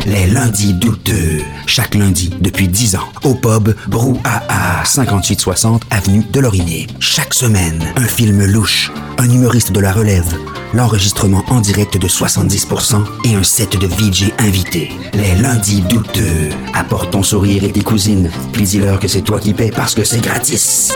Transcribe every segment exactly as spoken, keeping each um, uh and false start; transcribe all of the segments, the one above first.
Les lundis douteux. Chaque lundi, depuis dix ans, au pub Brouhaha, cinquante-huit soixante avenue de Laurier. Chaque semaine, un film louche, un humoriste de la relève, l'enregistrement en direct de soixante-dix pour cent et un set de V J invités. Les lundis douteux. Apporte ton sourire et tes cousines, puis dis-leur que c'est toi qui paies parce que c'est gratis.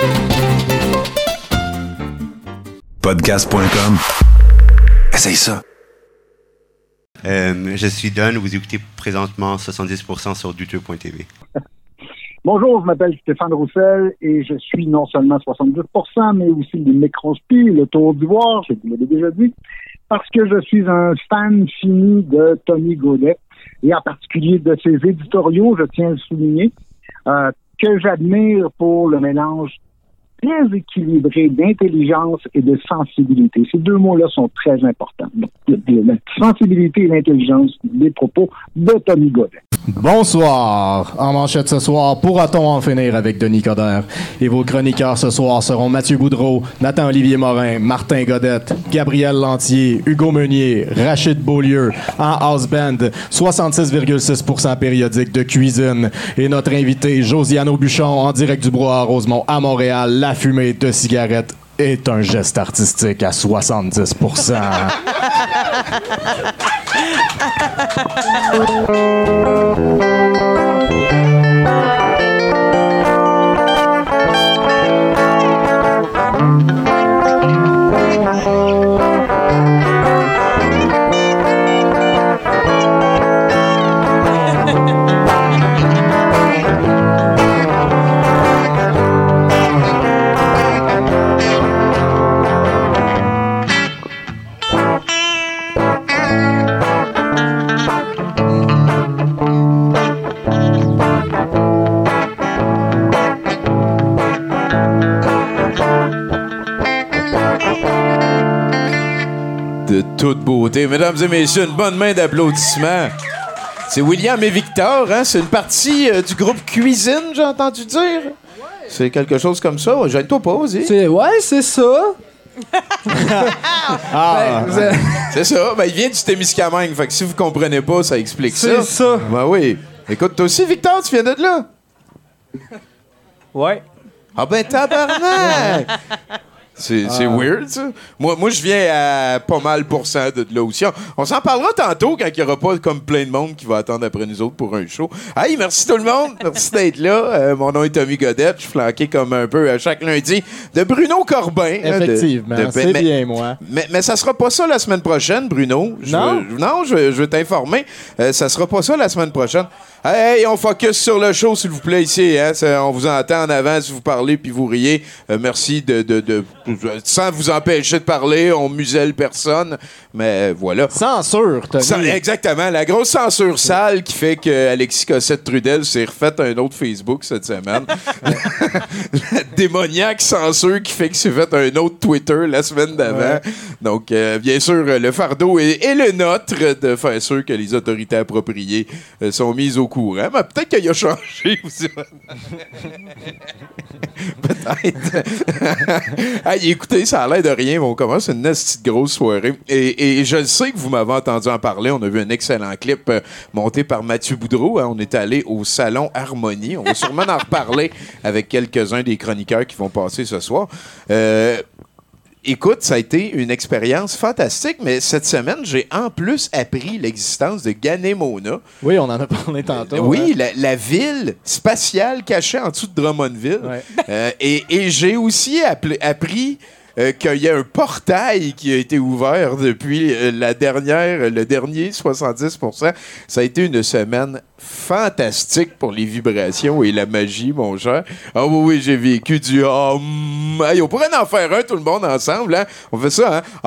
podcast point com. Essaye ça. Euh, je suis Don, vous écoutez présentement soixante-dix pour cent sur douteux point t v. Bonjour, je m'appelle Stéphane Roussel et je suis non seulement soixante-dix pour cent, mais aussi le microspi, le tour d'ivoire, je vous l'avais déjà dit, parce que je suis un fan fini de Tony Godet et en particulier de ses éditoriaux, je tiens à le souligner, euh, que j'admire pour le mélange très équilibré d'intelligence et de sensibilité. Ces deux mots-là sont très importants. Donc, la sensibilité et l'intelligence des propos de Tony Godet. Bonsoir. En manchette ce soir, pourra-t-on en finir avec Denis Coderre? Et vos chroniqueurs ce soir seront Mathieu Boudreau, Nathan-Olivier Morin, Martin Godette, Gabriel Lantier, Hugo Meunier, Rachid Beaulieu, en house band, soixante-six virgule six pour cent périodique de cuisine. Et notre invité, Josiane Aubuchon, en direct du Brouhaha Rosemont à Montréal. La fumée de cigarette est un geste artistique à soixante-dix pour cent. De toute beauté. Mesdames et messieurs, une bonne main d'applaudissements. C'est William et Victor, hein? C'est une partie euh, du groupe Cuisine, j'ai entendu dire. Ouais. C'est quelque chose comme ça. Gêne-toi pas, vas-y. C'est... Ouais, c'est ça. ah, ben, avez... C'est ça. Ben, il vient du Témiscamingue. Fait que si vous comprenez pas, ça explique c'est ça. C'est ça. Ben oui. Écoute, toi aussi, Victor, tu viens de là? Ouais. Ah ben, tabarnak! C'est, c'est ah. weird, ça. Moi, moi je viens à pas mal pour cent de là aussi. On, on s'en parlera tantôt quand il n'y aura pas comme plein de monde qui va attendre après nous autres pour un show. Hey, merci tout le monde. Merci d'être là. Euh, mon nom est Tommy Godette. Je suis flanqué comme un peu à chaque lundi de Bruno Corbin. Effectivement, hein, de, de, c'est mais, bien, moi. Mais, mais ça sera pas ça la semaine prochaine, Bruno. Je non? Veux, non, je, je veux t'informer. Euh, ça sera pas ça la semaine prochaine. Hey, on focus sur le show, s'il vous plaît, ici. Hein? Ça, on vous entend en avant si vous parlez puis vous riez. Euh, merci de, de, de, de... Sans vous empêcher de parler, on muselle personne. Mais voilà. Censure, Tommy. Sans, exactement. La grosse censure sale qui fait que Alexis Cossette-Trudel s'est refait un autre Facebook cette semaine. La démoniaque censure qui fait qu'il s'est fait un autre Twitter la semaine d'avant. Ouais. Donc, euh, bien sûr, le fardeau est, est le nôtre de faire sûr que les autorités appropriées euh, sont mises au courant. Mais peut-être qu'il a changé aussi. Peut-être. Hey, écoutez, ça a l'air de rien, mais on commence une petite grosse soirée. Et, et je sais que vous m'avez entendu en parler. On a vu un excellent clip euh, monté par Mathieu Boudreau. Hein. On est allé au Salon Harmonie. On va sûrement en reparler avec quelques-uns des chroniqueurs qui vont passer ce soir. Euh... Écoute, ça a été une expérience fantastique, mais cette semaine, j'ai en plus appris l'existence de Ganemona. Oui, on en a parlé tantôt. Oui, hein? la, la ville spatiale cachée en dessous de Drummondville. Ouais. Euh, et, et j'ai aussi appelé, appris euh, qu'il y a un portail qui a été ouvert depuis euh, la dernière, le dernier soixante-dix pour cent. Ça a été une semaine fantastique pour les vibrations et la magie, mon cher. Ah oui, oui, j'ai vécu du hum. Hey, on pourrait en faire un, tout le monde, ensemble. Hein? On fait ça, hein?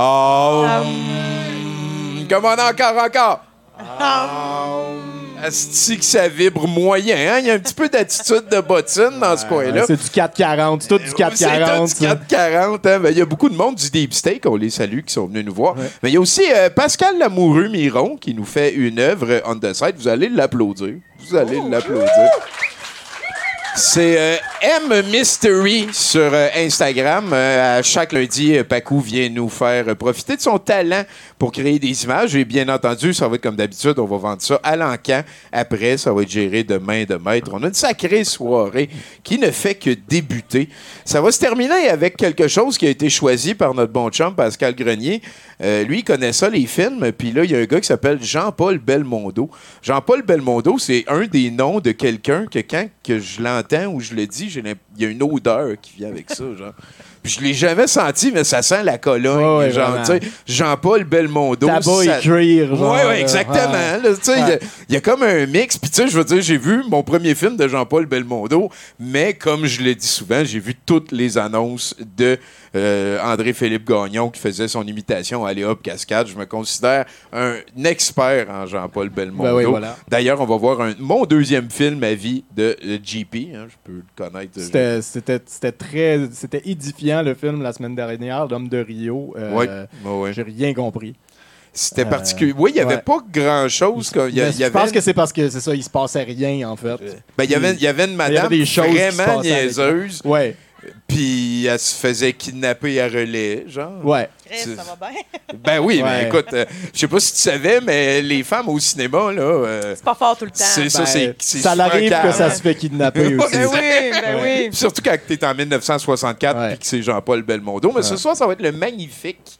Hum. Comment encore, encore? Hum. Asti que ça vibre moyen, hein? Il y a un petit peu d'attitude de bottine dans ce coin-là. C'est du quatre quarante, c'est tout du quatre quarante. C'est tout du quatre quarante, hein? Ben, il y a beaucoup de monde du Deep Steak, on les salue, qui sont venus nous voir. Ouais. Mais il y a aussi euh, Pascal Lamoureux-Miron qui nous fait une œuvre on the side. Vous allez l'applaudir. Vous allez oh. l'applaudir. C'est euh, M Mystery sur euh, Instagram. Euh, à chaque lundi, euh, Pacou vient nous faire euh, profiter de son talent pour créer des images. Et bien entendu, ça va être comme d'habitude, on va vendre ça à l'encan. Après, ça va être géré de main de maître. On a une sacrée soirée qui ne fait que débuter. Ça va se terminer avec quelque chose qui a été choisi par notre bon chum Pascal Grenier. Euh, lui, il connaît ça, les films. Puis là, il y a un gars qui s'appelle Jean-Paul Belmondo. Jean-Paul Belmondo, c'est un des noms de quelqu'un que quand que je l'entends ou je le dis, j'ai l'imp- il y a une odeur qui vient avec ça, genre. Puis je l'ai jamais senti, mais ça sent la Cologne. Oh, ouais, genre, tu sais, Jean-Paul Belmondo. Tabac ça... et cuir, genre. Ouais, ouais, exactement. Ouais. là, tu sais, Il Ouais. y, y a comme un mix. Puis, tu sais, je veux dire, j'ai vu mon premier film de Jean-Paul Belmondo, mais comme je le dis souvent, j'ai vu toutes les annonces de euh, André-Philippe Gagnon qui faisait son imitation à Léop Cascade. Je me considère un expert en Jean-Paul Belmondo. Ben oui, voilà. D'ailleurs, on va voir un, mon deuxième film à vie de euh, J P. Hein, je peux le connaître. C'était, c'était, c'était très... C'était édifiant, le film, la semaine dernière, L'Homme de Rio. Euh, Oui, ouais, ouais. J'ai rien compris. C'était Euh, particulier. Oui, il n'y avait ouais. pas grand-chose. Il y, a- Mais il y je pense avait... que c'est parce que, c'est ça, il se passait rien, en fait. Ben, il y avait, il y avait une Il y avait madame des choses qui se vraiment passaient avec niaiseuse, Ouais, puis elle se faisait kidnapper à relais, genre. ouais. C'est- Ça va bien. Ben oui, Ouais. mais écoute, euh, je sais pas si tu savais, mais les femmes au cinéma, là, euh, C'est pas fort tout le temps. c'est ça, Ben, c'est c'est ça l'arrive que fréquent, ça hein. se fait kidnapper aussi. Ben oui, ben oui. Puis surtout quand t'es en dix-neuf cent soixante-quatre Ouais. puis que c'est Jean-Paul Belmondo. Mais ce soir, ça va être le Magnifique.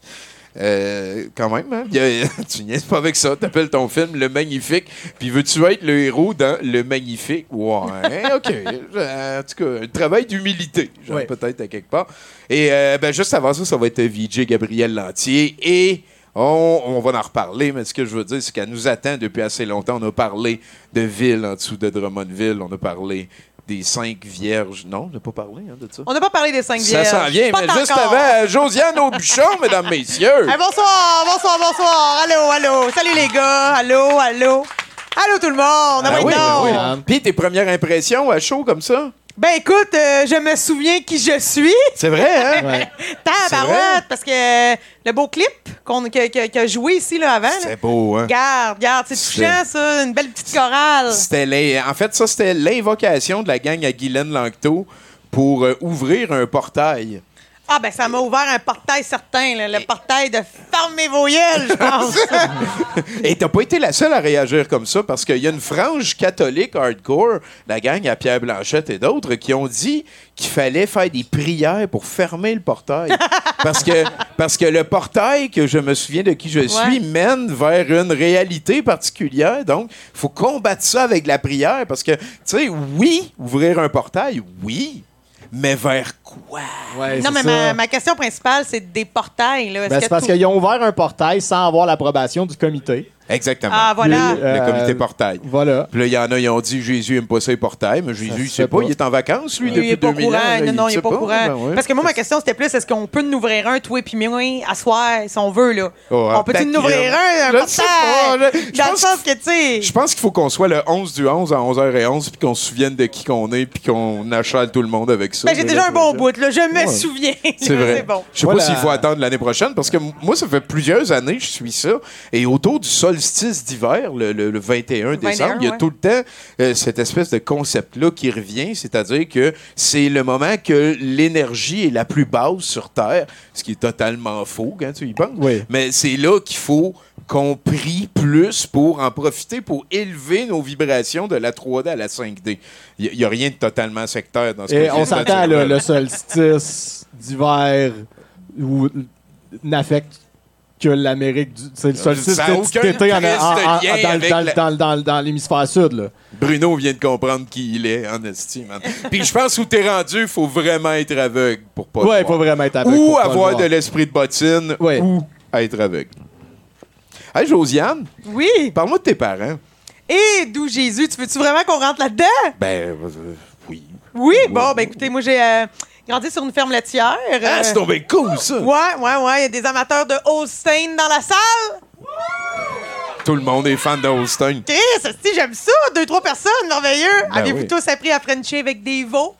Euh, quand même, hein? Il y a- tu niaises pas avec ça. T'appelles ton film Le Magnifique. Puis veux-tu être le héros dans Le Magnifique? Ouais, OK. Euh, en tout cas, un travail d'humilité, genre, Ouais. peut-être à quelque part. Et euh, ben, juste avant ça, ça va être V J Gabriel Lantier. Et on, on va en reparler, mais ce que je veux dire, c'est qu'elle nous attend depuis assez longtemps. On a parlé de ville en dessous de Drummondville. On a parlé des cinq vierges. Non, on n'a pas parlé hein, de ça. On n'a pas parlé des cinq Ça vierges. s'en vient, Pas mais juste encore. avant, Josiane Aubuchon, mesdames, messieurs. Hey, bonsoir, bonsoir, bonsoir. Allô, allô. Salut les gars. Allô, allô. Allô tout le monde. Ah, Ah oui, oui, non. ben oui. Puis tes premières impressions à chaud comme ça? Ben écoute, euh, je me souviens qui je suis. C'est vrai, hein? Ouais. Tabarouette, parce que euh, le beau clip qu'on que, que, que joué ici là, avant. là. C'est beau, hein? Regarde, regarde, c'est C'est- touchant ça, une belle petite chorale. C'était l'in- en fait, ça, c'était l'invocation de la gang à Guylaine Lanctot pour euh, ouvrir un portail. Ah ben ça m'a ouvert un portail certain, là, le portail de fermer vos gueules, je pense. Et t'as pas été la seule à réagir comme ça parce qu'il y a une frange catholique hardcore, la gang à Pierre Blanchette et d'autres, qui ont dit qu'il fallait faire des prières pour fermer le portail. parce, que, parce que le portail, que je me souviens de qui je suis, Ouais. mène vers une réalité particulière. Donc, il faut combattre ça avec la prière parce que, tu sais, oui, ouvrir un portail, oui, mais vers quoi? Ouais, Non, c'est mais ça. ma, ma question principale, c'est des portails. Là. Est-ce Ben, que c'est parce tout- qu'ils ont ouvert un portail sans avoir l'approbation du comité. Exactement. Ah, voilà. Puis, Le euh, comité portail. Voilà. Puis là, il y en a, ils ont dit Jésus aime pas ça les portails, mais Jésus, il se sait fait pas, pas. il est en vacances, lui, Il depuis est pas au deux mille ans. courant. là, Non, non, il sait est pas au courant. Ben ouais. Parce que moi, ma question, c'était plus est-ce qu'on peut nous ouvrir un, toi et puis moi, à soir, si on veut, là? Oh, on peut-tu nous ouvrir un, un Je portail? sais pas, je- je Dans le pense- sens que, tu sais. Je pense qu'il faut qu'on soit le onze du onze à onze heures onze puis qu'on se souvienne de qui qu'on est puis qu'on achale tout le monde avec ça. Ben, j'ai là, déjà là, un bon là. bout, là. Je me Ouais. souviens. C'est vrai. C'est bon. Je sais Voilà. pas s'il faut attendre l'année prochaine parce que m- moi, ça fait plusieurs années que je suis ça. Et autour du solstice d'hiver, le, le- le vingt et un décembre, il y a ouais. tout le temps euh, cette espèce de concept-là qui revient, c'est-à-dire que c'est le moment que l'énergie est la plus basse sur Terre, ce qui est totalement faux quand tu y penses. Oui. Mais c'est là qu'il faut qu'on prie plus pour en profiter, pour élever nos vibrations de la trois D à la cinq D. Il n'y a, rien de totalement sectaire dans ce que Et je on viens de s'entend, dire. là, le solstice d'hiver ou n'affecte que l'Amérique du. C'est le solstice Ça a aucun d'été en- en- Christ de en- lien dans, avec dans- la- dans- dans- dans l'hémisphère sud, là. Bruno vient de comprendre qui il est, en esti, man. Puis je pense où t'es rendu, il faut vraiment être aveugle pour pas Ouais, le il faut voir. vraiment être aveugle. Ou pour pas le avoir voir. de l'esprit de bottine, Ouais. ou être aveugle. Hey, Josiane, Oui. parle-moi de tes parents. Et d'où Jésus? Tu veux-tu vraiment qu'on rentre là-dedans? Ben, euh, oui. Oui. Bon, ben écoutez, moi, j'ai euh, grandi sur une ferme laitière. Ah, euh, c'est tombé cool, ça! Ouais, ouais, ouais. Il y a des amateurs de Holstein dans la salle. Tout le monde est fan de Holstein. Chris, esti, j'aime ça. Deux, trois personnes, merveilleux. Ben Avez-vous oui. tous appris à Frencher avec des veaux?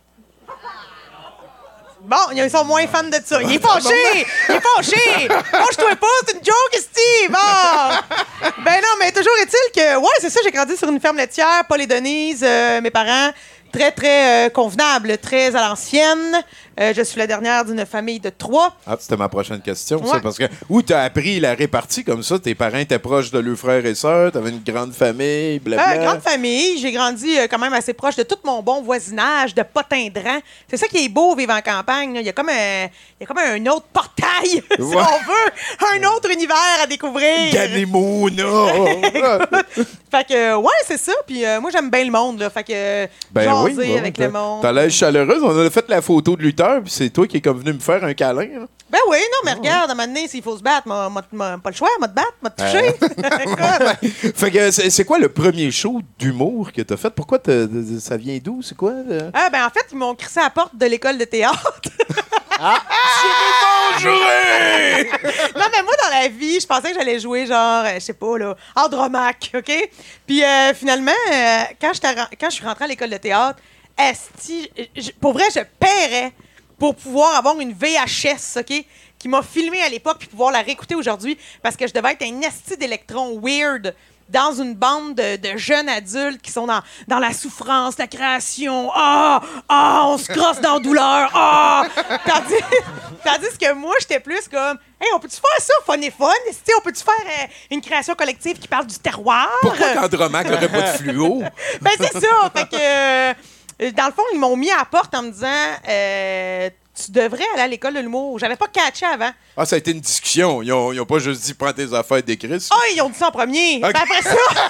Bon, ils sont moins fans de ça. Il est fâché! Il est fâché! Fâche-toi pas, c'est une joke, esti! Bon! Ben non, mais toujours est-il que, ouais, c'est ça, j'ai grandi sur une ferme laitière, Paul et Denise, euh, mes parents, très, très euh, convenable, très à l'ancienne. Euh, je suis la dernière d'une famille de trois. Ah, c'était ma prochaine question, Ouais. ça, parce que où t'as appris la répartie comme ça? Tes parents étaient proches de leurs frères et sœurs, t'avais une grande famille, blablabla. Euh, grande famille. J'ai grandi euh, quand même assez proche de tout mon bon voisinage, de Potindran. C'est ça qui est beau, vivre en campagne. Là. Il y a comme un, il y a comme un autre portail, si Ouais. on veut. Un autre univers à découvrir. Ganemouna! Fait que, ouais, c'est ça. Puis euh, moi, j'aime bien le monde. Là. Fait que, Ben jaser oui, ouais, avec t'as- le monde. T'as l'air chaleureuse. On a fait la photo de lutteur, puis c'est toi qui es comme venu me faire un câlin. Là. Ben oui, non, mais regarde, à un moment donné, s'il faut se battre, m'a, m'a, m'a- pas le choix, m'a te battre, m'a te toucher. Écoute. Fait que c'est c'est quoi le premier show d'humour que t'as fait? Pourquoi t'as- ça vient d'où? C'est quoi? euh? Ah, ben en fait, ils m'ont crissé à la porte de l'école de théâtre. Bonjour! Non, mais moi, dans la vie, je pensais que j'allais jouer, genre, euh, je sais pas, là, Andromaque, OK? Puis euh, finalement, euh, quand, j'étais ren- quand je suis rentrée à l'école de théâtre, esti, je- pour vrai, je paierais pour pouvoir avoir une V H S, OK? Qui m'a filmé à l'époque puis pouvoir la réécouter aujourd'hui parce que je devais être un esti d'électron weird dans une bande de, de jeunes adultes qui sont dans, dans la souffrance, la création. Ah! Ah! On se crosse dans la douleur. Ah! Tandis, tandis que moi, j'étais plus comme hey, on peut-tu faire ça, fun et fun? On peut-tu faire euh, une création collective qui parle du terroir? Pourquoi qu'Andromaque n'aurait pas de fluo? Ben, c'est ça. Fait que, euh, dans le fond, ils m'ont mis à la porte en me disant euh, tu devrais aller à l'école de l'humour. J'avais pas catché avant. Ah, ça a été une discussion. Ils ont, ils ont pas juste dit prends tes affaires d'écrit. Ah, ils ont dit ça en premier. Ok. Ben, après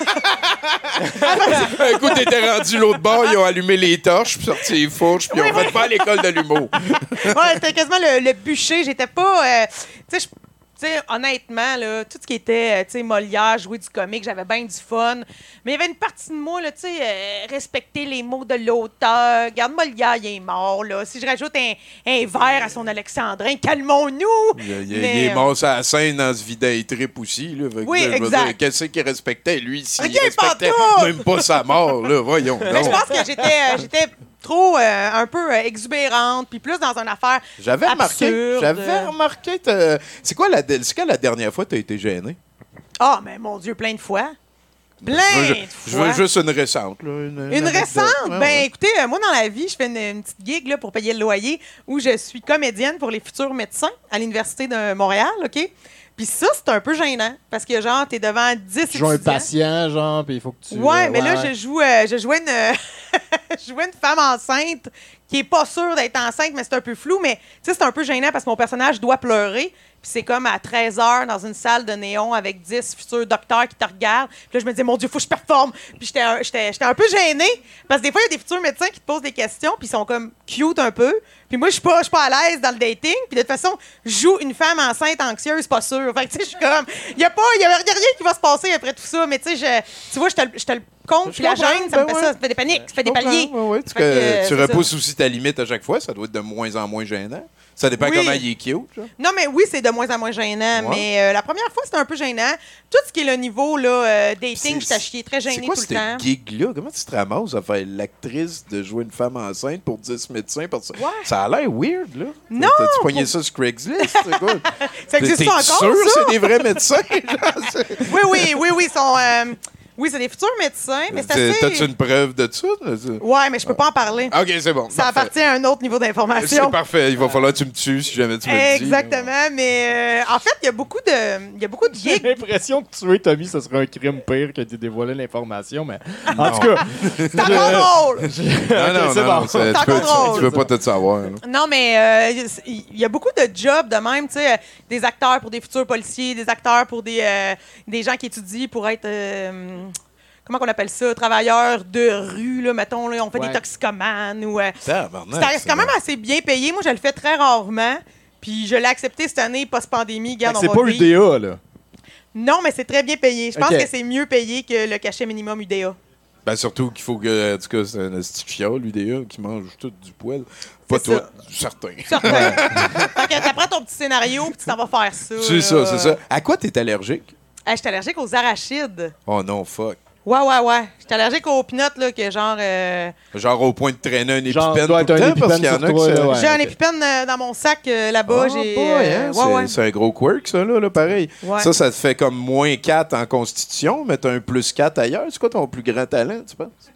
ça, Un coup, t'étais rendu l'autre bord, ils ont allumé les torches, puis sorti les fourches, puis ils ont fait pas à l'école de l'humour. ouais, c'était quasiment le, le bûcher. J'étais pas. euh, tu sais, je- tu sais, honnêtement, là, tout ce qui était euh, tu sais, Molière, jouer du comique, j'avais bien du fun. Mais il y avait une partie de moi, là, tu sais, euh, respecter les mots de l'auteur. Regarde, Molière, il est mort, là. Si je rajoute un, un verre à son Alexandrin, calmons-nous! Il, il- il Mais, est mort sur la scène dans ce vidéo trip aussi. Là. Fait que, Oui, là, je veux exact. dire, qu'est-ce qu'il respectait, lui, s'il Ok, respectait pantoute! même pas sa mort, là, voyons Mais donc. je pense que j'étais, euh, j'étais trop, euh, un peu euh, exubérante, puis plus dans une affaire J'avais remarqué, absurde. j'avais remarqué, t'as- c'est quoi la, c'est quand la dernière fois que tu as été gêné? Ah, mais mon Dieu, plein de fois. Plein Je veux, de je fois. veux juste une récente. Là, une Une anecdote. récente? Ouais, Ben, ouais. écoutez, euh, moi, dans la vie, je fais une, une petite gig là, pour payer le loyer où je suis comédienne pour les futurs médecins à l'Université de Montréal, OK? Puis ça, c'est un peu gênant parce que, genre, t'es devant dix Tu joues un étudiants. patient, genre, puis il faut que tu. Ouais, euh, mais là, je joue, euh, je jouais une, je jouais une femme enceinte qui est pas sûre d'être enceinte, mais c'est un peu flou. Mais tu sais, c'est un peu gênant parce que mon personnage doit pleurer. Puis c'est comme à treize heures dans une salle de néon avec dix futurs docteurs qui te regardent. Puis là, je me disais, mon Dieu, faut que je performe. Puis j'étais un, j'étais, j'étais un peu gênée parce que des fois, il y a des futurs médecins qui te posent des questions puis ils sont comme cute un peu. Puis moi, je suis pas, je suis pas à l'aise dans le dating. Puis de toute façon, je joue une femme enceinte anxieuse, pas sûre. Fait que tu sais, je suis comme, il y a pas, il y a rien qui va se passer après tout ça. Mais tu sais, je- tu vois, je te, le- je te le compte. Je Puis la comprends, gêne, ça me ben fait ouais. ça. Ça fait des paniques, ça fait des Je comprends, paliers. ouais, ouais. Tu, Fait que, euh, tu c'est repousses aussi ta limite à chaque fois, ça doit être de moins en moins gênant. Ça dépend Oui. comment il est cute. Genre. Non, mais oui, c'est de moins en moins gênant. Ouais. Mais euh, la première fois, c'était un peu gênant. Tout ce qui est le niveau là, euh, dating, C'est- j'étais chier, très C'est gênée quoi tout le cette temps. gig-là? Comment tu te ramasses à faire l'actrice de jouer une femme enceinte pour dix médecins? Parce que Ouais. ça a l'air weird, là. Non, T'as-tu pogné pour- ça sur Craigslist? C'est quoi? Ça existe T'es- encore, t'es sûr ça? c'est des vrais médecins? genre? C'est- Oui, oui, oui, oui, ils sont. euh, oui, c'est des futurs médecins, mais c'est T'as- assez. T'as-tu une preuve de ça? Ouais, mais je peux pas en parler. OK, c'est bon. Ça parfait. appartient à un autre niveau C'est d'information. parfait. Il va falloir que tu me tues si jamais tu me le dis. Exactement, mais euh, en fait, il y a beaucoup de, il y a beaucoup de J'ai gigs. l'impression que tuer Tommy, ce serait un crime pire que de dévoiler l'information, mais en tout cas. C'est encore drôle. Non, non, Ok, c'est non, bon. c'est- C'est tu, peux, encore tu, drôle. tu veux pas tout savoir. là. Non, mais euh, il y a beaucoup de jobs de même, tu sais, euh, des acteurs pour des futurs policiers, des acteurs pour des, euh, des gens qui étudient pour être, euh, comment qu'on appelle ça, travailleurs de rue, là, mettons, là, on fait Ouais. des toxicomanes ou... euh, Tabarnak, c'est c'est quand même assez bien payé. Moi, je le fais très rarement, puis je l'ai accepté cette année, post-pandémie. Garde, C'est on pas va le vivre. U D A, là. Non, mais c'est très bien payé. Je pense Ok. que c'est mieux payé que le cachet minimum U D A. Ben surtout qu'il faut que, en tout cas, c'est un petit fiole, l'U D A, qui mange tout du poil. Pas C'est toi, certain. Certain. Fait que t'apprends ton petit scénario, puis tu t'en vas faire ça. C'est là. ça, c'est ça. À quoi t'es allergique? Hey, je suis allergique aux arachides. Oh non, fuck. Ouais, ouais, ouais. Je suis allergique aux peanuts, là, que genre... euh, Genre au point de traîner un Genre, épipène doit tout le être un temps, parce qu'il y en épipène a sur qui... toi, ça- là, ouais. J'ai un ok. épipène euh, dans mon sac euh, là-bas. Ah, j'ai, boy, euh, hein, ouais, c'est, ouais. c'est un gros quirk, ça, là, là, pareil. Ouais. Ça, ça te fait comme moins quatre en constitution, mais t'as un plus quatre ailleurs. C'est quoi ton plus grand talent, tu penses?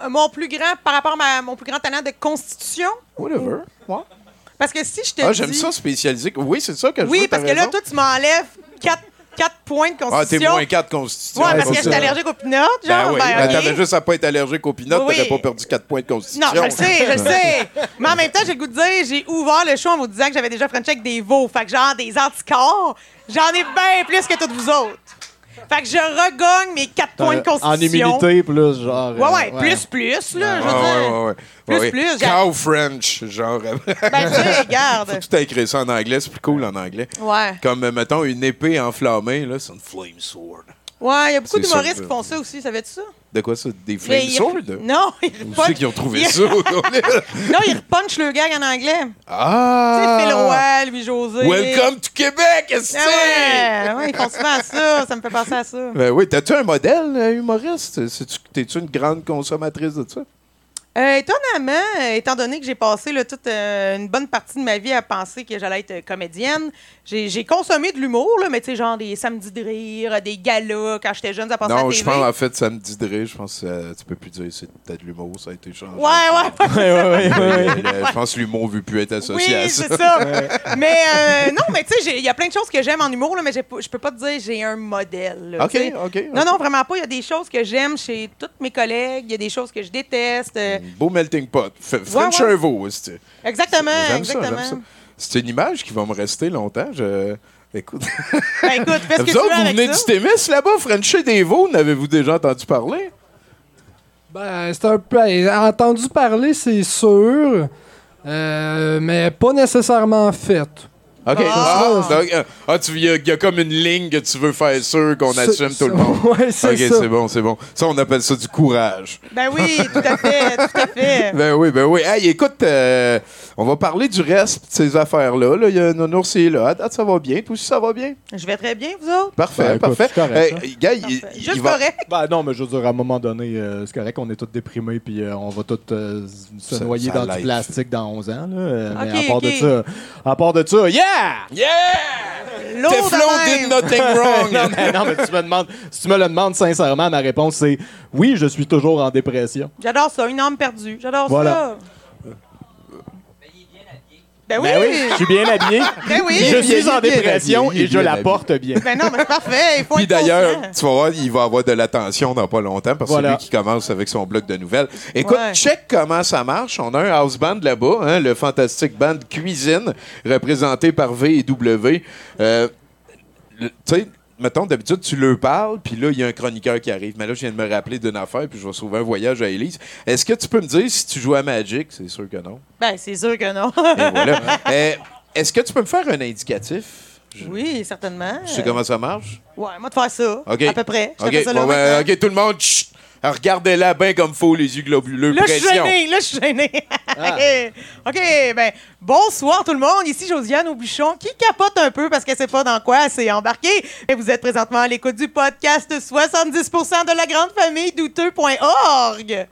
mon plus grand, par rapport à ma- mon plus grand talent de constitution. Whatever. Ouais. Parce que si je te Ah, dis... j'aime ça spécialisé. Oui, c'est ça que je Oui, veux, t'as parce que là, raison. toi, tu m'enlèves quatre points de Ah, t'es constitution. moins quatre constitution. Ouais, parce c'est que je suis ça. allergique aux peanuts, genre. Ben oui, ben, ben, ok. t'avais juste à pas être allergique aux peanuts, Oui. t'aurais pas perdu quatre points de constitution. Non, je le sais, je le sais. Mais en même temps, j'ai le goût de dire, j'ai ouvert le show en vous disant que j'avais déjà Frenché avec des veaux. Fait que genre des anticorps, j'en ai bien plus que toutes vous autres. Fait que je regagne mes quatre points de constitution. En immunité, plus genre. Ouais, ouais, euh, plus, plus, là, je veux Ah, dire. ouais, ouais, ouais. Plus, Ouais. plus, j'ai- Cow French, genre. Ben, tu sais, regarde. Tout a écrit ça en anglais, c'est plus cool en anglais. Ouais. Comme, euh, mettons, une épée enflammée, là, c'est une flame sword. Ouais, il y a beaucoup C'est d'humoristes ça, qui font ça aussi, savais-tu ça? De quoi ça? Des Mais flame ils- swords? Non, ils Où repunchent- c'est qu'ils ont trouvé ils- ça? Non, ils repunchent le gag en anglais. Ah! Tu sais, Phil Roy, Louis-José. Welcome to Québec, est-ce que Ah ouais, ouais, ils font souvent ça. Ça me fait penser à ça. Ben oui, t'as-tu un modèle euh, humoriste? C'est-tu- T'es-tu une grande consommatrice de ça? Euh, étonnamment, euh, étant donné que j'ai passé là, toute euh, une bonne partie de ma vie à penser que j'allais être euh, comédienne, j'ai j'ai consommé de l'humour, là, mais tu sais, genre des samedis de rire, des galas, quand j'étais jeune, ça passait à la Non, T V. je pense en fait samedi de rire, je pense que euh, tu peux plus dire c'est peut-être l'humour, ça a été changé. Ouais, ouais, Ouais, ouais, ouais, ouais. Euh, le- Je pense que l'humour veut plus être associé oui, à ça. c'est ça. Mais euh, non, mais tu sais, j'ai- il y a plein de choses que j'aime en humour, là, mais j'ai pas- je peux pas te dire que j'ai un modèle. là, OK, tu sais. OK. Non, non, vraiment pas. Il y a des choses que j'aime chez tous mes collègues, il y a des choses que je déteste. euh, Beau melting pot. F- French ouais. un veau, c'est. Exactement, J'aime ça, exactement. j'aime ça. C'est une image qui va me rester longtemps. Je... Écoute. Ben écoute, fais ce que Vous tu autres, veux vous avec venez ça. du Témis là-bas, Frencher des veaux, n'avez-vous déjà entendu parler? Ben, c'est un peu. Entendu parler, c'est sûr. Euh, mais pas nécessairement fait. OK. Ah. Ah, donc, euh, ah, tu- il y, a- il y a comme une ligne que tu veux faire sûr qu'on C'est- assume tout le monde. Ouais, c'est OK, ça. c'est bon, c'est bon. Ça, on appelle ça du courage. Ben oui, tout à fait, tout à fait. Ben oui, ben oui. Hey, écoute, euh, on va parler du reste de ces affaires-là. Là. Il y a Nounours est là. Ah, ça va bien. Toi aussi, ça va bien? Je vais très bien, vous autres? Parfait, Ben, écoute, parfait. c'est correct, Hey, gars, il- Parfait. il, Juste il va... correct. Ben non, mais je veux dire, à un moment donné, euh, c'est correct, on est tous déprimés, puis euh, on va tous euh, se Ça- noyer ça dans l'aide. du plastique dans onze ans. Là, euh, mais Ok, à part ok. de ça, à part de ça, yeah! Yeah! L'eau de Teflon même. did nothing wrong. non, mais, non, mais tu me demandes, si tu me le demandes sincèrement, ma réponse c'est oui, je suis toujours en dépression. J'adore ça, une âme perdue. J'adore Voilà. ça. Ben oui. Ben oui, je suis bien habillé. Ben oui. Je Il est suis en bien dépression habillé, il est et je bien la habillé. porte bien. Ben non, mais c'est parfait. Il faut Puis être d'ailleurs, conscient. tu vas voir, il va avoir de l'attention dans pas longtemps parce que Voilà. c'est lui qui commence avec son bloc de nouvelles. Écoute, Ouais. check comment ça marche. On a un house band là-bas, hein, le fantastique band Cuisine, représenté par V et W. Euh, le- tu sais, mettons, d'habitude, tu leur parles, puis là, il y a un chroniqueur qui arrive. Mais là, je viens de me rappeler d'une affaire, puis je vais sauver un voyage à Élise. Est-ce que tu peux me dire si tu joues à Magic? C'est sûr que non. Ben, c'est sûr que non. Et voilà. Euh, Est-ce que tu peux me faire un indicatif? Je- Oui, certainement. Tu sais comment ça marche? Ouais, moi, de faire ça. OK. À peu près. Je te OK, fais ça là, bon, ben, maintenant. OK, tout le monde, chut! Regardez-la bien comme faut, les yeux globuleux. Là, je suis Pression. gênée. Là, je suis gênée. Ah. OK, ben, bonsoir tout le monde. Ici Josiane Aubuchon qui capote un peu parce qu'elle sait pas dans quoi elle s'est embarquée. Et vous êtes présentement à l'écoute du podcast soixante-dix pour cent de la grande famille douteux point org.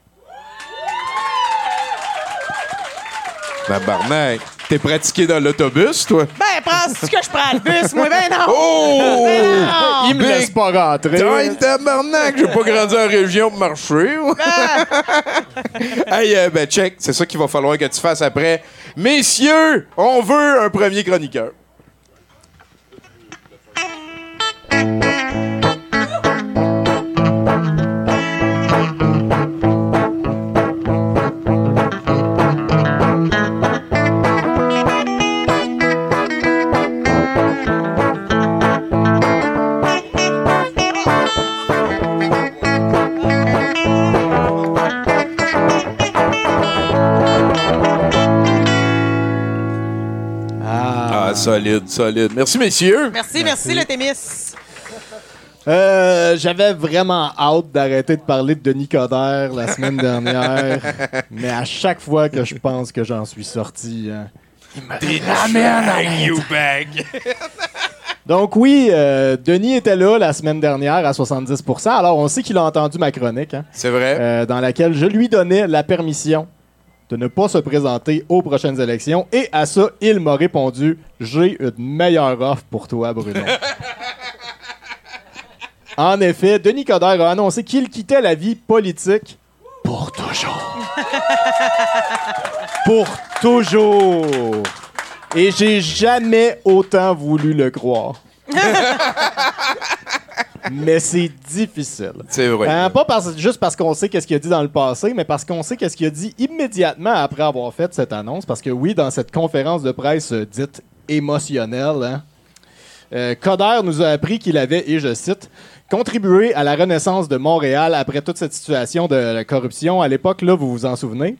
Tabarnak. T'es pratiqué dans l'autobus, toi? Ben, penses-tu que je prends le bus? Moi, ben non. Oh! Ben non. Il me Big laisse pas rentrer. Time, tabarnak! J'ai pas grandi en région pour marcher. moi. Hey, euh, ben, check. C'est ça qu'il va falloir que tu fasses après. Messieurs, on veut un premier chroniqueur. Ah, solide, solide. Merci, messieurs. Merci, merci, le Témis. Euh, J'avais vraiment hâte d'arrêter de parler de Denis Coderre la semaine dernière, mais à chaque fois que je pense que j'en suis sorti, hein, il me ramène à l'intérieur. Donc oui, euh, Denis était là la semaine dernière à soixante-dix pour cent. Alors on sait qu'il a entendu ma chronique, hein, C'est vrai. euh, dans laquelle je lui donnais la permission de ne pas se présenter aux prochaines élections. Et à ça, il m'a répondu « J'ai une meilleure offre pour toi, Bruno. » En effet, Denis Coderre a annoncé qu'il quittait la vie politique pour toujours. toujours. Pour toujours. Et j'ai jamais autant voulu le croire. Mais c'est difficile. C'est vrai. Euh, pas parce, juste parce qu'on sait qu'est-ce qu'il a dit dans le passé, mais parce qu'on sait qu'est-ce qu'il a dit immédiatement après avoir fait cette annonce. Parce que oui, dans cette conférence de presse euh, dite émotionnelle, hein, euh, Coderre nous a appris qu'il avait, et je cite, contribué à la renaissance de Montréal après toute cette situation de corruption. À l'époque, là, vous vous en souvenez?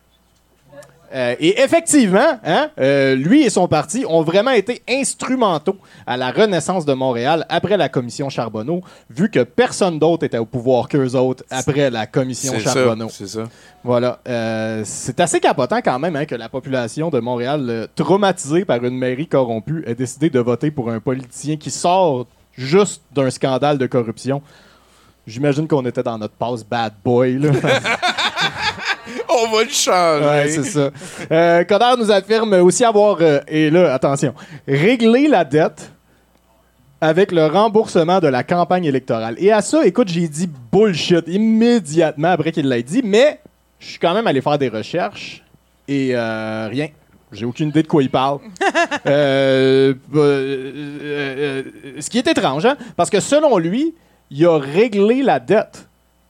Euh, et effectivement, hein, euh, lui et son parti ont vraiment été instrumentaux à la renaissance de Montréal après la commission Charbonneau, vu que personne d'autre était au pouvoir qu'eux autres après la commission C'est Charbonneau. ça, c'est ça. Voilà. Euh, c'est assez capotant quand même hein, que la population de Montréal, euh, traumatisée par une mairie corrompue, ait décidé de voter pour un politicien qui sort juste d'un scandale de corruption. J'imagine qu'on était dans notre passe bad boy, là. On va le changer. Ouais, c'est ça. Euh, Coderre nous affirme aussi avoir, euh, et là, attention, réglé la dette avec le remboursement de la campagne électorale. Et à ça, écoute, j'ai dit bullshit immédiatement après qu'il l'ait dit, mais je suis quand même allé faire des recherches et euh, rien. J'ai aucune idée de quoi il parle. euh, euh, euh, euh, ce qui est étrange, hein? Parce que selon lui, il a réglé la dette.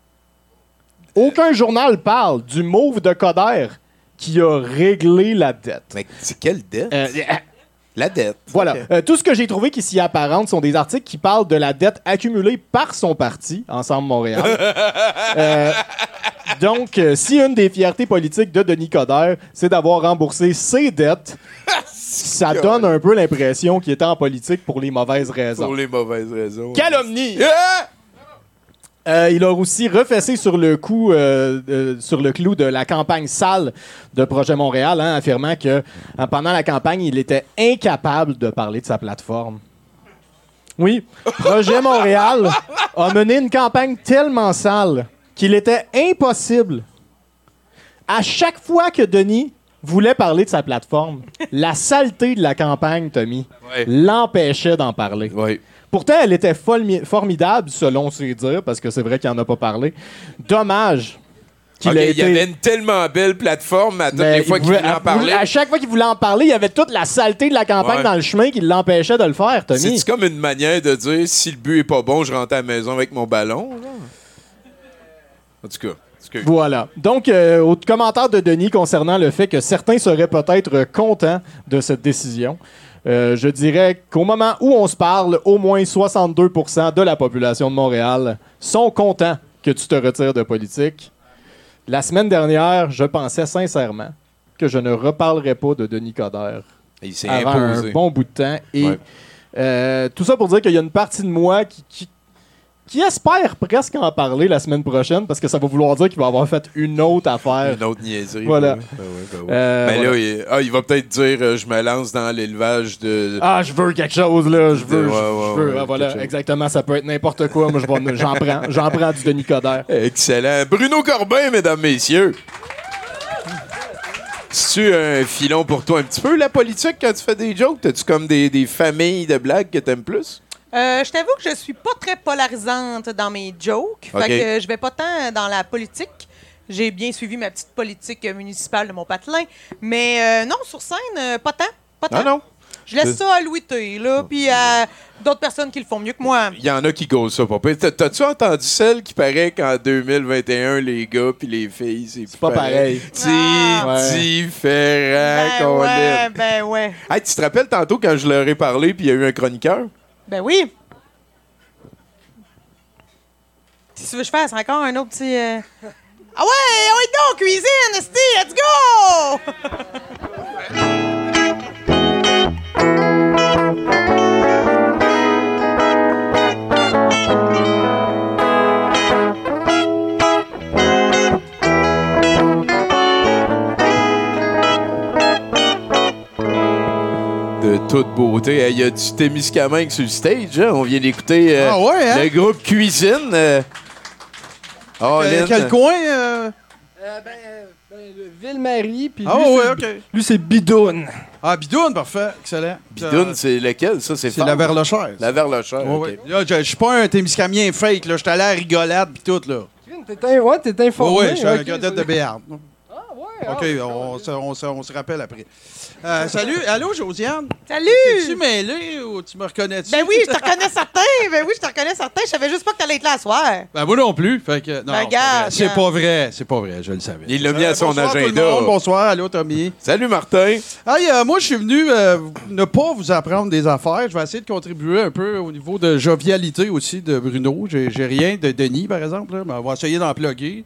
Aucun journal parle du move de Coderre qui a réglé la dette. Mais c'est quelle dette? Euh, La dette. Voilà. Okay. Euh, tout ce que j'ai trouvé qui s'y apparente sont des articles qui parlent de la dette accumulée par son parti, Ensemble Montréal. euh, donc, euh, si une des fiertés politiques de Denis Coderre, c'est d'avoir remboursé ses dettes, ça donne un peu l'impression qu'il était en politique pour les mauvaises raisons. Pour les mauvaises raisons. Calomnie! Ah! Euh, il a aussi refessé sur le coup, euh, euh, sur le clou de la campagne sale de Projet Montréal, hein, affirmant que euh, pendant la campagne, il était incapable de parler de sa plateforme. Oui, Projet Montréal a mené une campagne tellement sale qu'il était impossible. À chaque fois que Denis voulait parler de sa plateforme, la saleté de la campagne, Tommy, Ouais. l'empêchait d'en parler. Oui. Pourtant, elle était folmi- formidable, selon ses dires, parce que c'est vrai qu'il n'en a pas parlé. Dommage qu'il Ok, ait il été... y avait une tellement belle plateforme à toutes Mais les fois il qu'il voulait- voulait en à, parler. à chaque fois qu'il voulait en parler, il y avait toute la saleté de la campagne Ouais. dans le chemin qui l'empêchait de le faire, Tommy. C'est comme une manière de dire si le but est pas bon, je rentre à la maison avec mon ballon. Là? En tout cas. excuse. Voilà. Donc, euh, au commentaire de Denis concernant le fait que certains seraient peut-être contents de cette décision, euh, je dirais qu'au moment où on se parle, au moins soixante-deux pour cent de la population de Montréal sont contents que tu te retires de politique. La semaine dernière, je pensais sincèrement que je ne reparlerais pas de Denis Coderre Il s'est avant imposé. un bon bout de temps. Et Ouais. euh, tout ça pour dire qu'il y a une partie de moi qui, qui, qui espère presque en parler la semaine prochaine parce que ça va vouloir dire qu'il va avoir fait une autre affaire. Une autre niaiserie. Voilà. Ben oui, ben oui, ben oui. Euh, Mais voilà. là, il, ah, il va peut-être dire euh, je me lance dans l'élevage de. Ah, je veux quelque chose, là. Je veux. Ouais, je- ouais, je veux. ouais, Ah, voilà, quelque chose. exactement. Ça peut être n'importe quoi. Moi, je vais- j'en prends. J'en prends du Denis Coderre. Excellent. Bruno Corbin, mesdames, messieurs. C'est-tu un filon pour toi un petit peu, la politique, quand tu fais des jokes? T'as-tu comme des, des familles de blagues que t'aimes plus? Euh, je t'avoue que je suis pas très polarisante dans mes jokes. Ok. Fait que je vais pas tant dans la politique. J'ai bien suivi ma petite politique euh, municipale de mon patelin. Mais euh, non, sur scène, euh, pas tant. Pas tant. Ah non? Je laisse ça à Louis T, là, puis à d'autres personnes qui le font mieux que moi. Il y en a qui causent ça, papa. T'as- T'as-tu entendu celle qui paraît qu'en deux mille vingt et un, les gars puis les filles, c'est plus pas pareil. C'est Ah. Ouais. différent Ben qu'on ouais, l'aime. ben ouais. Hey, tu te rappelles tantôt quand je leur ai parlé puis il y a eu un chroniqueur? Ben oui. Si tu veux que je fasse encore un autre petit... euh, Ah ouais, ah ouais donc, cuisine, esti, let's go! De toute beauté. Hey, il y a du Témiscamingue sur le stage. Hein? On vient d'écouter euh, Ah ouais, hein? le groupe Cuisine. Euh... Oh, Euh, Lynn. quel coin? euh? Euh, ben, euh, ben, le Ville-Marie, puis Ah lui, ouais, c'est- ok. lui, c'est Bidoune. Ah, Bidoune, parfait. Excellent. Bidoune, Euh, c'est lequel? Ça, c'est c'est fort. la Verlochère. La Verlochère. Ouais, ok. ouais. Là, je je suis pas un Témiscamien fake, là. Je suis allé à Rigolade pis tout, là. T'es in- ouais, t'es informé. Oui, je suis un ok, cadette c'est- de Béarn. Ah, ouais. OK, ah, on, se- on, se- on se rappelle après. Euh, salut, allô, Josiane? Salut! T'es-tu mêlé ou tu me reconnais-tu? Ben oui, je te reconnais certains. Ben oui, je te reconnais certains. Je savais juste pas que t'allais être là à soir. Ben moi non plus. Fait que, non, Ben, non, gars, c'est gars. pas vrai. C'est pas vrai, c'est pas vrai, je le savais. Il l'a mis à son bonsoir agenda. Tout le monde. Bonsoir, allô Tommy. Salut Martin. Hey, euh, moi, je suis venu euh, ne pas vous apprendre des affaires. Je vais essayer de contribuer un peu au niveau de jovialité aussi de Bruno. J'ai j'ai rien de Denis, par exemple, là, mais on va essayer d'en plugger.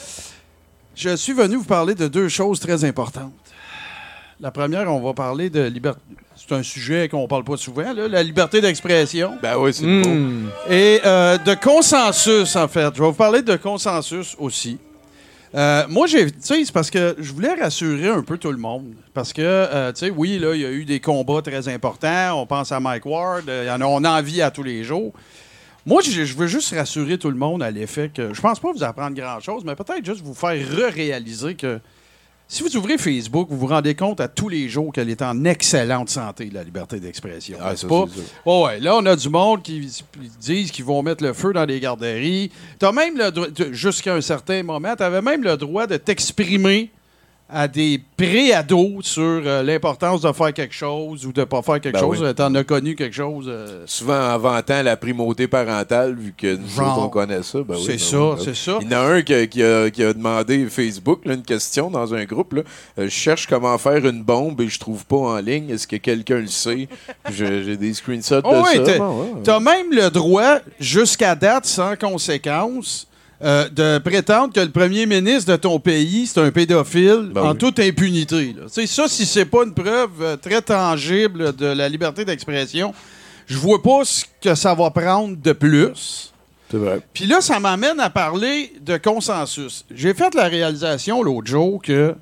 Je suis venu vous parler de deux choses très importantes. La première, on va parler de liberté. C'est un sujet qu'on parle pas souvent, là, la liberté d'expression. Ben oui, c'est Hmm. bon. Et euh, de consensus, en fait. Je vais vous parler de consensus aussi. Euh, moi, j'ai, tu sais, c'est parce que je voulais rassurer un peu tout le monde. Parce que, euh, tu sais, oui, là, il y a eu des combats très importants. On pense à Mike Ward. euh, y en a, on en vit à tous les jours. Moi, je, je veux juste rassurer tout le monde à l'effet que je pense pas vous apprendre grand-chose, mais peut-être juste vous faire re-réaliser que si vous ouvrez Facebook, vous vous rendez compte à tous les jours qu'elle est en excellente santé, la liberté d'expression. Ah, n'est-ce ça, pas? c'est sûr. Oh ouais, là, on a du monde qui s- disent qu'ils vont mettre le feu dans les garderies. T'as même le droit, t- jusqu'à un certain moment, t'avais même le droit de t'exprimer à des pré-ados sur euh, l'importance de faire quelque chose ou de pas faire quelque Ben chose. oui. Euh, T'en as connu quelque chose. euh, Souvent en vantant la primauté parentale, vu que nous Genre. autres, on connaît ça. Ben oui, c'est ben ça, oui, ben c'est oui. ça. Il y en a un qui, qui a, qui a demandé Facebook là, une question dans un groupe. Là. Euh, je cherche comment faire une bombe et je trouve pas en ligne. Est-ce que quelqu'un le sait? Je- J'ai des screenshots de Oh oui, ça. t'as- Bon, ouais, ouais. T'as même le droit, jusqu'à date, sans conséquence, euh, de prétendre que le premier ministre de ton pays, c'est un pédophile Ben en oui. toute impunité. là. Tu sais, ça, si c'est pas une preuve euh, très tangible de la liberté d'expression, je vois pas ce que ça va prendre de plus. C'est vrai. Puis là, ça m'amène à parler de consensus. J'ai fait la réalisation l'autre jour que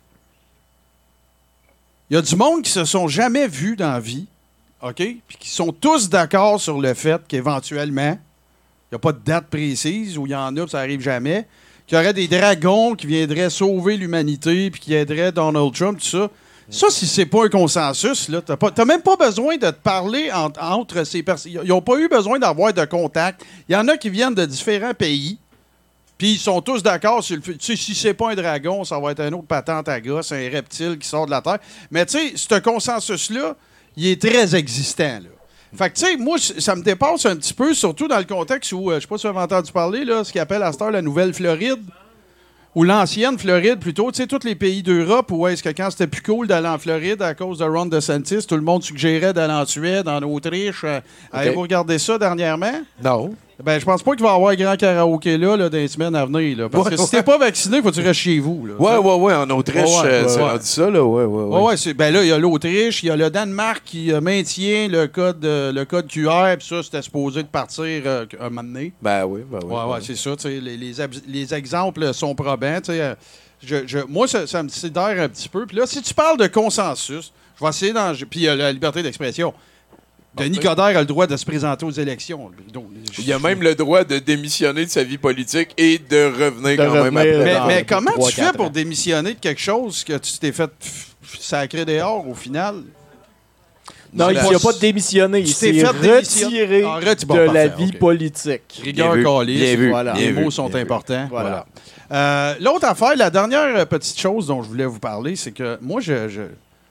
il y a du monde qui se sont jamais vus dans la vie, OK? Puis qui sont tous d'accord sur le fait qu'éventuellement, il n'y a pas de date précise où il y en a, puis ça arrive jamais, qu'il y aurait des dragons qui viendraient sauver l'humanité puis qui aideraient Donald Trump, tout ça. Ça, si c'est pas un consensus, là, t'as, pas, t'as même pas besoin de te parler en- entre ces personnes. Ils n'ont pas eu besoin d'avoir de contact. Il y en a qui viennent de différents pays, puis ils sont tous d'accord sur le fait. Tu sais, si c'est pas un dragon, ça va être un autre patente à gosse, un reptile qui sort de la Terre. Mais tu sais, ce consensus-là, il est très existant, là. Fait que, tu sais, moi, c- ça me dépasse un petit peu, surtout dans le contexte où, euh, je sais pas si vous avez entendu parler, là, ce qu'ils appellent à cette heure la Nouvelle-Floride, ou l'ancienne Floride, plutôt. Tu sais, tous les pays d'Europe, où est-ce que quand c'était plus cool d'aller en Floride à cause de Ron DeSantis, tout le monde suggérait d'aller en Suède, en Autriche. Euh, Avez-vous regardé ça dernièrement? Non. Ben, je pense pas qu'il va y avoir un grand karaoké là, là dans les semaines à venir. Là, parce Ouais, que si t'es ouais. pas vacciné, faut que tu restes chez vous. Là, Ouais, ouais, ouais. En Autriche, Ouais, ouais, euh, ouais, c'est ouais. rendu ça, là. Ouais, ouais, ouais. Ouais, ouais, c'est- ben là, il y a l'Autriche, il y a le Danemark qui euh, maintient le code, euh, le code Q R, puis ça, c'était supposé de partir euh, un moment donné. Ben oui, ben oui. Ouais, ouais, c'est ça. tu sais, Les, les, ab- les exemples sont probants. tu sais, euh, Je, je- moi, ça, ça me sidère un petit peu. Puis là, si tu parles de consensus, je vais essayer d'en. Puis il y a la liberté d'expression. Denis Coderre a le droit de se présenter aux élections. Donc, Il a même le droit de démissionner de sa vie politique et de revenir De quand même revenir après. Mais, dans mais comment trois, tu fais quatre pour ans. démissionner de quelque chose que tu t'es fait f- f- sacrer dehors au final? Non, il C'est n'y a pas- pas de démissionné. Tu Il t'es s'est fait démissionner. retiré Ah, re- bon, de la parfait, vie ok. politique. Rigueur Bien vu, caliste. bien vu, voilà. Les bien mots vu, sont bien vu. importants. Voilà. Voilà. Euh, L'autre affaire, la dernière euh, petite chose dont je voulais vous parler, c'est que moi, je, je-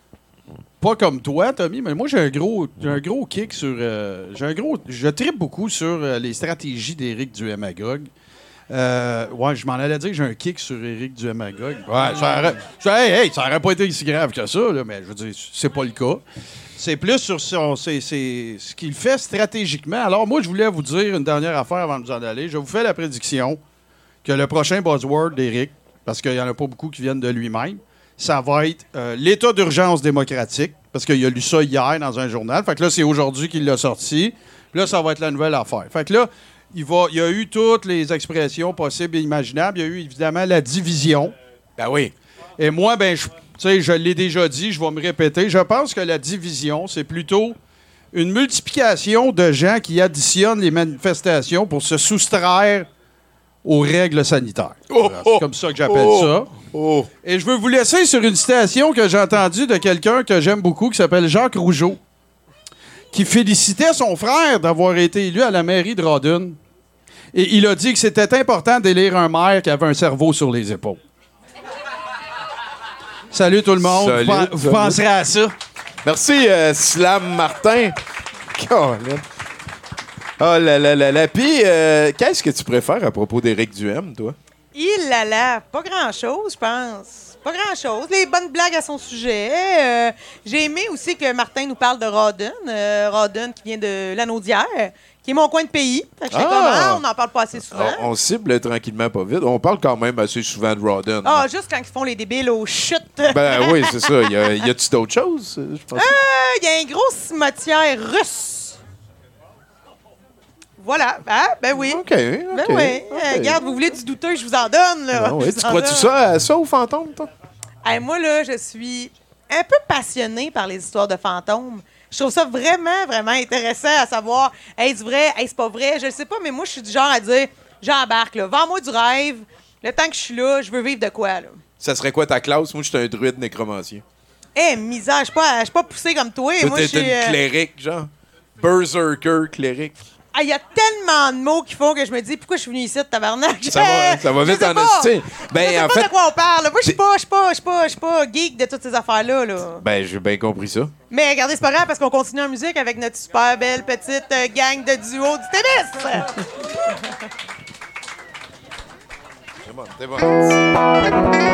pas comme toi, Tommy, mais moi, j'ai un gros, j'ai un gros kick sur. euh, j'ai un gros. Je trippe beaucoup sur euh, les stratégies d'Éric Duhamagog. Euh, ouais, je m'en allais dire que j'ai un kick sur Éric Duhamagog. Ouais, ça aurait, ça, hey, hey, ça aurait pas été si grave que ça, là, mais je veux dire, c'est pas le cas. C'est plus sur son, c'est, c'est ce qu'il fait stratégiquement. Alors, moi, je voulais vous dire une dernière affaire avant de vous en aller. Je vous fais la prédiction que le prochain buzzword d'Éric, parce qu'il n'y en a pas beaucoup qui viennent de lui-même, ça va être euh, l'état d'urgence démocratique, parce qu'il a lu ça hier dans un journal. Fait que là, c'est aujourd'hui qu'il l'a sorti. Là, ça va être la nouvelle affaire. Fait que là, il, va, il y a eu toutes les expressions possibles et imaginables. Il y a eu évidemment la division. Ben oui. Et moi, ben, je, tu sais, je l'ai déjà dit, je vais me répéter. Je pense que la division, c'est plutôt une multiplication de gens qui additionnent les manifestations pour se soustraire aux règles sanitaires. Voilà, c'est comme ça que j'appelle oh, ça. Oh. Et je veux vous laisser sur une citation que j'ai entendue de quelqu'un que j'aime beaucoup, qui s'appelle Jacques Rougeau, qui félicitait son frère d'avoir été élu à la mairie de Rawdon. Et il a dit que c'était important d'élire un maire qui avait un cerveau sur les épaules. Salut tout le monde. Salut, vous, vous salut. penserez à ça. Merci, euh, Slam Martin. Colin. Oh là là là là. Puis, euh, qu'est-ce que tu préfères à propos d'Éric Duhem, toi? Il là là, pas grand-chose, je pense. Pas grand-chose. Les bonnes blagues à son sujet. Euh, j'ai aimé aussi que Martin nous parle de Rawdon. Euh, Rawdon qui vient de Lanaudière, qui est mon coin de pays. Fait que j'étais Ah! comme, ah, on n'en parle pas assez souvent. On, on cible tranquillement pas vite. On parle quand même assez souvent de Rawdon. Ah, juste quand ils font les débiles aux chutes. Ben oui, c'est ça. Y, a, y a-tu d'autres choses? Je pense. Il y a un gros cimetière russe. Voilà. Ah, ben oui. OK, OK. Ben oui. OK. Euh, regarde, vous voulez du douteux, je vous en donne, là. Ah oui, Je tu vous en crois-tu donne. ça, à ça au fantôme, toi? Hey, moi, là, je suis un peu passionnée par les histoires de fantômes. Je trouve ça vraiment, vraiment intéressant à savoir, est-ce vrai, est-ce pas vrai? Je ne sais pas, mais moi, je suis du genre à dire, j'embarque, là. Vends-moi du rêve. Le temps que je suis là, je veux vivre de quoi, là? Ça serait quoi ta classe? Moi, je suis un druide nécromancien. Eh, misère, je suis pas, je suis pas poussée comme toi. Toi, Moi, t'es je suis. une euh, cléric, genre. Berserker cléric. Ah, il y a tellement de mots qui font que je me dis, pourquoi je suis venu ici, tabarnak? Ça va, ça va Je vite sais en pas. esti. Je Ben, sais en pas fait, de quoi on parle. Moi, je suis t'es- pas, je suis pas, je suis pas, je suis pas geek de toutes ces affaires-là, là. ben, j'ai bien compris ça. Mais regardez, c'est pas grave parce qu'on continue en musique avec notre super belle petite euh, gang de duo du tennis. C'est bon, c'est bon.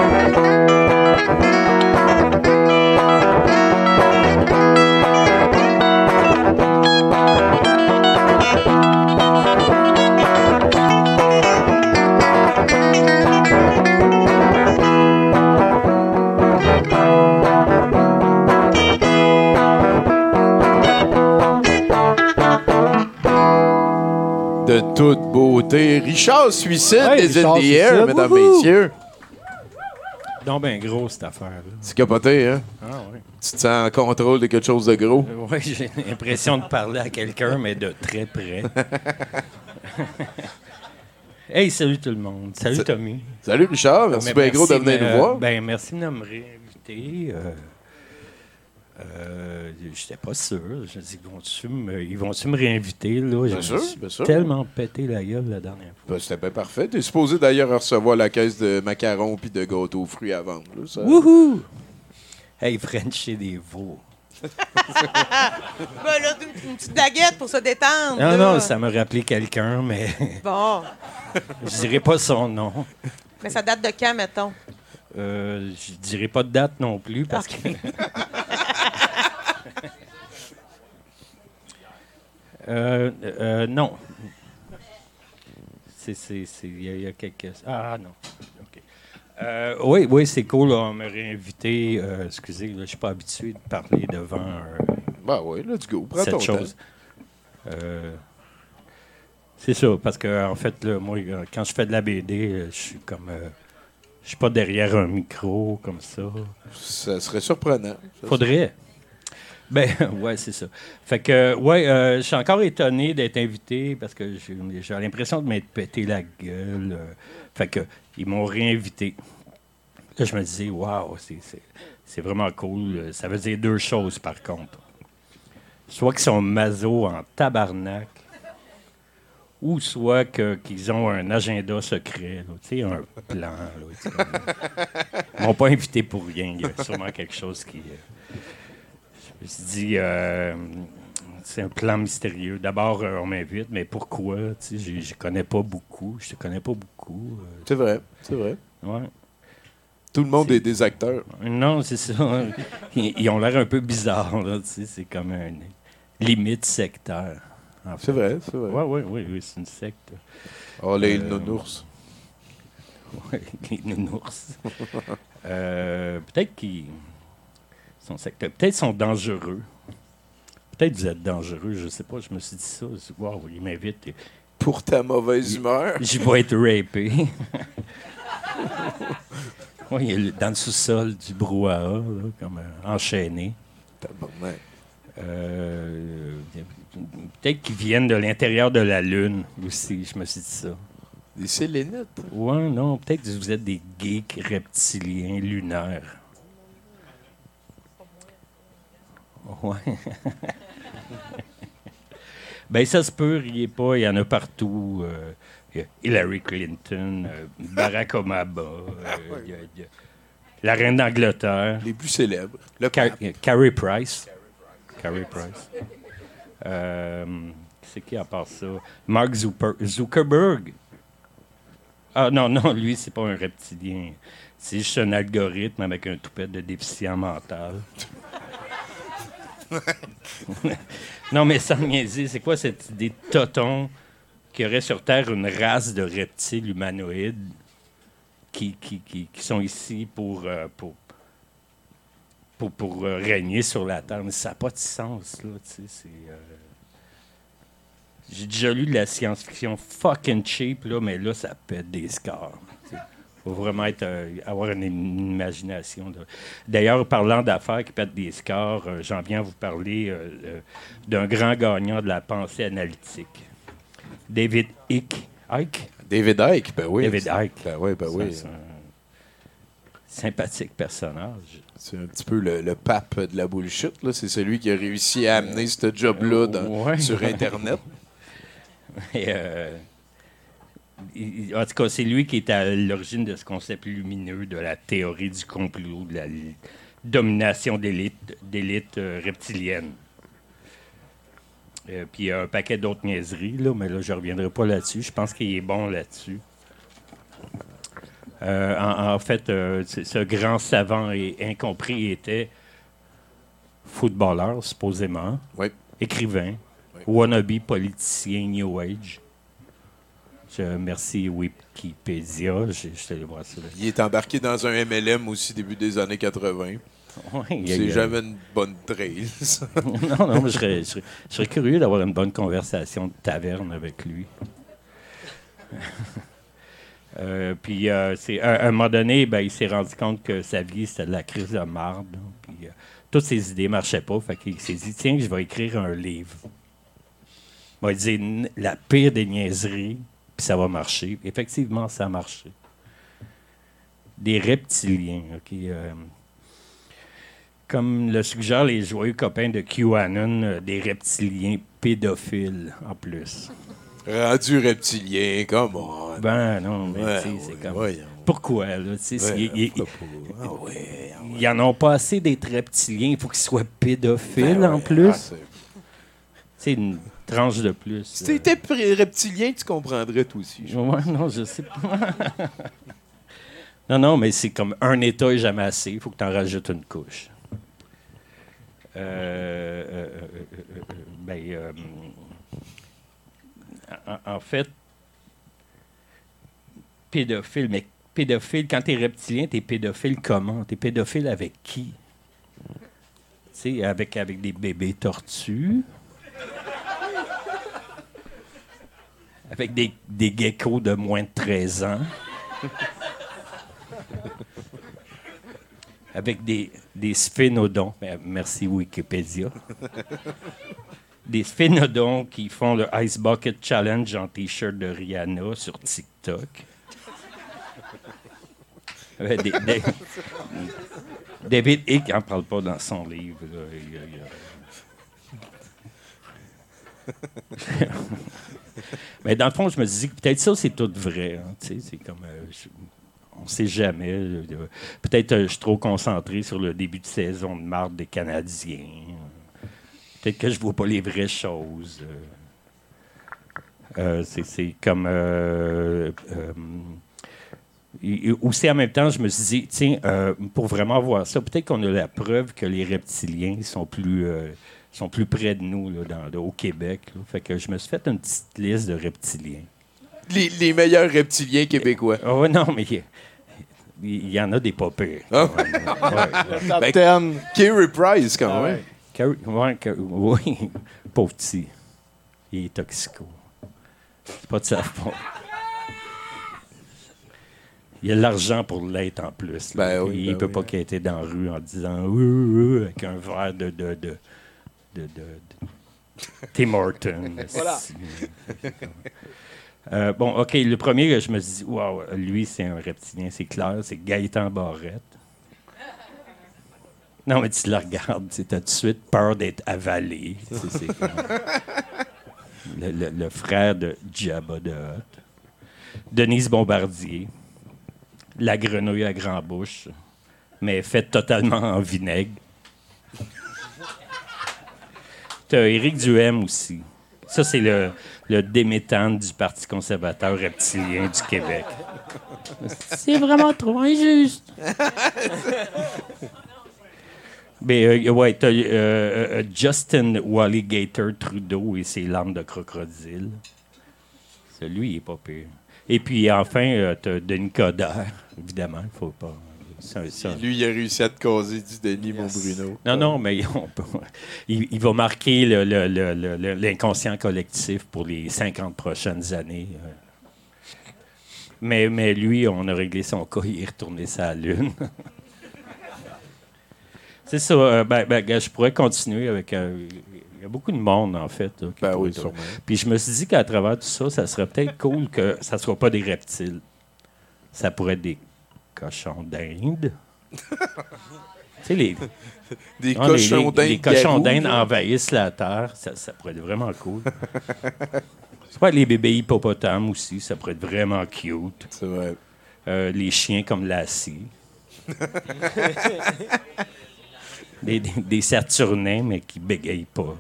De toute beauté. Richard Suicide Ouais, des Richard In the Air, Suicide, mesdames, wouhou! messieurs. Donc, ben gros, cette affaire-là. C'est capoté, hein? Ah, oui. Tu te sens en contrôle de quelque chose de gros. Oui, j'ai l'impression de parler à quelqu'un, mais de très près. Hey, salut tout le monde. Salut Sa- Tommy. Salut Richard, merci Ben, bien gros de merci, venir mais, nous euh, voir. Ben, merci de me réinviter. Euh, euh, J'étais pas sûr. Je me dis, vont-tu me, ils vont-tu me réinviter? Là? Je Bien me sûr, suis bien sûr. tellement pété la gueule la dernière fois. Ben, c'était bien parfait. T'es supposé d'ailleurs recevoir la caisse de macarons puis de gâteaux aux fruits à vendre. Là, ça. Wouhou! Hey, French, c'est des veaux. Ben là, une, une petite baguette pour se détendre. Non, là. non, ça m'a rappelé quelqu'un, mais Bon. je dirais pas son nom. Mais ça date de quand, mettons? Euh, je dirais pas de date non plus parce que. euh, euh, non. C'est, c'est, c'est, il y, a- il y a quelques. Ah non. OK. Euh, oui, oui, c'est cool. On m'a réinvité. Euh, excusez, là, je suis pas habitué de parler devant euh, Ben oui, let's go. Prends cette ton chose. Euh, c'est ça, parce que en fait, là, moi, euh, quand je fais de la B D, euh, je suis comme. euh, je suis pas derrière un micro comme ça. temps. Ça serait surprenant. Ça, Faudrait. Ben, ouais, c'est ça. Fait que, ouais, euh, je suis encore étonné d'être invité parce que j'ai, j'ai l'impression de m'être pété la gueule. euh. fait que, ils m'ont réinvité. Là, je me disais, waouh, c'est, c'est, c'est vraiment cool. Ça veut dire deux choses, par contre. Soit qu'ils sont maso en tabarnak, ou soit que, qu'ils ont un agenda secret, là, tu sais, un plan. Là, tu sais. Ils m'ont pas invité pour rien. Il y a sûrement quelque chose qui... euh, je me suis dit, euh, c'est un plan mystérieux. D'abord, euh, on m'invite, mais pourquoi? Tu sais, je ne connais pas beaucoup. Je te connais pas beaucoup. euh, C'est vrai, c'est vrai. ouais. Tout le monde C'est- est des acteurs. Non, c'est ça. Ils, ils ont l'air un peu bizarres. Là, tu sais, c'est comme une limite sectaire. en fait. C'est vrai, c'est vrai. Oui, oui, oui, oui, c'est une secte. Oh, les Euh, nounours. Ouais, les nounours. Euh, peut-être qu'ils sont sectaires. Peut-être qu'ils sont dangereux. Peut-être que vous êtes dangereux, je sais pas. Je me suis dit ça. Je me suis dit, wow, il m'invite. et- Pour ta mauvaise humeur. Je vais être rapé. Oui, il y a le- dans le sous-sol du brouhaha, là, comme euh, enchaîné. Tabarnak. Euh, peut-être qu'ils viennent de l'intérieur de la Lune aussi, je me suis dit ça. Des sélénites. Ouais, non, peut-être que vous êtes des geeks reptiliens lunaires. Ouais. Ben, ça se peut, riez pas, il y en a partout. Euh, y a Hillary Clinton, euh, Barack Obama, euh, y a, y a la reine d'Angleterre. Les plus célèbres. Le Car- Carrie Price. Carrie Price. Euh, c'est qui à part ça? Mark Zucker- Zuckerberg. Ah non, non, lui, c'est pas un reptilien. C'est juste un algorithme avec un toupette de déficient mental. Non, mais sans niaiser, c'est quoi cette idée de toton qu'il y aurait sur Terre une race de reptiles humanoïdes qui, qui, qui, qui sont ici pour, euh, pour, pour, pour euh, régner sur la Terre? Mais ça n'a pas de sens, là, tu sais, c'est... Euh... J'ai déjà lu de la science-fiction fucking cheap, là, mais là, ça pète des scores. Il faut vraiment être, euh, avoir une, une imagination. Là. D'ailleurs, parlant d'affaires qui pètent des scores, euh, j'en viens à vous parler euh, euh, d'un grand gagnant de la pensée analytique. David Icke. Icke? David Icke, ben oui. David Icke. Ben oui, ben oui. C'est un sympathique personnage. C'est un petit peu le, le pape de la bullshit. Là. C'est celui qui a réussi à amener ce job-là dans- Ouais. sur Internet. Et, euh, il- en tout cas, c'est lui qui est à l'origine de ce concept lumineux de la théorie du complot, de la li- domination d'élite, d'élite euh, reptilienne. Euh, puis il y a un paquet d'autres niaiseries, là, mais là, je ne reviendrai pas là-dessus. Je pense qu'il est bon là-dessus. Euh, en, en fait, euh, c- ce grand savant et incompris était footballeur, supposément, Oui. écrivain, wannabe politicien New Age. Je, merci Wikipédia. Je, je suis allé voir ça. Là. Il est embarqué dans un M L M aussi début des années quatre-vingt. Ouais, il y a- C'est il y a- jamais une bonne trail, ça. non, non, mais je serais, je serais- je serais curieux d'avoir une bonne conversation de taverne avec lui. Euh, puis, euh, c'est, à, à un moment donné, ben, il s'est rendu compte que sa vie, c'était de la crise de marde. là. Puis, euh, toutes ses idées ne marchaient pas. Fait qu'il s'est dit, tiens, je vais écrire un livre. Il va dire n- la pire des niaiseries, puis ça va marcher. Effectivement, ça a marché. Des reptiliens, OK? euh, comme le suggèrent les joyeux copains de QAnon, euh, des reptiliens pédophiles, en plus. Rendu reptilien, come on. Ben non, mais Ouais, tu sais, c'est ouais, comme... voyons. Pourquoi, là? Tu sais, Ouais, c'est- il- il- pourquoi pas? Ah ouais, ah ouais. Ils en ont pas assez d'être reptiliens. Il faut qu'ils soient pédophiles, Ben en ouais, plus. ah, c'est- C'est une tranche de plus. Si t'étais pré- reptilien, tu comprendrais toi aussi. je- Ouais, non, je sais pas. non, non, mais c'est comme un état est jamais assez. Il faut que tu en rajoutes une couche. Euh, euh, euh, euh, euh, ben, euh, en, en fait, pédophile, mais pédophile, quand tu es reptilien, tu es pédophile comment? Tu es pédophile avec qui? Tu sais, avec, avec des bébés tortues? Avec des, des geckos de moins de treize ans? Avec des, des sphénodons. Ben, merci Wikipédia. Des sphénodons qui font le Ice Bucket Challenge en T-shirt de Rihanna sur TikTok. Euh, des- des- David Icke n'en parle pas dans son livre. Là. Il y a- il y a- Mais dans le fond, je me dis que peut-être ça, c'est tout vrai. Hein, tu sais, c'est comme... euh, je- on ne sait jamais. euh, Peut-être euh, je suis trop concentré sur le début de saison de marde des Canadiens. Peut-être que je vois pas les vraies choses. Euh, euh, c'est, c'est comme... Euh, euh, et- et aussi, en même temps, je me suis dit, tiens, euh, pour vraiment voir ça, peut-être qu'on a la preuve que les reptiliens sont plus, euh, sont plus près de nous là, dans, au Québec. Là. Fait que je me suis fait une petite liste de reptiliens. Les, les meilleurs reptiliens québécois. Ah ouais, non, mais il y, il y en a des pas pires. Ah. Ouais, ouais. Ben, Ten. Carey Price, quand Ah même. ouais. Carrie- ouais, Car- oui, pauvre petit. Il est toxico. C'est pas de sa faute. Il a l'argent pour l'être en plus. là. Ben oui, il ben peut oui. pas quitter dans la rue en disant oui, oui, oui, avec un verre de, de, de, de, de, de Tim Hortons. Voilà. Euh, bon, OK, le premier que je me suis dit, waouh, lui, c'est un reptilien, c'est clair, c'est Gaëtan Barrette. Non, mais tu le regardes, tu as tout de suite peur d'être avalé. Tu sais, c'est comme- le, le- le frère de Jabba the Hutt. Denise Bombardier. La grenouille à grand bouche, mais faite totalement en vinaigre. T'as Éric Duhem aussi. Ça, c'est le, le déméthane du Parti conservateur reptilien du Québec. C'est vraiment trop injuste. Mais euh, ouais, t'as euh, euh, Justin Walligator Trudeau et ses larmes de crocodile. Celui, il est pas pire. Et puis enfin, euh, t'as Denis Coderre, évidemment, il faut pas. Ça, ça. Lui, il a réussi à te causer du Denis, mon Bruno. Non, non, mais on peut- il, il va marquer le- le- le- le- le- l'inconscient collectif pour les cinquante prochaines années. euh. Mais, mais lui, on a réglé son cas, il est retourné sa lune. C'est ça. euh, ben, ben, gars, je pourrais continuer avec. euh, Il y a beaucoup de monde, en fait. Là, qui Ben pourrait- oui, sûrement. Puis je me suis dit qu'à travers tout ça, ça serait peut-être cool que ça ne soit pas des reptiles. Ça pourrait être des cochons d'Inde. Tu sais, les, Des non, cochons les- les- d'Inde. les cochons garous, d'Inde là. envahissent la Terre. Ça, ça pourrait être vraiment cool. Ça pourrait être les bébés hippopotames aussi. Ça pourrait être vraiment cute. C'est vrai. Euh, les chiens comme Lassie. des, des, des Saturnins, mais qui bégayent pas.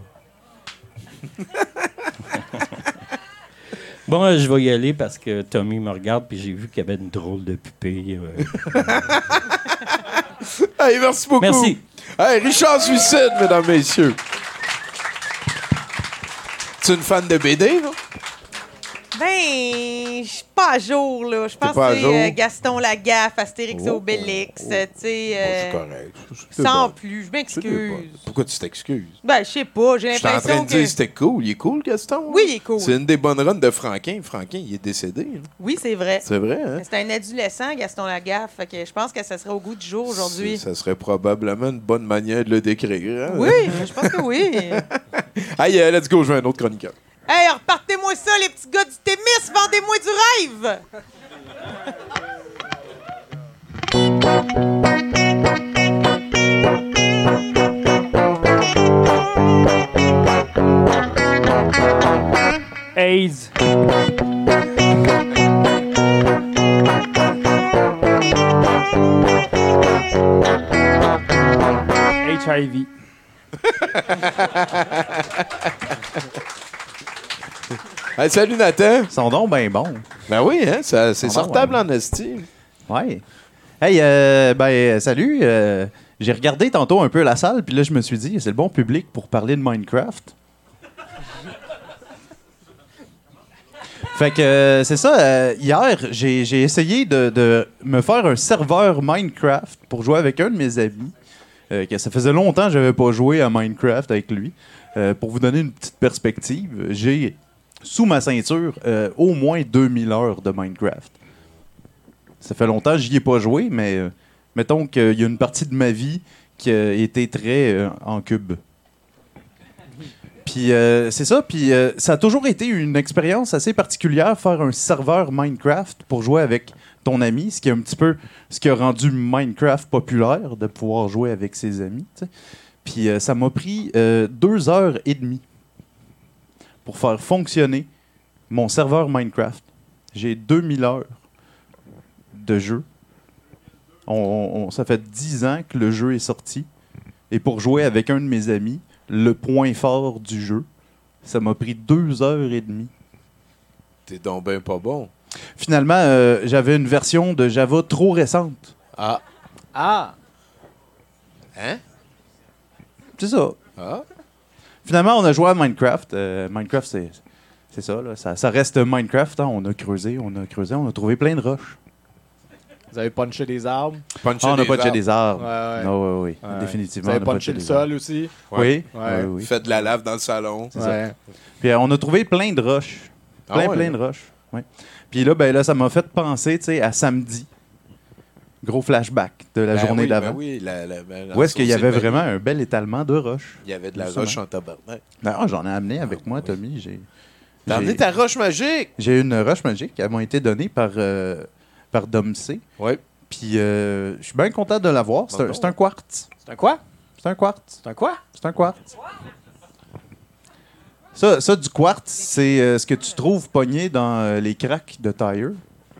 Bon, euh, je vais y aller parce que Tommy me regarde puis j'ai vu qu'il y avait une drôle de pupille. euh. Hey, merci beaucoup. Merci. Hey, Richard Suicide, mesdames, messieurs. Tu es une fan de B D, non? Ben, je suis pas à jour, là. Je pense pas à que jour? c'est euh, Gaston Lagaffe, Astérix et Oh, Obélix, oh. tu sais. euh, C'est correct. C'est sans bon. plus, je C'est m'excuse. bon. Pourquoi tu t'excuses? Ben, je sais pas, j'ai Je suis en train l'impression de dire que... que c'était cool. Il est cool, Gaston? Oui, il est cool. C'est une des bonnes runs de Franquin. Franquin, il est décédé. là. Oui, c'est vrai. C'est vrai, hein? C'est un adolescent, Gaston Lagaffe, fait que je pense que ça serait au goût du jour aujourd'hui. Ça serait probablement une bonne manière de le décrire. hein? Oui, je pense que oui. Hey, euh, let's go, je veux un autre chroniqueur. Hey, repartez-moi ça, les petits gars du Témis, vendez-moi du rêve! AIDS. H I V. Hey, salut, Nathan. Ils sont donc bien bons. Ben oui, hein? ça- c'est Ah, bon, sortable en esti. Ouais. Hey, euh, ben, salut. euh, j'ai regardé tantôt un peu la salle, puis là, je me suis dit, c'est le bon public pour parler de Minecraft. Fait que euh, c'est ça. euh, hier, j'ai j'ai essayé de, de me faire un serveur Minecraft pour jouer avec un de mes amis. Euh, que ça faisait longtemps que j'avais pas joué à Minecraft avec lui. Euh, pour vous donner une petite perspective, j'ai sous ma ceinture euh, au moins deux mille heures de Minecraft. Ça fait longtemps que j'y ai pas joué, mais euh, mettons qu'il y a une partie de ma vie qui a été très euh, en cube. Puis euh, c'est ça, puis euh, ça a toujours été une expérience assez particulière faire un serveur Minecraft pour jouer avec ton ami, ce qui est un petit peu ce qui a rendu Minecraft populaire, de pouvoir jouer avec ses amis. Tu sais. Puis euh, ça m'a pris euh, deux heures et demie pour faire fonctionner mon serveur Minecraft. J'ai deux mille heures de jeu. On, on- ça fait dix ans que le jeu est sorti. Et pour jouer avec un de mes amis, le point fort du jeu, ça m'a pris deux heures et demie. T'es donc ben pas bon. Finalement, euh, j'avais une version de Java trop récente. Ah. Ah! Hein? C'est ça. Ah. Finalement, on a joué à Minecraft. Euh, Minecraft, c'est, c'est ça, là. Ça, ça reste Minecraft. Hein. On a creusé, on a creusé, on a trouvé plein de roches. Vous avez punché des arbres? Puncher Ah, on n'a des pas touché arbres. des arbres. Ouais, ouais. Non, oui, oui, Ouais. définitivement. Vous avez on n'a pas punché touché le des sol arbres. aussi? Oui, Ouais. oui, oui. Fait de la lave dans le salon. Ouais. Puis euh, on a trouvé plein de roches. Ah Plein, ouais? plein de roches. Ouais. Puis là, ben, là, ça m'a fait penser tu sais, à samedi. Gros flashback de la Ben journée oui, d'avant. ben oui, la- la- ben, Où est-ce qu'il y ça, avait c'est- vraiment un bel étalement de roches? Il y avait de la Justement. roche en tabarnak. Ben, ah, j'en ai amené avec Ah, moi, oui. Tommy. J'ai, T'as j'ai- amené ta roche magique? j'ai une roche magique. Elle m'a été donnée par, euh, par Dom C. Oui. Puis euh, je suis bien content de l'avoir. C'est un, Bon. c'est un quartz. C'est un quoi? C'est un quartz. C'est un quoi? C'est un quartz. Ça, ça, du quartz, c'est euh, ce que tu trouves pogné dans euh, les cracks de tire.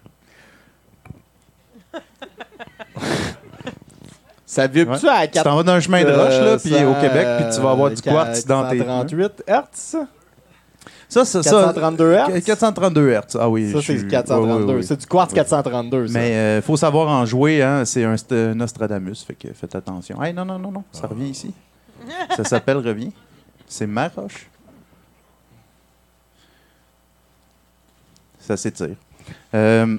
Ça vibre-tu Ouais. à Tu quatre... t'en vas dans un chemin de roche, là, puis ça, au Québec, puis tu vas avoir du euh, quartz dans tes... quatre cent trente-huit hertz? Ça, ça, ça, quatre cent trente-deux hertz? quatre cent trente-deux hertz, ah oui. Ça, je c'est suis- quatre cent trente-deux. ouais, ouais, ouais. C'est du quartz Ouais. quatre cent trente-deux, ça. Mais il euh, faut savoir en jouer, hein, c'est un st- Nostradamus, fait que faites attention. Hey, non, non, non, non, ça revient ici. Ça s'appelle revient. C'est ma roche. Ça s'étire. Euh,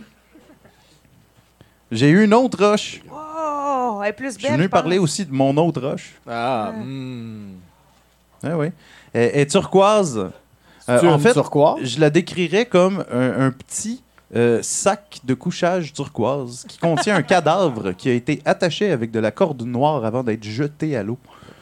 J'ai eu une autre roche. Oh, elle est plus belle. Je suis venu je pense. parler aussi de mon autre roche. Ah, Ah. hmm. Ah oui. Elle est turquoise. C'est-tu en une fait, turquoise? je la décrirais comme un, un petit euh, sac de couchage turquoise qui contient un cadavre qui a été attaché avec de la corde noire avant d'être jeté à l'eau.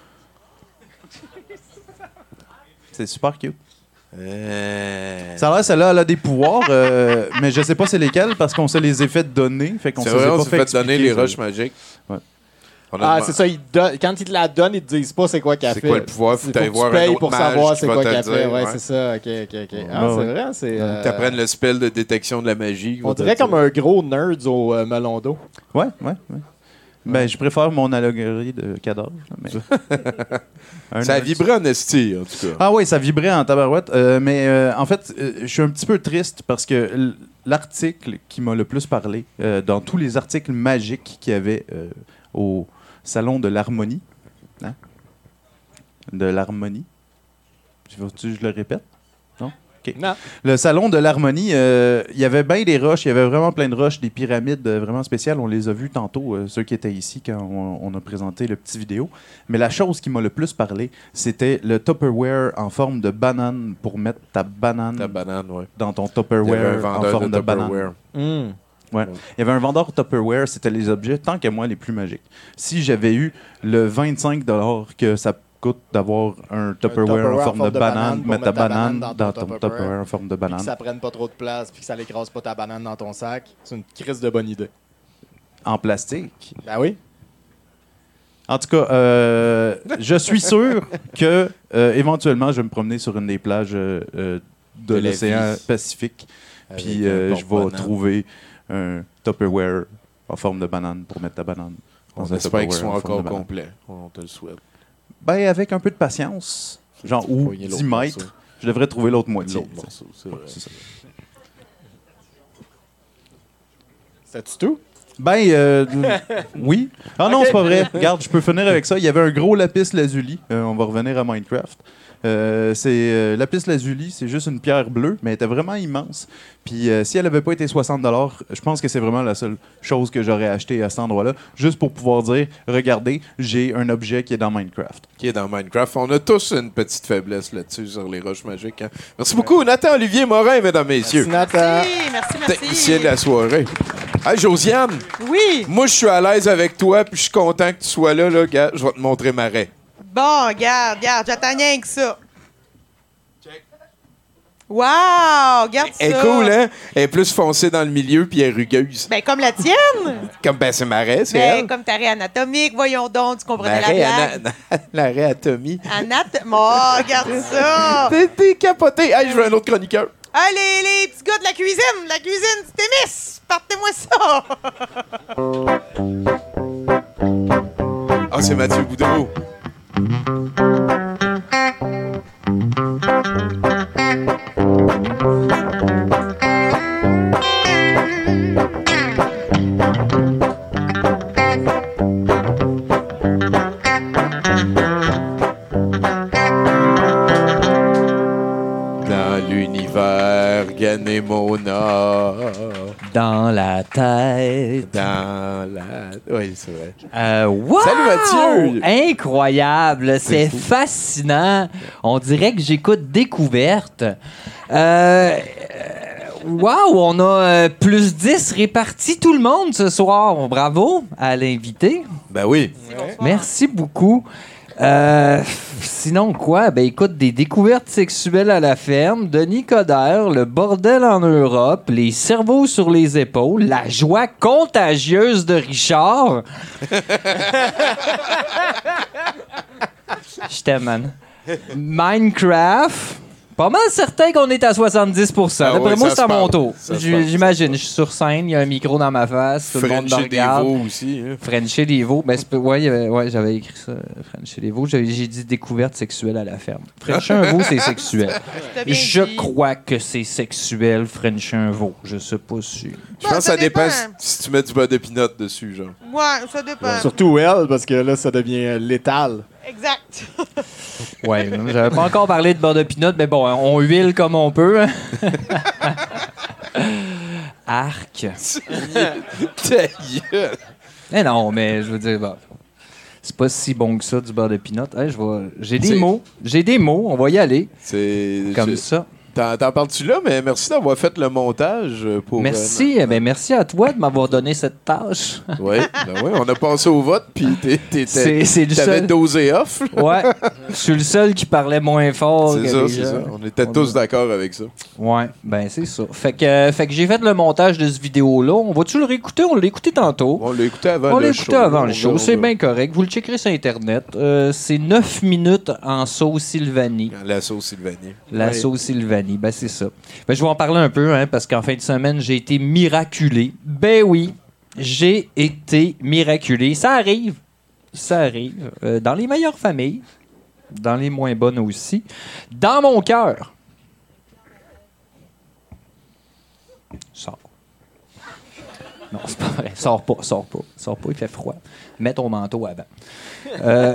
C'est super cute. Euh... Ça a l'air, celle-là, elle a des pouvoirs, euh, mais je sais pas c'est lesquels parce qu'on sait les effets donner. Fait qu'on C'est se les vrai, a on pas s'est fait fait donner expliquer, les ça. roches magiques. Ouais. On a Ah, demandé- c'est ça. Ils don- Quand ils te la donnent, ils te disent pas c'est quoi qu'elle C'est fait. quoi le pouvoir? Faut Il que t'ailles tu voir un payes autre pour mage savoir qui c'est va quoi te qu'elle le fait. dire, Ouais, ouais. c'est ça. OK, OK, OK. Ah, Ouais, c'est ouais. vrai, c'est... euh, T'apprennes le spell de détection de la magie. On dirait comme un gros nerd au euh, melon d'eau. Ouais, ouais, ouais. Ben, je préfère mon allégorie de cadavre. là, mais- Un Ça a nerd. vibré en esti, en tout cas. Ah oui, ça vibrait en tabarouette. Euh, mais euh, en fait, euh, je suis un petit peu triste parce que l- l'article qui m'a le plus parlé, euh, dans tous les articles magiques qu'il y avait euh, au Salon de l'Harmonie, hein? de l'Harmonie, tu je le répète? Non? OK. Non. Le Salon de l'Harmonie, euh, il y avait bien des roches, il y avait vraiment plein de roches, des pyramides euh, vraiment spéciales. On les a vues tantôt, euh, ceux qui étaient ici quand on, on a présenté le petit vidéo. Mais la chose qui m'a le plus parlé, c'était le Tupperware en forme de banane pour mettre ta banane, Ta banane, ouais. dans ton Il y avait un Tupperware en vendeur forme de de, banane. Tupperware. Hmm. Ouais. Il y avait un vendeur Tupperware, c'était les objets, tant qu'à moi, les plus magiques. Si j'avais eu le vingt-cinq dollars que ça coûte d'avoir un Tupperware, Tupperware en forme de, banane, pour mettre ta mettre ta banane banane dans ton ton Tupperware. Tupperware en forme de Puis banane. que ça prenne pas trop de place, puis que ça l'écrase pas ta banane dans ton sac. C'est une crise de bonne idée. En plastique. Ben oui. En tout cas, euh, je suis sûr que euh, éventuellement, je vais me promener sur une des plages euh, euh, de, De la l'océan vie. Pacifique, Avec puis un euh, je vais porte-banane. trouver un Tupperware en forme de banane pour mettre ta banane. On dans un espère qu'ils Tupperware sont en forme encore de banane. complets. On te le souhaite. Ben, avec un peu de patience, genre ou Pogner l'autre dix mètres, morceau. je devrais trouver l'autre moitié. L'autre morceau, c'est vrai. C'est ça. C'est tout? Ben, euh, oui. Ah non, c'est pas vrai. Regarde, je peux finir avec ça. Il y avait un gros lapis lazuli. Euh, on va revenir à Minecraft. Euh, c'est euh, lapis lazuli, c'est juste une pierre bleue, mais elle était vraiment immense. Puis euh, si elle avait pas été soixante dollars, je pense que c'est vraiment la seule chose que j'aurais acheté à cet endroit-là, juste pour pouvoir dire, regardez, j'ai un objet qui est dans Minecraft. Qui est dans Minecraft. On a tous une petite faiblesse là-dessus sur les roches magiques. hein. Merci beaucoup, Nathan Olivier Morin, mesdames, messieurs. Merci, Nathan. Merci, merci, Technicien de merci. la soirée. Hey, Josiane, Oui. moi, je suis à l'aise avec toi, puis je suis content que tu sois là. là. Gars, je vais te montrer ma raie. Bon, regarde, regarde, j'attends rien que ça. Wow, regarde ça. Elle est cool, hein? Elle est plus foncée dans le milieu, puis elle est rugueuse. Ben, comme la tienne. Comme, ben, c'est ma raie, c'est Ben, elle. comme ta raie anatomique, voyons donc, tu Ma comprenais la raie, blague. ana- la raie Atomie. Anat... Oh, regarde ça. T'es t'es capoté. Hey, je veux un autre chroniqueur. Allez, les petits gars de la cuisine, la cuisine, tu t'émisses. Partez-moi ça. Ah, c'est Mathieu Boudreau. Dans l'univers Ganemona. Dans la tête. Dans la... Oui, c'est vrai. Euh, wow! Salut, Mathieu! Incroyable, c'est fascinant. On dirait que j'écoute Découverte. Euh, wow, on a euh, plus dix répartis tout le monde ce soir. Bravo à l'invité. Ben oui. Merci beaucoup. Euh, sinon quoi? Ben écoute, des découvertes sexuelles à la ferme, Denis Coderre, le bordel en Europe, les cerveaux sur les épaules, la joie contagieuse de Richard. Je t'aime, man. Minecraft, Pas mal certain qu'on est à soixante-dix pour cent. Ah D'après oui, moi, ça c'est à se mon parle. tour. Ça se J- parle. J'imagine, je suis sur scène, il y a un micro dans ma face, tout le monde me Frencher regarde. des veaux aussi. Hein. Frencher des veaux. Ben, c'est pas- ouais, il y avait- ouais, j'avais écrit ça. Frencher des veaux. J'ai j'ai dit découverte sexuelle à la ferme. Frencher un veau, c'est sexuel. T'as bien Je dit. crois que c'est sexuel, Frencher un veau. Je sais pas si. Je pense que ça ça dépend dépend. si si tu mets du beurre de pinot dessus, genre. Ouais, ça dépend. Surtout elle, parce que là, ça devient euh, létal. Exact. Ouais, j'avais pas encore parlé de beurre de pinot, mais bon, on huile comme on peut. hein. Arc. Ta gueule. Mais non, mais je veux dire, bon, c'est pas si bon que ça du beurre de pinot. Hey, je vais- J'ai des C'est- mots. J'ai des mots. On va y aller. C'est. Comme je- ça. T'en, t'en parles-tu là, mais merci d'avoir fait le montage pour. Merci. euh, eh ben, merci à toi de m'avoir donné cette tâche. Oui, ben ouais, on a passé au vote, puis t'es, t'es, C'est- c'est le t'avais seul- dosé off. là. Ouais. Je suis le seul qui parlait moins fort C'est que ça, les c'est gens. ça. On était tous d'accord avec ça. Ouais, ben c'est ça. Fait que, euh, fait que j'ai fait le montage de cette vidéo-là. On va-tu le réécouter? On l'a écouté tantôt. On l'a écouté avant On le l'a show. écouté avant On le va- show. on C'est va- bien correct. Vous le checkerez sur Internet. Euh, c'est neuf minutes en sauce Sylvanie. La sauce Sylvanie. La Ouais. sauce Sylvanie, ben c'est ça. Ben, je vais en parler un peu, hein, parce qu'en fin de semaine, j'ai été miraculé. Ben oui, j'ai été miraculé. Ça arrive. Ça arrive. Euh, dans les meilleures familles. Dans les moins bonnes aussi. Dans mon cœur. Sors. Non, c'est pas vrai. Sors pas, sors pas. Sors pas, il fait froid. Mets ton manteau avant. Euh,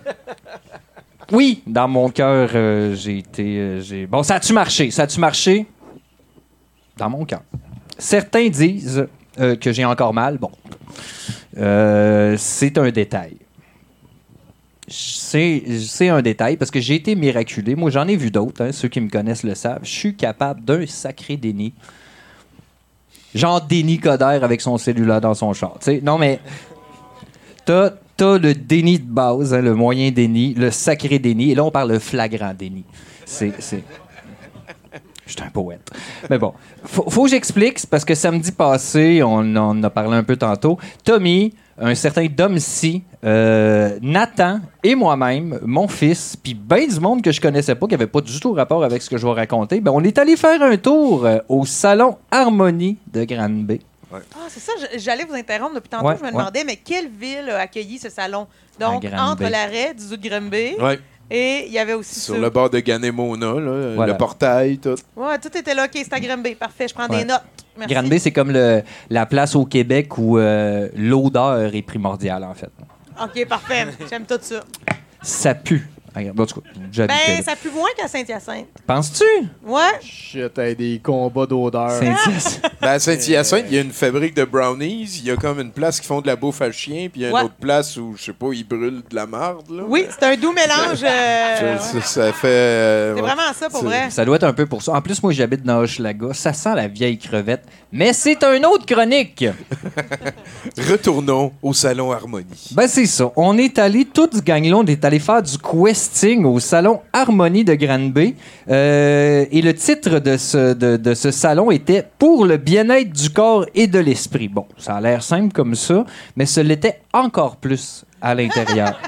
oui, dans mon cœur, euh, j'ai été... euh, j'ai... Bon, ça a-tu marché? Ça a-tu marché? Dans mon cœur. Certains disent euh, que j'ai encore mal. Bon. Euh, c'est un détail. C'est, c'est un détail parce que j'ai été miraculé. Moi, j'en ai vu d'autres. Hein, ceux qui me connaissent le savent. Je suis capable d'un sacré déni. Genre Denis Coderre avec son cellulaire dans son char. T'sais. Non, mais t'as, t'as le déni de base, hein, le moyen déni, le sacré déni. Et là, on parle de flagrant déni. C'est... c'est... Je suis un poète. Mais bon, faut, faut que j'explique, c'est parce que samedi passé, on, on en a parlé un peu tantôt. Tommy, un certain Domcy, euh, Nathan et moi-même, mon fils, puis ben du monde que je connaissais pas, qui avait pas du tout rapport avec ce que je vais raconter, ben on est allé faire un tour euh, au Salon Harmonie de Granby. Ah, c'est ça, je- j'allais vous interrompre depuis tantôt. Ouais, je me ouais. demandais, mais quelle ville a accueilli ce salon? Donc, Granby. entre l'arrêt du zoo de Granby Ouais. et il y avait aussi Sur ça. le bord de Ganemona, là, Voilà. le portail, tout. Ouais, tout était là. OK, c'est à Granby. Parfait, je prends Ouais. des notes. Merci. Granby, c'est comme le, la place au Québec où euh, l'odeur est primordiale, en fait. OK, parfait. J'aime tout ça. Ça pue. En tout cas, j'habitais Ben, là. ça pue moins qu'à Saint-Hyacinthe. Penses-tu? Ouais. Shit, t'as des combats d'odeur. Saint-Hyacinthe. Ben, à Saint-Hyacinthe, il y a une fabrique de brownies. Il y a comme une place qui font de la bouffe à chien, puis il y a Ouais. une autre place où, je sais pas, ils brûlent de la marde. Là. Oui, c'est un doux mélange. euh, Ça, ça- ça fait. euh, C'est ouais. vraiment ça, pour C'est- vrai. Ça doit être un peu pour ça. En plus, moi, j'habite dans Hochelaga. Ça sent la vieille crevette. Mais c'est une autre chronique. Retournons au salon Harmonie. Ben, c'est ça. On est allé, tout ce gang-là, on est allé faire du questing au salon Harmonie de Granby. Euh, et le titre de ce, de, de ce salon était « Pour le bien-être du corps et de l'esprit ». Bon, ça a l'air simple comme ça, mais ce l'était encore plus à l'intérieur.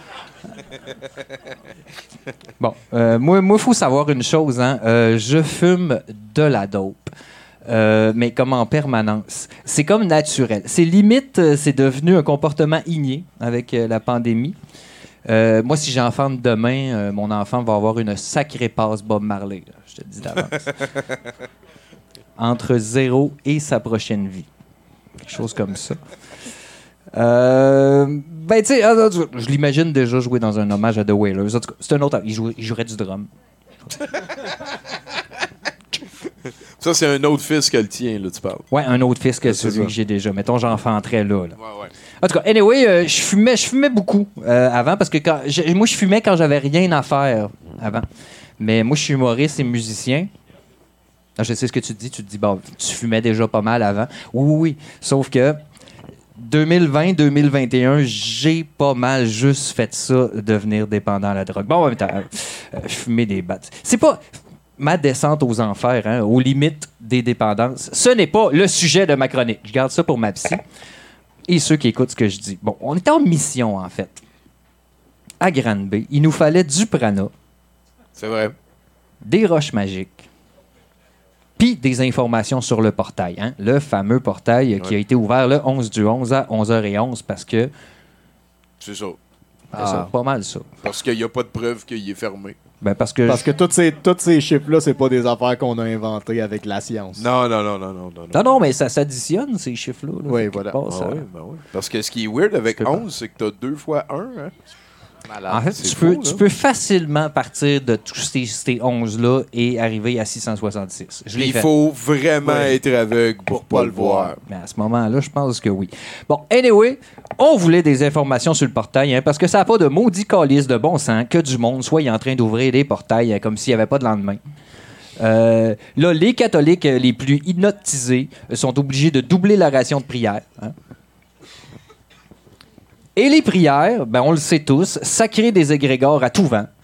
Bon, euh, moi, il faut savoir une chose. Hein. Euh, je fume de la dope. Euh, mais comme en permanence. C'est comme naturel. C'est limite, euh, c'est devenu un comportement inné avec euh, la pandémie. Euh, moi, si j'enfante demain, euh, mon enfant va avoir une sacrée passe Bob Marley. Là, je te le dis d'avance. Entre zéro et sa prochaine vie. Quelque chose comme ça. Euh, ben, tu sais, ah, je l'imagine déjà jouer dans un hommage à The Wailers. En tout cas, c'est un autre. Il, jouerait, il jouerait du drum. Ça, c'est un autre fils que le tien, là, tu parles. Ouais, un autre fils que C'est celui ça. que j'ai déjà. Mettons, j'enfanterais là. là. Ouais, ouais. En tout cas, anyway, euh, je fumais, je fumais beaucoup euh, avant parce que quand, je- moi, je fumais quand j'avais rien à faire avant. Mais moi, je suis humoriste et musicien. Ah, je sais ce que tu te dis. Tu te dis, bon, tu fumais déjà pas mal avant. Oui, oui, oui. Sauf que deux mille vingt deux mille vingt et un, j'ai pas mal juste fait ça, devenir dépendant à la drogue. Bon, en même temps, euh, euh, je fumais des battes. C'est pas ma descente aux enfers, hein, aux limites des dépendances. Ce n'est pas le sujet de ma chronique. Je garde ça pour ma psy et ceux qui écoutent ce que je dis. Bon, on était en mission, en fait. À Granby, il nous fallait du prana. C'est vrai. des roches magiques, puis des informations sur le portail. Hein? Le fameux portail ouais. qui a été ouvert le onze du onze à onze heures onze parce que... C'est ça. C'est ah. ça, pas mal ça. Parce qu'il n'y a pas de preuve qu'il est fermé. Ben parce que, parce que tous ces, toutes ces chiffres-là, c'est pas des affaires qu'on a inventées avec la science. Non, non, non, non, non. Non, non, non mais ça s'additionne, ces chiffres-là. Là, oui, voilà. Passe, ah, à... oui, ben oui. Parce que ce qui est weird avec onze, c'est que tu as deux fois un. Hein? Malade. En fait, tu, fou, peux, tu peux facilement partir de tous ces, ces onze-là et arriver à six cent soixante-six. Je Il fait. faut vraiment oui. être aveugle pour, pour pas le voir. voir. Mais à ce moment-là, je pense que oui. Bon, anyway, on voulait des informations sur le portail, hein, parce que ça n'a pas de maudit calice de bon sens que du monde soit en train d'ouvrir des portails hein, comme s'il n'y avait pas de lendemain. Euh, là, les catholiques les plus hypnotisés sont obligés de doubler la ration de prière. Hein. Et les prières, ben on le sait tous, sacrer des égrégores à tout vent.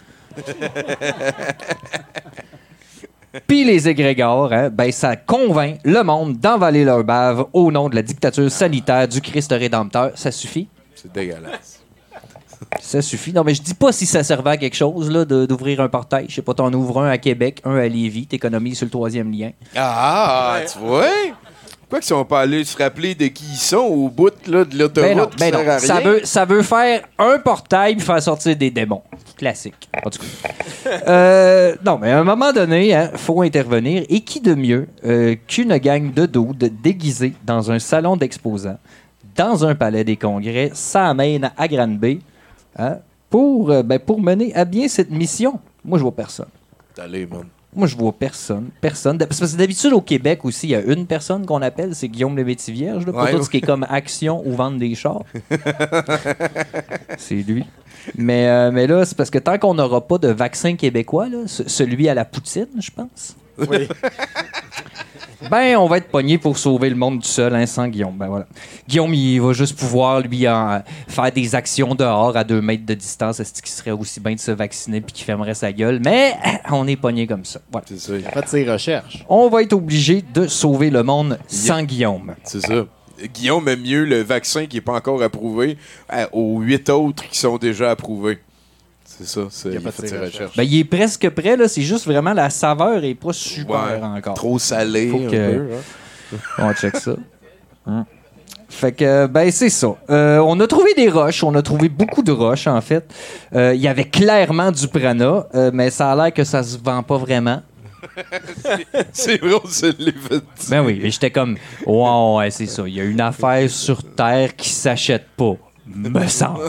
Puis les égrégores, hein, ben ça convainc le monde d'envaler leur bave au nom de la dictature sanitaire du Christ Rédempteur. Ça suffit? C'est dégueulasse. Ça suffit. Non, mais je dis pas si ça servait à quelque chose là, de, d'ouvrir un portail. Je sais pas, t'en ouvres un à Québec, un à Lévis, t'économises sur le troisième lien. Ah, tu vois? Pourquoi qu'ils sont pas allés se rappeler de qui ils sont au bout là, de l'autoroute? Ben non, ben non. Ça, veut, ça veut faire un portail et faire sortir des démons. Classique. En tout cas. euh, non, mais à un moment donné, il hein, faut intervenir. Et qui de mieux euh, qu'une gang de doudes déguisés dans un salon d'exposants, dans un palais des congrès, ça amène à Granby, hein, pour, euh, ben, pour mener à bien cette mission? Moi, je vois personne. Allez, man. Moi, je vois personne. Personne. Parce que d'habitude, au Québec aussi, il y a une personne qu'on appelle, c'est Guillaume le Métis-Vierge, pour ouais, tout oui. ce qui est comme action ou vendre des chars. C'est lui. Mais, euh, mais là, c'est parce que tant qu'on n'aura pas de vaccin québécois, là, celui à la poutine, je pense. Oui. Ben, on va être pogné pour sauver le monde tout seul, hein, sans Guillaume. Ben voilà. Guillaume, il va juste pouvoir, lui, en, faire des actions dehors à deux mètres de distance. Est-ce qu'il serait aussi bien de se vacciner puis qu'il fermerait sa gueule? Mais on est pogné comme ça. Voilà. C'est ça. Il a fait ses recherches. On va être obligé de sauver le monde sans yeah. Guillaume. C'est ça. Guillaume aime mieux le vaccin qui n'est pas encore approuvé euh, aux huit autres qui sont déjà approuvés. C'est ça, c'est, il a fait, fait ses recherches. recherches. Ben, il est presque prêt, là. C'est juste vraiment la saveur est pas super ouais, encore. Trop salé. Faut un que... peu, hein? On check ça. Hum. Fait que, ben, c'est ça. Euh, on a trouvé des roches. On a trouvé beaucoup de roches, en fait. Il euh, y avait clairement du prana, euh, mais ça a l'air que ça se vend pas vraiment. c'est, c'est vrai, on se l'est fait dire. Ben oui, j'étais comme, ouais, ouais, c'est ça. Il y a une affaire sur Terre qui s'achète pas, me semble.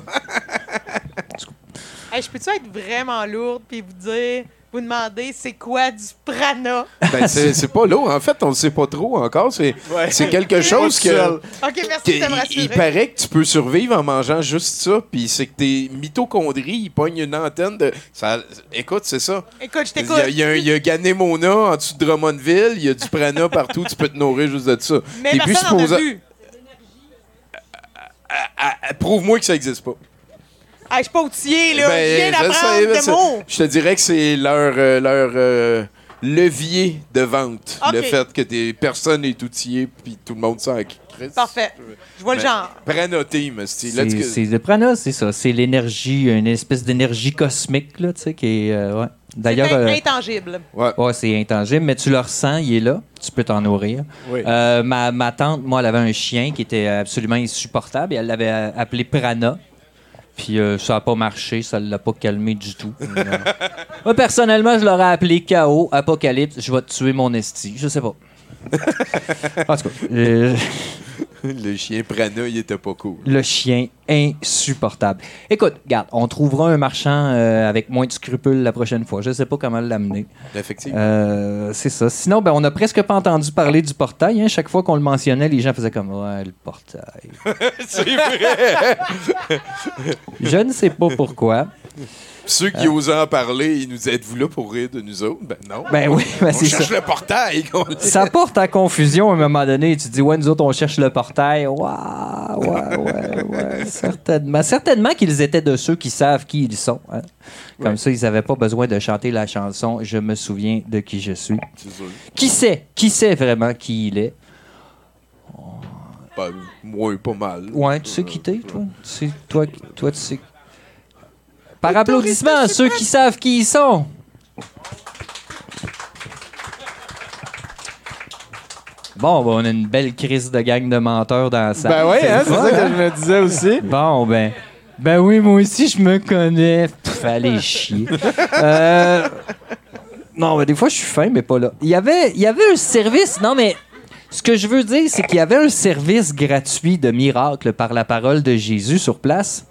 Hey, je peux-tu être vraiment lourde puis vous dire, vous demander c'est quoi du prana? Ben, c'est, c'est pas lourd. En fait, on le sait pas trop encore. C'est, ouais. c'est quelque chose que. OK, merci de me rassurer. Il paraît que tu peux survivre en mangeant juste ça, puis c'est que tes mitochondries, ils pognent une antenne de. Ça, écoute, c'est ça. Écoute, je t'écoute. Il y a, il y a Ganemona en dessous de Drummondville, il y a du prana partout, tu peux te nourrir juste de ça. Mais T'es personne n'en a vu. Prouve-moi que ça existe pas. Ah, je suis pas outillé, là. Ben, je viens d'apprendre des mots. Je te dirais que c'est leur, euh, leur euh, levier de vente. Okay. Le fait que des personnes est outillé puis tout le monde s'en crisse. Parfait. Je vois ben, le genre. Prana team. C'est, c'est, c'est le prana, c'est ça. C'est l'énergie, une espèce d'énergie cosmique, là, tu sais, qui est... Euh, ouais. D'ailleurs, c'est in- intangible. Euh, ouais. ouais, c'est intangible, mais tu le ressens, il est là. Tu peux t'en nourrir. Oui. Euh, ma, ma tante, moi, elle avait un chien qui était absolument insupportable et elle l'avait appelé Prana. Puis euh, ça n'a pas marché, ça ne l'a pas calmé du tout. euh, moi, personnellement, je l'aurais appelé Chaos, Apocalypse, je vais te tuer mon esti. Je sais pas. En tout cas, euh, le chien Prana, il était pas cool. Le chien insupportable. Écoute, regarde, on trouvera un marchand euh, avec moins de scrupules la prochaine fois. Je sais pas comment l'amener. Effectivement. Euh, c'est ça. Sinon, ben, on n'a presque pas entendu parler du portail. Hein. Chaque fois qu'on le mentionnait, les gens faisaient comme « Ouais, le portail. » C'est vrai! Je ne sais pas pourquoi. Ceux qui euh... osaient en parler, ils nous disaient, êtes-vous là pour rire de nous autres? Ben non. Ben oui, ben on c'est cherche ça. le portail. Ça porte à confusion à un moment donné. Tu te dis, ouais, nous autres, on cherche le portail. Waouh, ouais, ouais, ouais, certainement. Certainement qu'ils étaient de ceux qui savent qui ils sont. Hein. Comme ouais. ça, ils n'avaient pas besoin de chanter la chanson « Je me souviens de qui je suis ». Qui sait? Qui sait vraiment qui il est? Ben, moi, pas mal. Ouais, tu sais qui t'es, toi? Tu sais, toi, toi, tu sais... Par applaudissement à ceux qui savent qui ils sont. Bon, ben, on a une belle crise de gang de menteurs dans la salle. Ben oui, hein, le c'est fun, ça que hein? je me disais aussi. Bon, ben... Ben oui, moi aussi, je me connais. Pff, allez chier. euh... Non, mais des fois, je suis fin, mais pas là. Il y avait, il y avait un service... Non, mais... Ce que je veux dire, c'est qu'il y avait un service gratuit de miracle par la parole de Jésus sur place.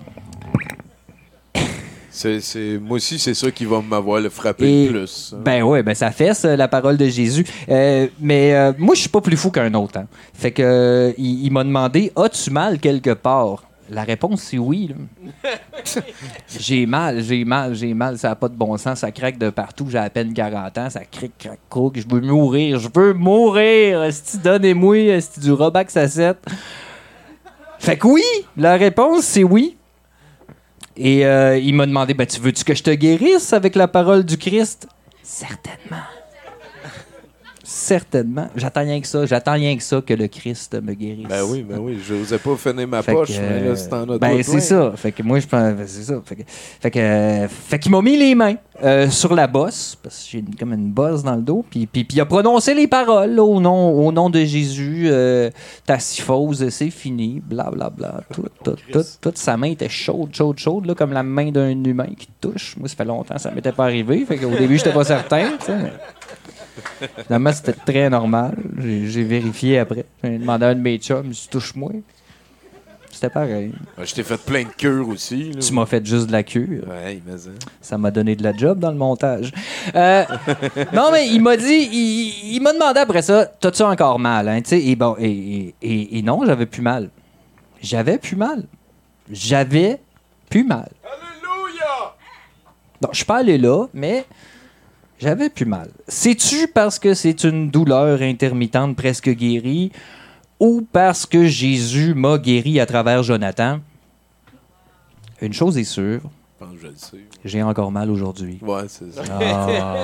C'est, c'est, moi aussi, c'est ça qui va m'avoir le frappé Et, le plus. Hein. Ben ouais, ben ça fait ça, la parole de Jésus. Euh, mais euh, moi, je suis pas plus fou qu'un autre. Hein. Fait que euh, il, il m'a demandé, as-tu mal quelque part? La réponse, c'est oui. Là. j'ai mal, j'ai mal, j'ai mal. Ça n'a pas de bon sens. Ça craque de partout. J'ai à peine quarante ans. Ça cric, craque, croque. Je veux mourir. Je veux mourir. Esti, donnez-moi esti, du Robax à sept. Fait que oui, la réponse, c'est oui. Et euh, il m'a demandé, ben, tu veux-tu que je te guérisse avec la parole du Christ? Certainement. Certainement. J'attends rien que ça. J'attends rien que ça que le Christ me guérisse. Ben oui, ben oui. Je n'osais pas finir ma fait poche, que, mais là, c'est en a ben, c'est ça. Fait que moi, je pense. C'est ça. Fait que, fait que, euh, fait qu'il m'a mis les mains euh, sur la bosse, parce que j'ai une- comme une bosse dans le dos, puis, puis, puis il a prononcé les paroles là, au, nom, au nom de Jésus. Euh, ta syphose, c'est fini. Blablabla. Bla, bla. Tout, tout, tout, toute sa main était chaude, chaude, chaude, là, comme la main d'un humain qui te touche. Moi, ça fait longtemps que ça m'était pas arrivé. Fait qu'au début, j'étais pas certain. tu sais, mais- Finalement, c'était très normal. J'ai, j'ai vérifié après. J'ai demandé à un de mes chums, je touche-moi. C'était pareil. Ben, je t'ai fait plein de cures aussi. Là. Tu m'as fait juste de la cure. Ouais, mais ça. Ça m'a donné de la job dans le montage. Euh, non, mais il m'a dit, il, il m'a demandé après ça, t'as-tu encore mal? Hein? Tu sais, Et, bon, et, et, et, et non, j'avais plus mal. J'avais plus mal. J'avais plus mal. Alléluia! Non, je suis pas allé là, mais j'avais plus mal. C'est-tu parce que c'est une douleur intermittente presque guérie ou parce que Jésus m'a guéri à travers Jonathan? Une chose est sûre, Je pense que je le sais. j'ai encore mal aujourd'hui. Ouais, c'est ça. Ah.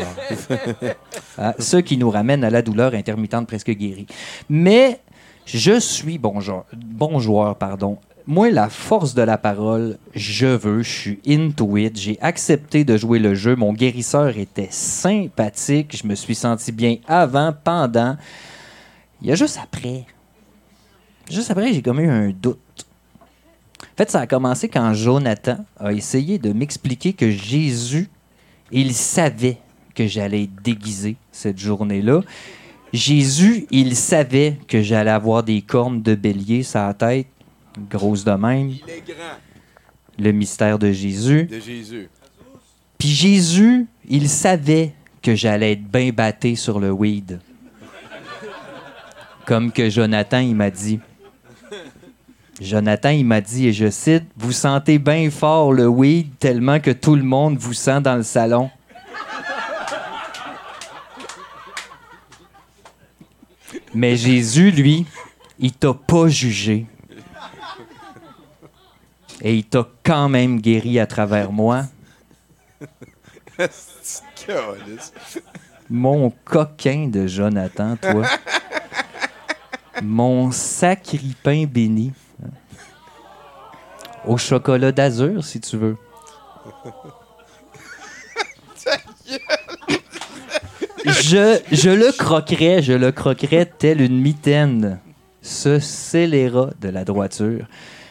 Ah, ce qui nous ramène à la douleur intermittente presque guérie. Mais je suis bon joueur, bon joueur pardon. Moi, la force de la parole, je veux, je suis into it. J'ai accepté de jouer le jeu. Mon guérisseur était sympathique. Je me suis senti bien avant, pendant. Il y a juste après. Juste après, j'ai comme eu un doute. En fait, ça a commencé quand Jonathan a essayé de m'expliquer que Jésus, il savait que j'allais être déguisé cette journée-là. Jésus, il savait que j'allais avoir des cornes de bélier sur la tête, grosses de même. Il est grand. Le mystère de Jésus. De Jésus. Puis Jésus, il savait que j'allais être bien batté sur le weed. Comme que Jonathan, il m'a dit. Jonathan, il m'a dit, et je cite, « Vous sentez bien fort le weed tellement que tout le monde vous sent dans le salon. » Mais Jésus, lui, il t'a pas jugé. Et il t'a quand même guéri à travers moi. Mon coquin de Jonathan, toi. Mon sacripain béni. Au chocolat d'azur, si tu veux. Je, je le croquerais, je le croquerais tel une mitaine. Ce scélérat de la droiture.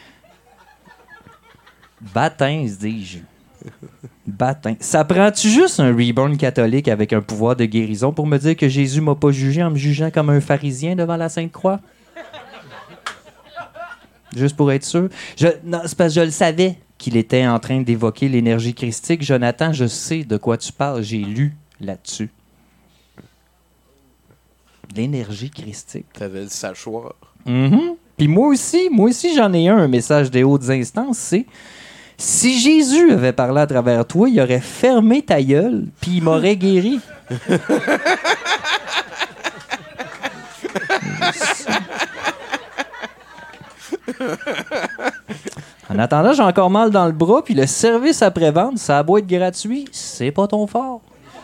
Baptême, dis-je. Baptême. Ça prend-tu juste un reborn catholique avec un pouvoir de guérison pour me dire que Jésus m'a pas jugé en me jugeant comme un pharisien devant la Sainte Croix? Juste pour être sûr. Je, non, c'est parce que je le savais qu'il était en train d'évoquer l'énergie christique. Jonathan, je sais de quoi tu parles. J'ai lu là-dessus. L'énergie christique. T'avais le sachoir. Mm-hmm. Puis moi aussi, moi aussi, j'en ai un, un message des hautes instances, c'est si Jésus avait parlé à travers toi, il aurait fermé ta gueule, puis il m'aurait guéri. En attendant, j'ai encore mal dans le bras, puis le service après-vente, ça a beau être gratuit, c'est pas ton fort.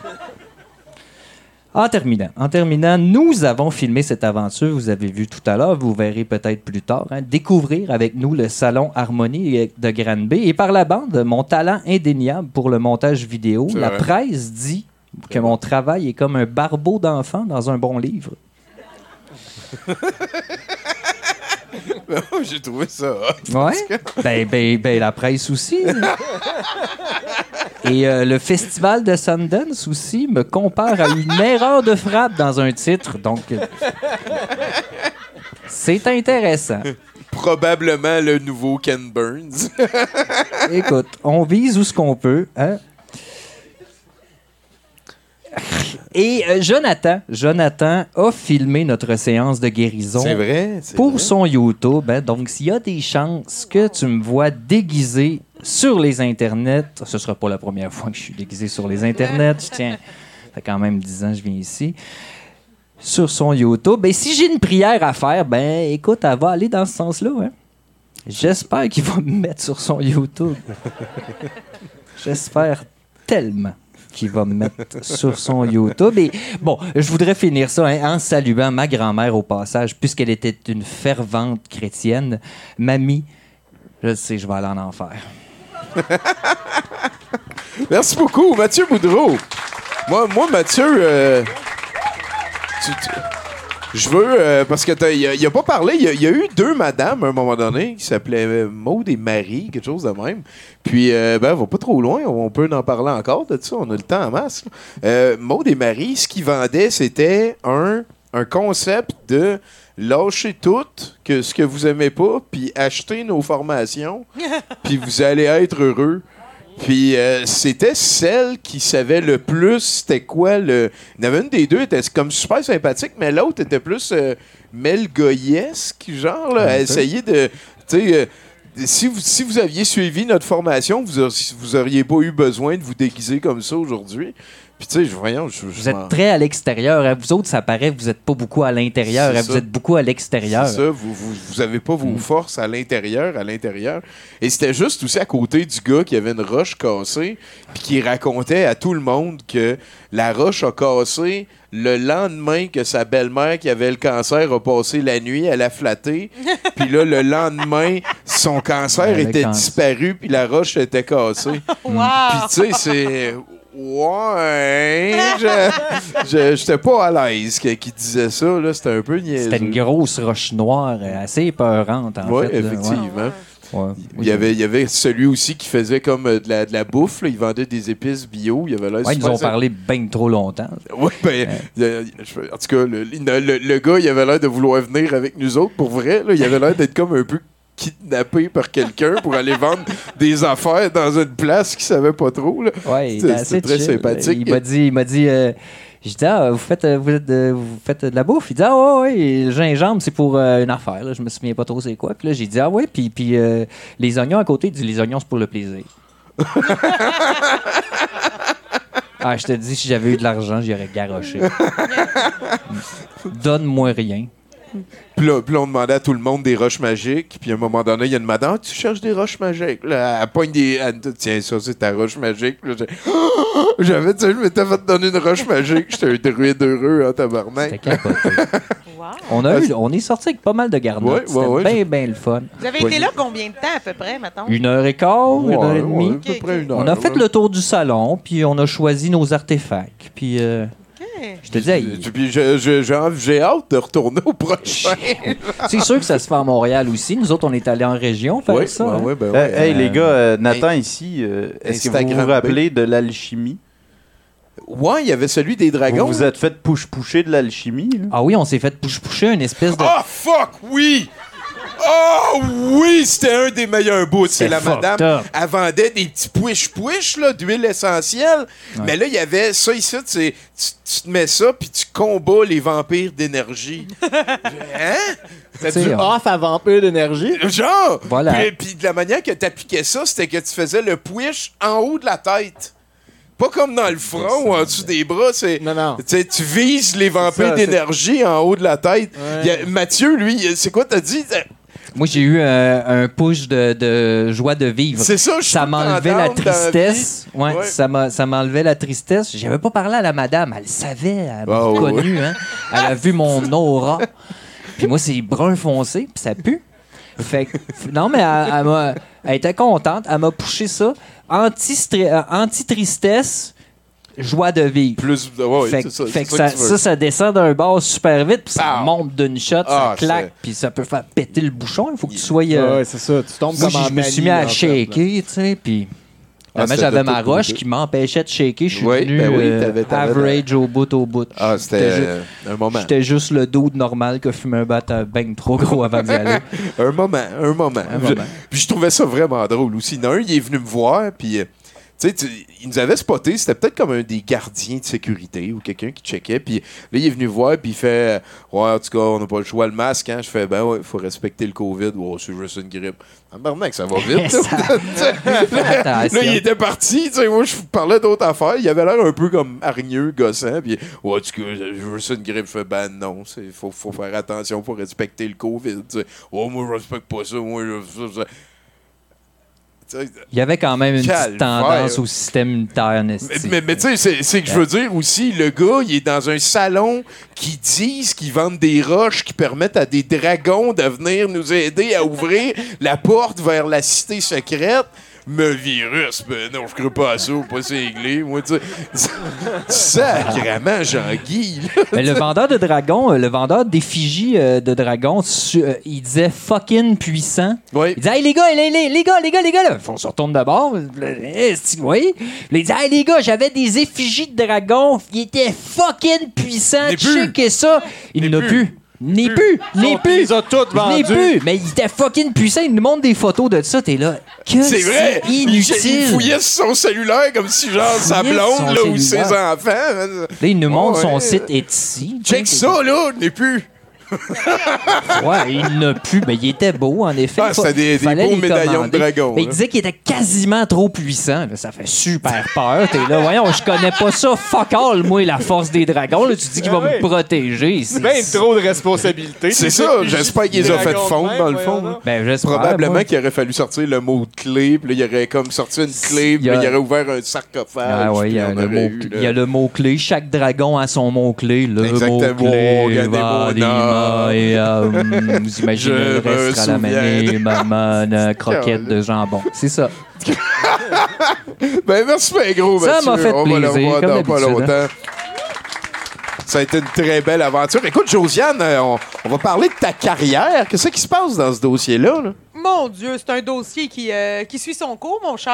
En terminant, en terminant, nous avons filmé cette aventure, vous avez vu tout à l'heure, vous verrez peut-être plus tard, hein, découvrir avec nous le salon Harmonie de Granby. Et par la bande, mon talent indéniable pour le montage vidéo, C'est la vrai. presse dit que mon travail est comme un barbeau d'enfant dans un bon livre. J'ai trouvé ça hot. Ouais. Ben, ben, ben, la presse aussi. Et euh, le festival de Sundance aussi me compare à une erreur de frappe dans un titre. Donc, euh, c'est intéressant. Probablement le nouveau Ken Burns. Écoute, on vise où ce qu'on peut, hein? Et euh, Jonathan, Jonathan a filmé notre séance de guérison. C'est vrai, c'est pour vrai. son YouTube. Hein. Donc, s'il y a des chances que tu me vois déguisé sur les internets, ce sera pas la première fois que je suis déguisé sur les internets. Je tiens, ça fait quand même dix ans que je viens ici. Sur son YouTube. Ben, si j'ai une prière à faire, ben, écoute, elle va aller dans ce sens-là. Hein. J'espère qu'il va me mettre sur son YouTube. J'espère tellement qu'il va me mettre sur son YouTube. Et bon, je voudrais finir ça hein, en saluant ma grand-mère au passage, puisqu'elle était une fervente chrétienne. Mamie, je sais, je vais aller en enfer. Merci beaucoup, Mathieu Boudreau. Moi, moi Mathieu, euh, tu, tu, je veux, euh, parce que il a pas parlé, il y, y a eu deux madames à un moment donné qui s'appelaient euh, Maude et Marie, quelque chose de même. Puis, euh, ben, va pas trop loin, on peut en parler encore de ça, on a le temps en masse. Euh, Maude et Marie, ce qu'ils vendaient, c'était un, un concept de lâcher tout, que ce que vous aimez pas, puis acheter nos formations, puis vous allez être heureux. Puis euh, c'était celle qui savait le plus c'était quoi le... Il y en avait une des deux était comme super sympathique, mais l'autre était plus euh, melgoyesque, genre, là, à essayer de... Tu sais... Euh, Si vous, si vous aviez suivi notre formation, vous, auriez, vous auriez pas eu besoin de vous déguiser comme ça aujourd'hui. Puis tu sais, voyons... Je, je vous êtes très à l'extérieur. Hein. Vous autres, ça paraît que vous êtes pas beaucoup à l'intérieur. Hein. Vous êtes beaucoup à l'extérieur. C'est ça. Vous, vous, vous avez pas vos mm. forces à l'intérieur, à l'intérieur. Et c'était juste aussi à côté du gars qui avait une roche cassée puis qui racontait à tout le monde que la roche a cassé le lendemain que sa belle-mère qui avait le cancer a passé la nuit, elle a flatté. Puis là, le lendemain, son cancer Elle était cancer. disparu puis la roche était cassée. Wow! Puis tu sais, c'est... Ouais, je j'étais pas à l'aise qui disait ça, là, c'était un peu niaiseux. C'était une grosse roche noire, assez épeurante, en ouais, fait. Effectivement. Là. Ouais. Ouais. Il y avait, il y avait celui aussi qui faisait comme euh, de, la, de la bouffe, là. Il vendait des épices bio. Il avait l'air ouais, ils nous ont ça... parlé bien trop longtemps. Oui, ben, euh, en tout cas, le, le, le gars, il avait l'air de vouloir venir avec nous autres, pour vrai. Là, il avait l'air d'être comme un peu kidnappé par quelqu'un pour aller vendre des affaires dans une place qu'il savait pas trop. Là. Ouais, c'était, assez c'était très chill. sympathique. Il m'a dit, il m'a dit euh, j'ai dit, ah, vous faites, vous, êtes, vous faites de la bouffe? Il dit, ah, ouais, ouais, le gingembre, c'est pour euh, une affaire. Là. Je me souviens pas trop c'est quoi. Puis là, j'ai dit, ah, ouais, puis, puis euh, les oignons à côté, il dit, les oignons, c'est pour le plaisir. Ah, je te dis, si j'avais eu de l'argent, j'y aurais garoché. Donne-moi rien. Puis là, puis là, on demandait à tout le monde des roches magiques. Puis à un moment donné, il y a une madame, tu cherches des roches magiques. Là, elle pogne des. Elle, tiens, ça, c'est ta roche magique. Là, j'ai... J'avais, tu sais, je m'étais fait donner une roche magique. J'étais un druide heureux en tabarnak. C'était capoté. Wow. On, a eu, on est sorti avec pas mal de garnottes. Ouais, C'était ouais, bien, bien ben le fun. Vous avez été là combien de temps à peu près, mettons? Une heure et quart, ouais, une heure et demie. Ouais, à peu près une heure, on a fait ouais. le tour du salon, puis on a choisi nos artefacts. Puis. Euh, Je te disais, il... Puis je, je, j'ai, j'ai hâte de retourner au prochain. C'est sûr que ça se fait à Montréal aussi. Nous autres, on est allés en région faire oui, ça. Ouais, hein? ouais, ben euh, ouais. Hey, euh, les gars, euh, Nathan hey, ici, euh, est-ce Instagram que vous vous rappelez de l'alchimie? Ouais, il y avait celui des dragons. Vous vous êtes fait push-pusher de l'alchimie? Là? Ah oui, on s'est fait push-pusher une espèce de... Oh, fuck, oui! Oh oui, c'était un des meilleurs bouts. C'est, c'est la madame. Up. Elle vendait des petits push-push là, d'huile essentielle. Ouais. Mais là, il y avait ça ici. C'est, tu, tu te mets ça, puis tu combats les vampires d'énergie. Hein? T'as du off à vampire d'énergie? Genre! Voilà. Puis, puis de la manière que t'appliquais ça, c'était que tu faisais le push en haut de la tête. Pas comme dans le front ou en dessous des bras. C'est, non, non. Tu vises les vampires ça, d'énergie c'est... en haut de la tête. Ouais. A, Mathieu, lui, c'est quoi t'as dit? Moi, j'ai eu un, un push de, de joie de vivre. C'est ça, je Ça m'enlevait la tristesse. La ouais, ouais. Ça, m'a, ça m'enlevait la tristesse. J'avais pas parlé à la madame. Elle savait. Elle m'a oh, connu. Ouais. Hein. Elle a vu mon aura. Puis moi, c'est brun foncé. Puis ça pue. Fait que, non, mais elle, elle, m'a, elle était contente. Elle m'a poussé ça. Anti-tristesse. joie de vivre. Plus, ouais, fait c'est ça, fait c'est que ça ça, que tu veux. ça, ça descend d'un bord super vite, puis ça Pow! monte d'une shot, Ah, ça claque, c'est- puis ça peut faire péter le bouchon. Il faut que tu sois. euh, Ouais, c'est ça. Tu tombes Moi, comme en je me suis mis manie, à en fait, shaker, là. tu sais, puis. Ah, Finalement, c'était j'avais de ma tout roche côté. qui m'empêchait de shaker. Je suis Oui, devenu ben oui, euh, t'avais- t'avais- average au bout au bout. Ah, c'était J'étais ju- euh, un moment. J'étais juste le dude normal qui a fumé un bat ben trop gros avant d'y aller. Un moment, un moment. Un moment. Puis je trouvais ça vraiment drôle aussi. Il y en a un, il est venu me voir, puis euh, tu sais, tu- il nous avait spoté. C'était peut-être comme un des gardiens de sécurité ou quelqu'un qui checkait. Puis là, il est venu voir, puis il fait « Ouais, en tout cas, on n'a pas le choix, le masque. Hein? » Je fais « Ben ouais, il faut respecter le COVID. Ouais, c'est juste une grippe. » Ah, merde, ça va vite. là, Attention. là, il était parti. Tu sais, moi, je parlais d'autres affaires. Il avait l'air un peu comme hargneux, gossant. Puis « Ouais, en tout cas, c'est juste une grippe. » Je fais « Ben non, il faut, faut faire attention, il faut respecter le COVID. » Tu sais, « Oh, moi, je respecte pas ça. Moi, je... ça, ça. » Il y avait quand même une Calvaire. petite tendance au système immunitaire. Mais, mais, mais tu sais, c'est, c'est que je veux dire aussi, le gars, il est dans un salon qui disent qu'ils vendent des roches qui permettent à des dragons de venir nous aider à ouvrir la porte vers la cité secrète. Mais virus, ben non, je crois pas à ça, pas séglé. Moi, tu sais, sacrément, Jean-Guy. là. Mais le vendeur de dragons, euh, le vendeur d'effigies euh, de dragons, su- euh, il disait fucking puissant. Oui. Il disait, hey les gars, les, les, les gars, les gars, les gars, là. On se retourne d'abord. Oui. Il disait, hey les gars, j'avais des effigies de dragons. Il était fucking puissant. N'est Tu plus. sais que ça. Il n'a plus. N'est plus. N'est plus. Ils les ont toutes N'est vendues. plus. Mais il était fucking puissant. Il nous montre des photos de ça. T'es là. Que C'est vrai! c'est Il, inutile. il fouillait sur son cellulaire comme si, genre, sa Fouillait sur blonde, son là, ou ses cellulaire. enfants. Là, il nous montre Ouais. son site Etsy. Check ça, là, n'est plus. Ouais, il n'a plus. Mais il était beau, en effet. Ah, c'était des- des Fallait beaux les médaillons de commander. dragon, Mais il là. disait qu'il était quasiment trop puissant. Là, ça fait super peur. T'es là, voyons, je connais pas ça. Fuck all, moi, la force des dragons. Là, tu dis qu'il va Ah ouais. me protéger. C'est Ben trop de responsabilités. C'est Des ça, effigies j'espère qu'il de les a fait dragons fondre, même, dans le voyons fond. donc. Ben, j'espère, Probablement moi. qu'il aurait fallu sortir le mot de clé, puis là, il aurait comme sorti une clé, puis Il y a- là, il aurait ouvert un sarcophage. Ah ouais, il y, puis a on le aurait mot, eu, il y a le mot-clé. Chaque dragon a son mot-clé. Le Exactement. mot-clé. Regardez mon Vanilla, nom. et, euh, vous imaginez Je le me reste à la souviens manée, de- maman, euh, croquette de jambon. C'est ça. Ben, merci, ben gros, Ça Mathieu. m'a fait On va le plaisir, revoir comme dans pas d'habitude, longtemps. Ça a été une très belle aventure. Écoute, Josiane, euh, on, on va parler de ta carrière. Qu'est-ce qui se passe dans ce dossier-là? Là? Mon Dieu, c'est un dossier qui, euh, qui suit son cours, mon cher.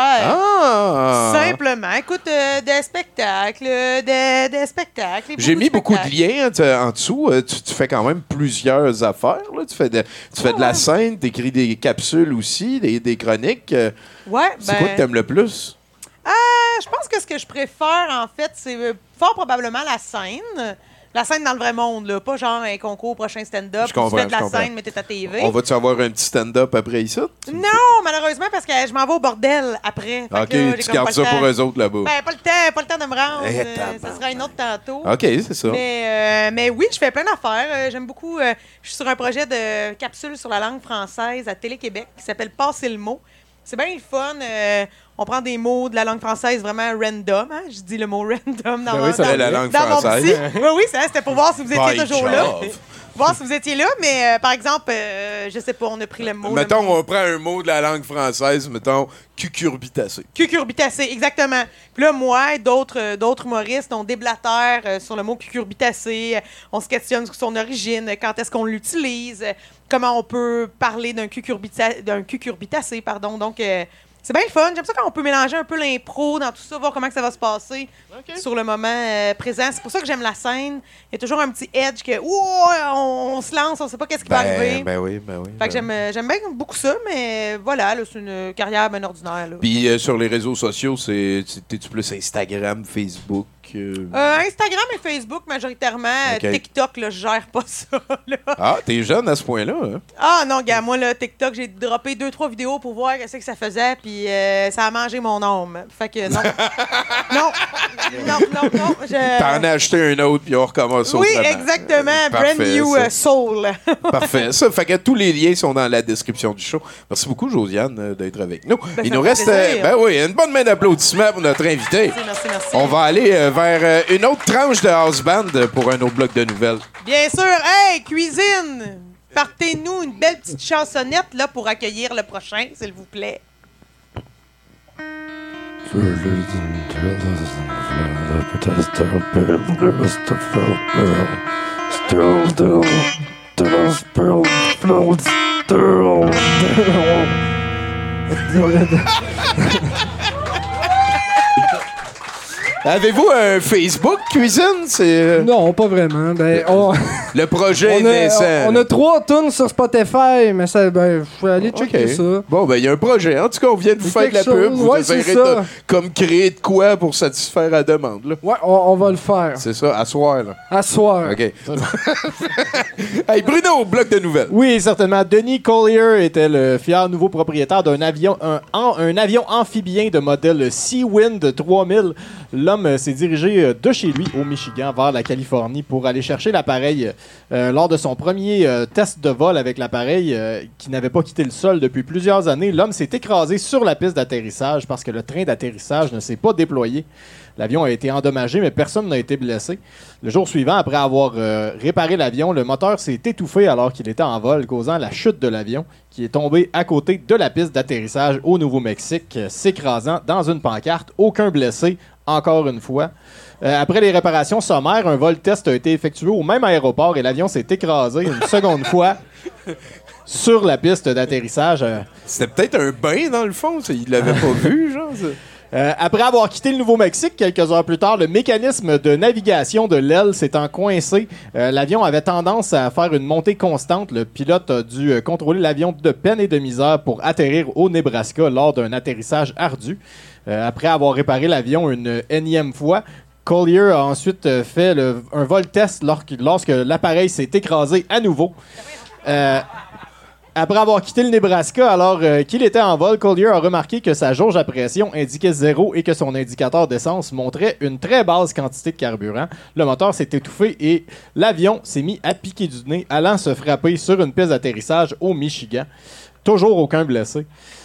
Ah! Simplement. Écoute, euh, des spectacles, euh, des, des spectacles. J'ai mis beaucoup de spectacles. liens tu- en dessous. Euh, Tu, tu fais quand même plusieurs affaires. Là. Tu fais de, tu fais de la scène, tu écris des capsules aussi, des, des chroniques. Euh, Ouais, C'est ben, quoi que t'aimes le plus? Ah, je pense que ce que je préfère, en fait, c'est euh, fort probablement la scène. La scène dans le vrai monde, là. Pas genre un concours prochain stand-up. Je comprends, Tu fais de je la comprends. scène, mais t'es à T V. On va-tu avoir un petit stand-up après ici? Non, malheureusement, parce que je m'en vais au bordel après. Fait OK, que là, j'ai tu comme gardes pas ça le temps. pour eux autres là-bas. Ben, pas le temps, pas le temps de me rendre. Eh, Euh, tabarnak. ça sera une autre tantôt. OK, c'est ça. Mais, euh, mais oui, je fais plein d'affaires. Euh, J'aime beaucoup. euh, je suis sur un projet de capsule sur la langue française à Télé-Québec qui s'appelle Passer le mot. C'est bien le fun. euh, on prend des mots de la langue française vraiment random. Hein? Je dis le mot random dans, Ben mon, oui, ça dans, fait la langue dans mon française. petit. Oui, oui, ça, c'était pour voir si vous étiez By toujours là. Jove. Voir si vous étiez là. Mais euh, par exemple, euh, je sais pas, on a pris le mot. Mettons, le... on prend un mot de la langue française, mettons, cucurbitacé. Cucurbitacé, exactement. Puis là, moi et d'autres euh, d'autres humoristes, on déblatère euh, sur le mot cucurbitacé. Euh, On se questionne sur son origine, euh, quand est-ce qu'on l'utilise, euh, comment on peut parler d'un cucurbita- d'un cucurbitacé, pardon. Donc, euh, c'est bien le fun. J'aime ça quand on peut mélanger un peu l'impro dans tout ça, voir comment que ça va se passer sur le moment euh, présent. C'est pour ça que j'aime la scène. Il y a toujours un petit edge que, ouh, on, on se lance, on sait pas qu'est-ce qui va arriver. Ben oui, ben oui. Fait ben que j'aime, euh, j'aime bien beaucoup ça, mais voilà, là, c'est une carrière bien ordinaire. Là. Puis euh, sur les réseaux sociaux, c'est t'es-tu plus Instagram, Facebook? euh? Euh, Instagram et Facebook majoritairement. Euh, Ok. TikTok, là, je gère pas ça. Là. Ah, t'es jeune à ce point-là, hein? Ah non, gars, moi, là, TikTok, j'ai droppé deux, trois vidéos pour voir ce que ça faisait, puis euh, ça a mangé mon âme. Fait que non. non, non, non, non. Je... T'en as acheté un autre, puis on recommence Oui, autrement. exactement. Parfait, Brand new ça. euh, soul. Parfait. Ça, fait que tous les liens sont dans la description du show. Merci beaucoup, Josiane, euh, d'être avec nous. Ben, Il ça nous me reste, fait euh, plaisir. ben oui, une bonne main d'applaudissements pour notre invité. Merci, merci, merci. On va aller euh, vers euh, une autre tranche de house band euh, pour un autre bloc de nouvelles. Bien sûr. Hey, cuisine! Partez-nous une belle petite chansonnette là, pour accueillir le prochain, s'il vous plaît. Further than Avez-vous un Facebook cuisine? C'est... Non, pas vraiment. Ben, on... Le projet on est naissant. a, on, on a trois tunes sur Spotify, mais ça, ben, faut aller checker Okay. ça. Bon, ben, il y a un projet. En tout cas, on vient de vous faire de la Quelque pub. chose. Vous Ouais, essayerez c'est de ça. comme créer de quoi pour satisfaire la demande. Là. Ouais, on, on va le faire. C'est ça, à soir. Là. À soir. OK. Hey, Bruno, bloc de nouvelles. Oui, certainement. Denis Collier était le fier nouveau propriétaire d'un avion, un, un, un avion amphibien de modèle Seawind trois mille. L'homme euh, s'est dirigé euh, de chez lui, au Michigan, vers la Californie pour aller chercher l'appareil. Euh, lors de son premier euh, test de vol avec l'appareil, euh, qui n'avait pas quitté le sol depuis plusieurs années, l'homme s'est écrasé sur la piste d'atterrissage parce que le train d'atterrissage ne s'est pas déployé. L'avion a été endommagé, mais personne n'a été blessé. Le jour suivant, après avoir euh, réparé l'avion, le moteur s'est étouffé alors qu'il était en vol, causant la chute de l'avion, qui est tombé à côté de la piste d'atterrissage au Nouveau-Mexique, euh, s'écrasant dans une pancarte. Aucun blessé, encore une fois. Euh, après les réparations sommaires, un vol test a été effectué au même aéroport et l'avion s'est écrasé une seconde fois sur la piste d'atterrissage. Euh, C'était peut-être un bain, dans le fond. Ça, il l'avait pas vu, genre. Ça. Euh, après avoir quitté le Nouveau-Mexique, quelques heures plus tard, le mécanisme de navigation de l'aile s'étant coincé. Euh, l'avion avait tendance à faire une montée constante. Le pilote a dû euh, contrôler l'avion de peine et de misère pour atterrir au Nebraska lors d'un atterrissage ardu. Euh, après avoir réparé l'avion une énième fois, Collier a ensuite euh, fait le, un vol test lor- lorsque l'appareil s'est écrasé à nouveau. Euh, Après avoir quitté le Nebraska alors euh, qu'il était en vol, Collier a remarqué que sa jauge à pression indiquait zéro et que son indicateur d'essence montrait une très basse quantité de carburant. Le moteur s'est étouffé et l'avion s'est mis à piquer du nez, allant se frapper sur une piste d'atterrissage au Michigan. Toujours aucun blessé.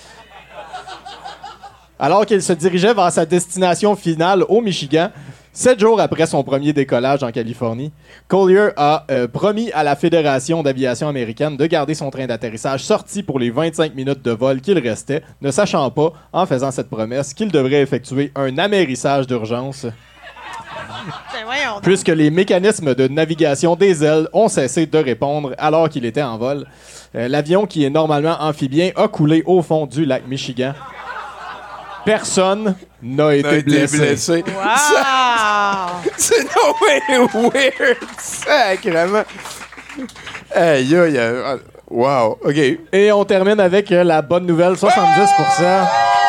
Alors qu'il se dirigeait vers sa destination finale au Michigan, sept jours après son premier décollage en Californie, Collier a euh, promis à la Fédération d'aviation américaine de garder son train d'atterrissage sorti pour les vingt-cinq minutes de vol qu'il restait, ne sachant pas, en faisant cette promesse, qu'il devrait effectuer un amérissage d'urgence. Ben voyons donc. Puisque les mécanismes de navigation des ailes ont cessé de répondre alors qu'il était en vol. Euh, l'avion, qui est normalement amphibien, a coulé au fond du lac Michigan. Personne n'a été, été blessé. blessé. Wow! C'est no way weird, sacrément. Aïe, aïe, aïe. Wow, OK. Et on termine avec euh, la bonne nouvelle, soixante-dix pour cent.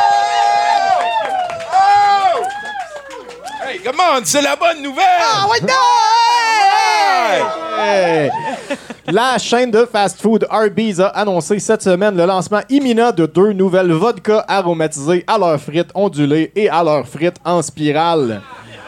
Oh! Hey, come on, c'est la bonne nouvelle! Ah, ouais, non! Hey! La chaîne de fast-food Arby's a annoncé cette semaine le lancement imminent de deux nouvelles vodkas aromatisées à leurs frites ondulées et à leurs frites en spirale.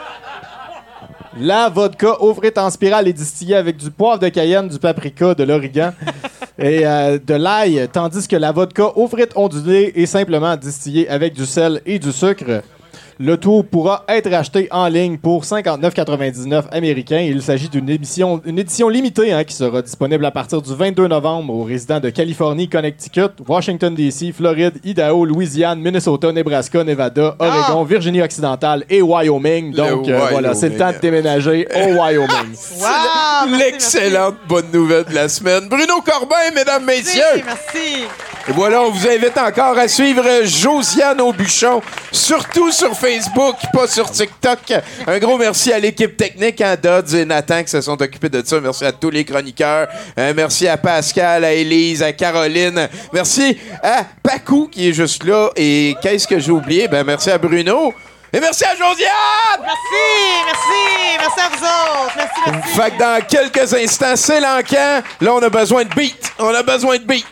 La vodka aux frites en spirale est distillée avec du poivre de Cayenne, du paprika, de l'origan et euh, de l'ail, tandis que la vodka aux frites ondulées est simplement distillée avec du sel et du sucre. Le tout pourra être acheté en ligne pour cinquante-neuf quatre-vingt-dix-neuf américains. Il s'agit d'une édition, une édition limitée hein, qui sera disponible à partir du vingt-deux novembre aux résidents de Californie, Connecticut, Washington D C, Floride, Idaho, Louisiane, Minnesota, Nebraska, Nevada, Oregon, Virginie-Occidentale et Wyoming. Donc Le euh, Wyoming. voilà, c'est le temps de déménager au Wyoming. Wow! Merci, L'excellente bonne nouvelle de la semaine. Bruno Corbin, mesdames, merci. messieurs. Merci, merci. Et voilà, on vous invite encore à suivre Josiane Aubuchon, surtout sur Facebook, pas sur TikTok. Un gros merci à l'équipe technique, à Dodds et Nathan qui se sont occupés de ça. Merci à tous les chroniqueurs. Euh, merci à Pascal, à Élise, à Caroline. Merci à Pacou qui est juste là. Et qu'est-ce que j'ai oublié? Ben, merci à Bruno. Et merci à Josiane! Merci, merci, merci à vous autres. Merci, merci. Fait que dans quelques instants, c'est l'encan. Là, on a besoin de beat. On a besoin de beat.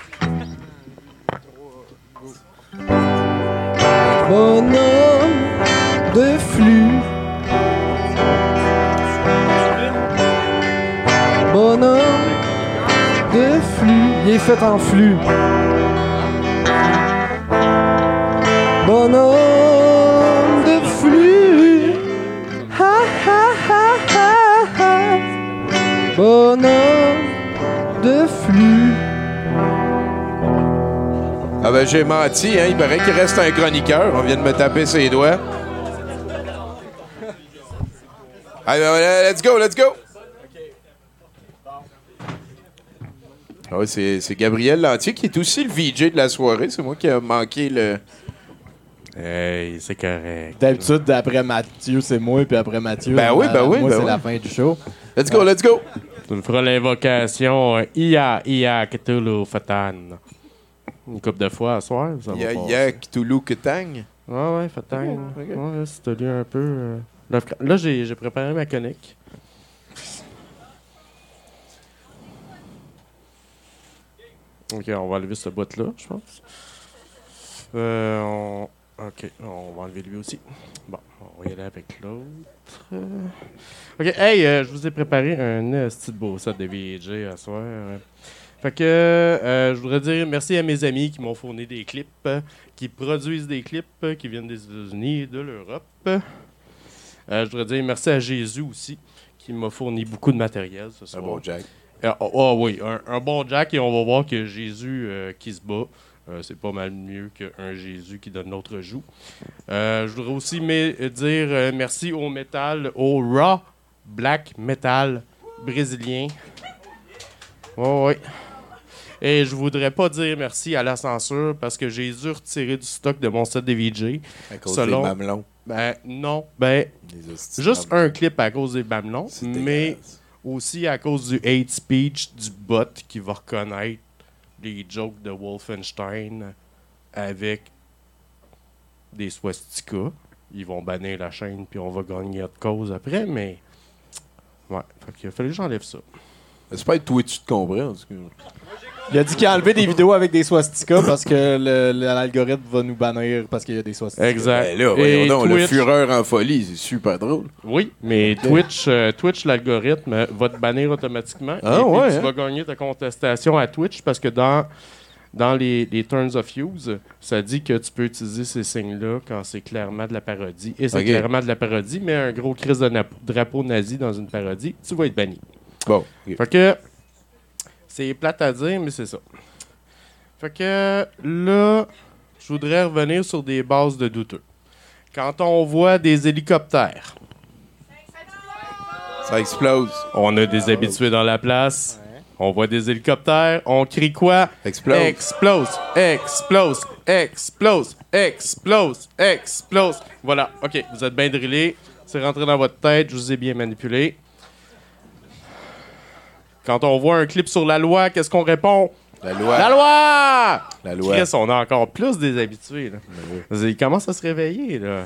Bonhomme de flux. Bonhomme de flux. Il est fait en flux. Bonhomme de flux. Ha ha ha ha ha. Bonhomme de flux. Ah ben j'ai menti, hein. Il paraît qu'il reste un chroniqueur. On vient de me taper ses doigts. Allez, allez, let's go, let's go! Ah ouais, c'est, c'est Gabriel Lantier qui est aussi le V J de la soirée. C'est moi qui ai manqué le... Hey, c'est correct. D'habitude, après Mathieu, c'est moi, puis après Mathieu, Ben oui, ben euh, oui, moi, ben c'est oui. la fin du show. Let's go, let's go! Tu me feras l'invocation euh, Ia, Ia, Cthulhu, Fatan. Une couple de fois à soir, ça va Ya, passer. ya, Cthulhu, Ketang. Ouais, ouais, Fatan. Ok, ok. Ouais, si t'as lu un peu... euh, Lovecraft. Là, j'ai, j'ai préparé ma chronique. OK, on va enlever ce bout-là, je pense. Euh, on... OK, on va enlever lui aussi. Bon, on va y aller avec l'autre. Euh, OK, hey, euh, je vous ai préparé un euh, petit beau set de V J à soir. Fait que euh, je voudrais dire merci à mes amis qui m'ont fourni des clips, euh, qui produisent des clips, euh, qui viennent des États-Unis et de l'Europe. Euh, je voudrais dire merci à Jésus aussi, qui m'a fourni beaucoup de matériel ce soir. Un bon Jack. Ah oh, oh, oui, un, un bon Jack, et on va voir que Jésus euh, qui se bat, euh, c'est pas mal mieux qu'un Jésus qui donne l'autre joue. Euh, je voudrais aussi mais, dire euh, merci au métal, au raw black metal brésilien. Oh, oui. Et je voudrais pas dire merci à la censure parce que j'ai dû retirer du stock de mon set de V J. À cause selon, des mamelons. Ben non, ben Les hosties juste mamelons. un clip à cause des mamelons, C'est mais dégueulasse. aussi à cause du hate speech du bot qui va reconnaître les jokes de Wolfenstein avec des swastikas. Ils vont bannir la chaîne puis on va gagner notre cause après, mais ouais, fait qu'il a fallu que j'enlève ça. C'est pas être Twitch de comprendre. Il a dit qu'il a enlevé des vidéos avec des swastikas parce que le- le- l'algorithme va nous bannir parce qu'il y a des swastikas. Exact. Ben là, voyons Et donc, le Twitch- fureur en folie, c'est super drôle. Oui, mais Twitch, euh, Twitch l'algorithme, euh, va te bannir automatiquement. Ah, et puis ouais, tu hein? vas gagner ta contestation à Twitch parce que dans, dans les, les Terms of Use, ça dit que tu peux utiliser ces signes-là quand c'est clairement de la parodie. Et c'est Ok. clairement de la parodie, mais un gros crise de nap- drapeau nazi dans une parodie, tu vas être banni. Bon. ok. Fait que c'est plate à dire, mais c'est ça. Fait que là, je voudrais revenir sur des bases de douteux. Quand on voit des hélicoptères, Ça explose. on a des habitués dans la place. On voit des hélicoptères. On crie quoi? Explose. Explose, explose, explose, explose, explose. Voilà. OK, vous êtes bien drillés. C'est rentré dans votre tête. Je vous ai bien manipulé. Quand on voit un clip sur la loi, qu'est-ce qu'on répond? La loi. La loi! La loi. Chris, on a encore plus des habitués. Là. Ils commencent à se réveiller. Là.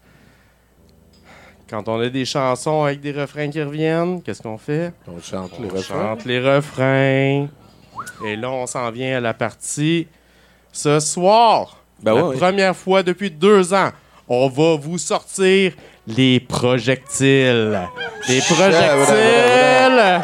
Quand on a des chansons avec des refrains qui reviennent, qu'est-ce qu'on fait? On chante On les refrains. chante les refrains. Et là, on s'en vient à la partie. Ce soir, Ben la ouais, ouais. première fois depuis deux ans, on va vous sortir les projectiles. Les projectiles!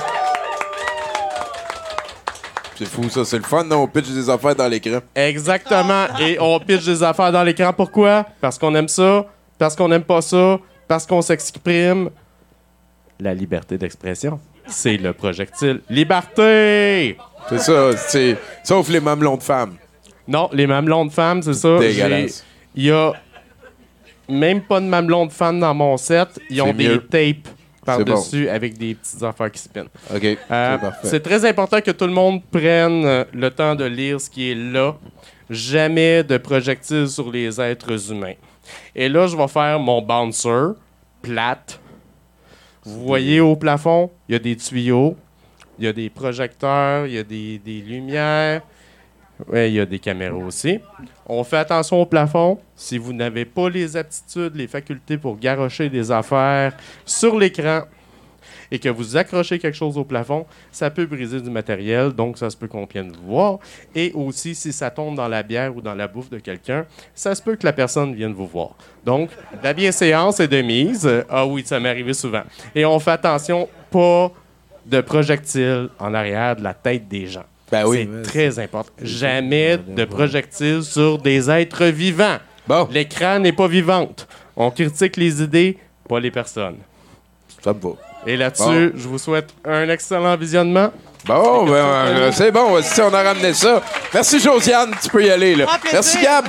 C'est fou, ça. C'est le fun, non? On pitch des affaires dans l'écran. Exactement. Et on pitch des affaires dans l'écran. Pourquoi? Parce qu'on aime ça, parce qu'on n'aime pas ça, parce qu'on s'exprime. La liberté d'expression, c'est le projectile. Liberté! C'est ça. C'est... Sauf les mamelons de femmes. Non, les mamelons de femmes, c'est ça. Dégueulasse. J'ai- Il y a même pas de mamelons de femmes dans mon set. Ils ont C'est des mieux. tapes par-dessus bon. avec des petites affaires qui spinent. OK. Euh, c'est parfait. c'est très important que tout le monde prenne euh, le temps de lire ce qui est là. Jamais de projectiles sur les êtres humains. Et là, je vais faire mon bouncer plate. Vous voyez au plafond, il y a des tuyaux, il y a des projecteurs, il y a des, des lumières. Ouais, il y a des caméras aussi. On fait attention au plafond. Si vous n'avez pas les aptitudes, les facultés pour garrocher des affaires sur l'écran et que vous accrochez quelque chose au plafond, ça peut briser du matériel, donc ça se peut qu'on vienne vous voir. Et aussi, si ça tombe dans la bière ou dans la bouffe de quelqu'un, ça se peut que la personne vienne vous voir. Donc, la bienséance est de mise. Euh, Ah oui, ça m'est arrivé souvent. Et on fait attention, pas de projectiles en arrière de la tête des gens. Ben oui, c'est mais très important. Jamais de projectiles sur des êtres vivants. Bon. L'écran n'est pas vivante. On critique les idées, pas les personnes. Ça me va. Et là-dessus, je vous souhaite un excellent visionnement. Bon, ben, euh, c'est bon. Si on a ramené ça. Merci, Josiane. Tu peux y aller, là. Ah, plaisir. Merci, Gab.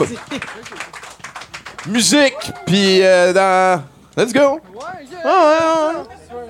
Musique, puis euh, dans... Let's go. Ah, ouais, ouais.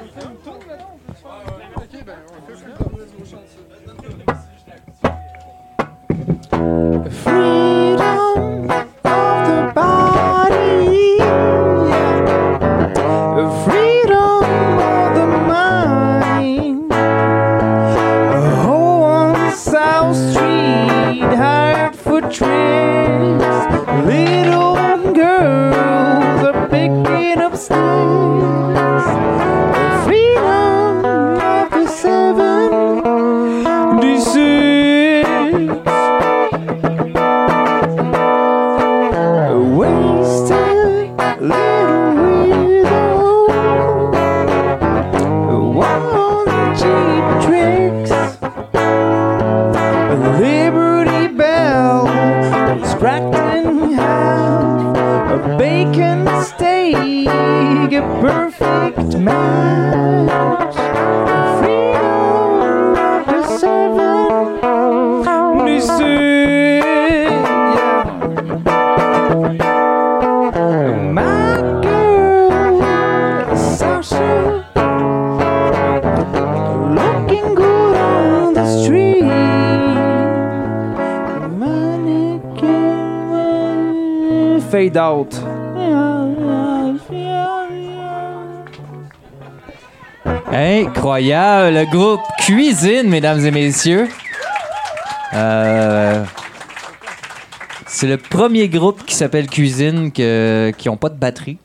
Liberty Bell is cracked in half. A bacon steak, a perfect match. Freedom of the seven-day My girl is social, looking good on the street. Mannequin fade out. Incroyable, le groupe Cuisine, mesdames et messieurs. Euh, c'est le premier groupe qui s'appelle Cuisine que, qui n'ont pas de batterie.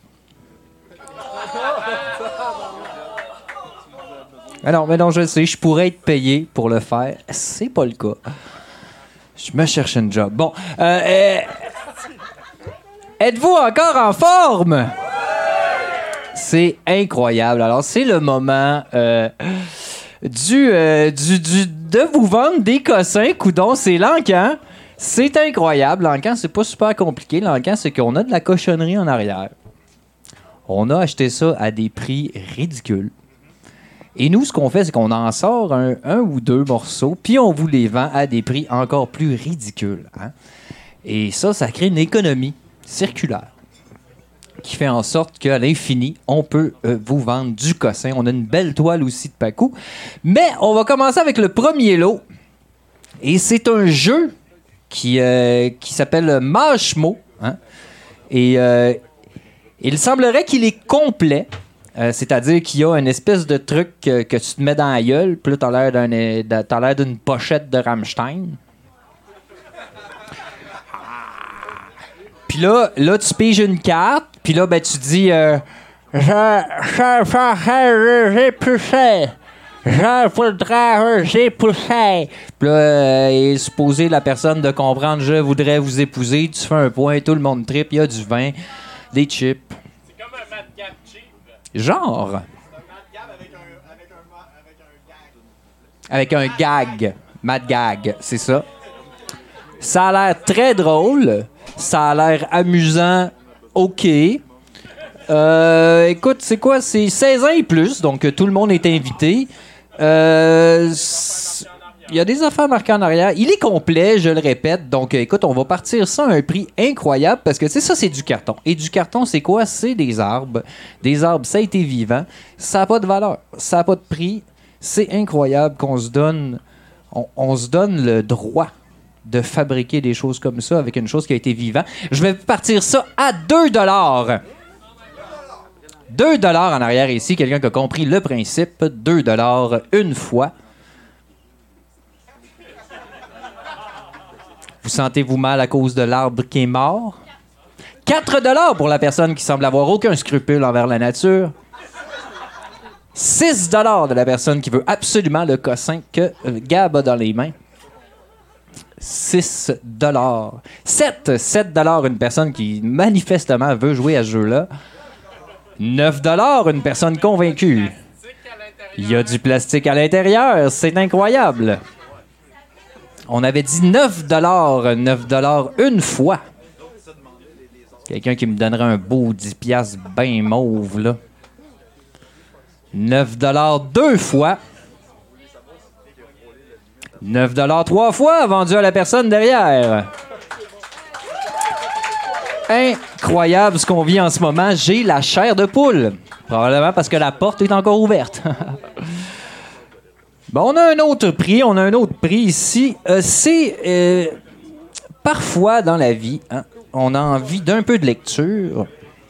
Ah non, mais non, je le sais, je pourrais être payé pour le faire. C'est pas le cas. Je me cherche un job. Bon, euh, euh, êtes-vous encore en forme? C'est incroyable. Alors, c'est le moment euh, du, euh, du, du, de vous vendre des cossins. Coudon, c'est l'encan. C'est incroyable. L'encan, c'est pas super compliqué. L'encan, c'est qu'on a de la cochonnerie en arrière. On a acheté ça à des prix ridicules. Et nous, ce qu'on fait, c'est qu'on en sort un, un ou deux morceaux, puis on vous les vend à des prix encore plus ridicules. Hein? Et ça, ça crée une économie circulaire qui fait en sorte qu'à l'infini, on peut euh, vous vendre du cossin. On a une belle toile aussi de Pacou. Mais on va commencer avec le premier lot. Et c'est un jeu qui, euh, qui s'appelle Mâche-Mot. Hein? Et euh, il semblerait qu'il est complet. Euh, c'est-à-dire qu'il y a une espèce de truc que, que tu te mets dans la gueule, puis là, t'as l'air, d'un, t'as l'air d'une pochette de Rammstein. Puis là, là, tu piges une carte, puis là, ben, tu dis euh, « Je, je, je, j'ai poussé. Je voudrais, j'ai poussé. » Puis là, euh, il est supposé, la personne, de comprendre « Je voudrais vous épouser. » Tu fais un point, tout le monde tripe, il y a du vin, des chips. C'est comme un Mad Gab cheap. Genre. Avec un gag. Mad Gag, c'est ça. Ça a l'air très drôle. Ça a l'air amusant. OK. Euh, écoute, c'est quoi? C'est seize ans et plus, donc tout le monde est invité. Euh, il y a des affaires marquées en arrière. Il est complet, je le répète. Donc, écoute, on va partir ça à un prix incroyable parce que, tu sais, ça, c'est du carton. Et du carton, c'est quoi? C'est des arbres. Des arbres, ça a été vivant. Ça n'a pas de valeur. Ça n'a pas de prix. C'est incroyable qu'on se donne... On, on se donne le droit de fabriquer des choses comme ça avec une chose qui a été vivante. Je vais partir ça à deux dollars. deux dollars en arrière ici. Quelqu'un qui a compris le principe. deux dollars une fois. Vous sentez-vous mal à cause de l'arbre qui est mort? quatre dollars pour la personne qui semble avoir aucun scrupule envers la nature. six dollars de la personne qui veut absolument le cossin que Gab a dans les mains. six dollars. sept. sept dollars une personne qui manifestement veut jouer à ce jeu-là. neuf dollars une personne convaincue. Il y a du plastique à l'intérieur. C'est incroyable. On avait dit neuf dollars. neuf dollars une fois. Quelqu'un qui me donnerait un beau dix piastres bien mauve, là. neuf dollars deux fois. neuf dollars trois fois vendu à la personne derrière. Incroyable ce qu'on vit en ce moment. J'ai la chair de poule. Probablement parce que la porte est encore ouverte. Bon, on a un autre prix. On a un autre prix ici. Euh, c'est... Euh, parfois dans la vie, hein, on a envie d'un peu de lecture.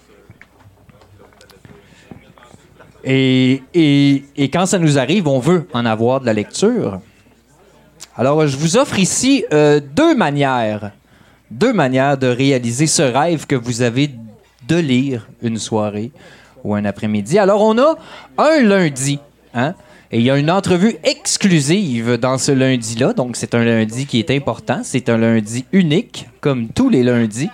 Et, et, et quand ça nous arrive, on veut en avoir de la lecture. Alors, je vous offre ici euh, deux manières. Deux manières de réaliser ce rêve que vous avez de lire une soirée ou un après-midi. Alors, on a un lundi, hein? Et il y a une entrevue exclusive dans ce lundi-là. Donc, c'est un lundi qui est important. C'est un lundi unique, comme tous les lundis.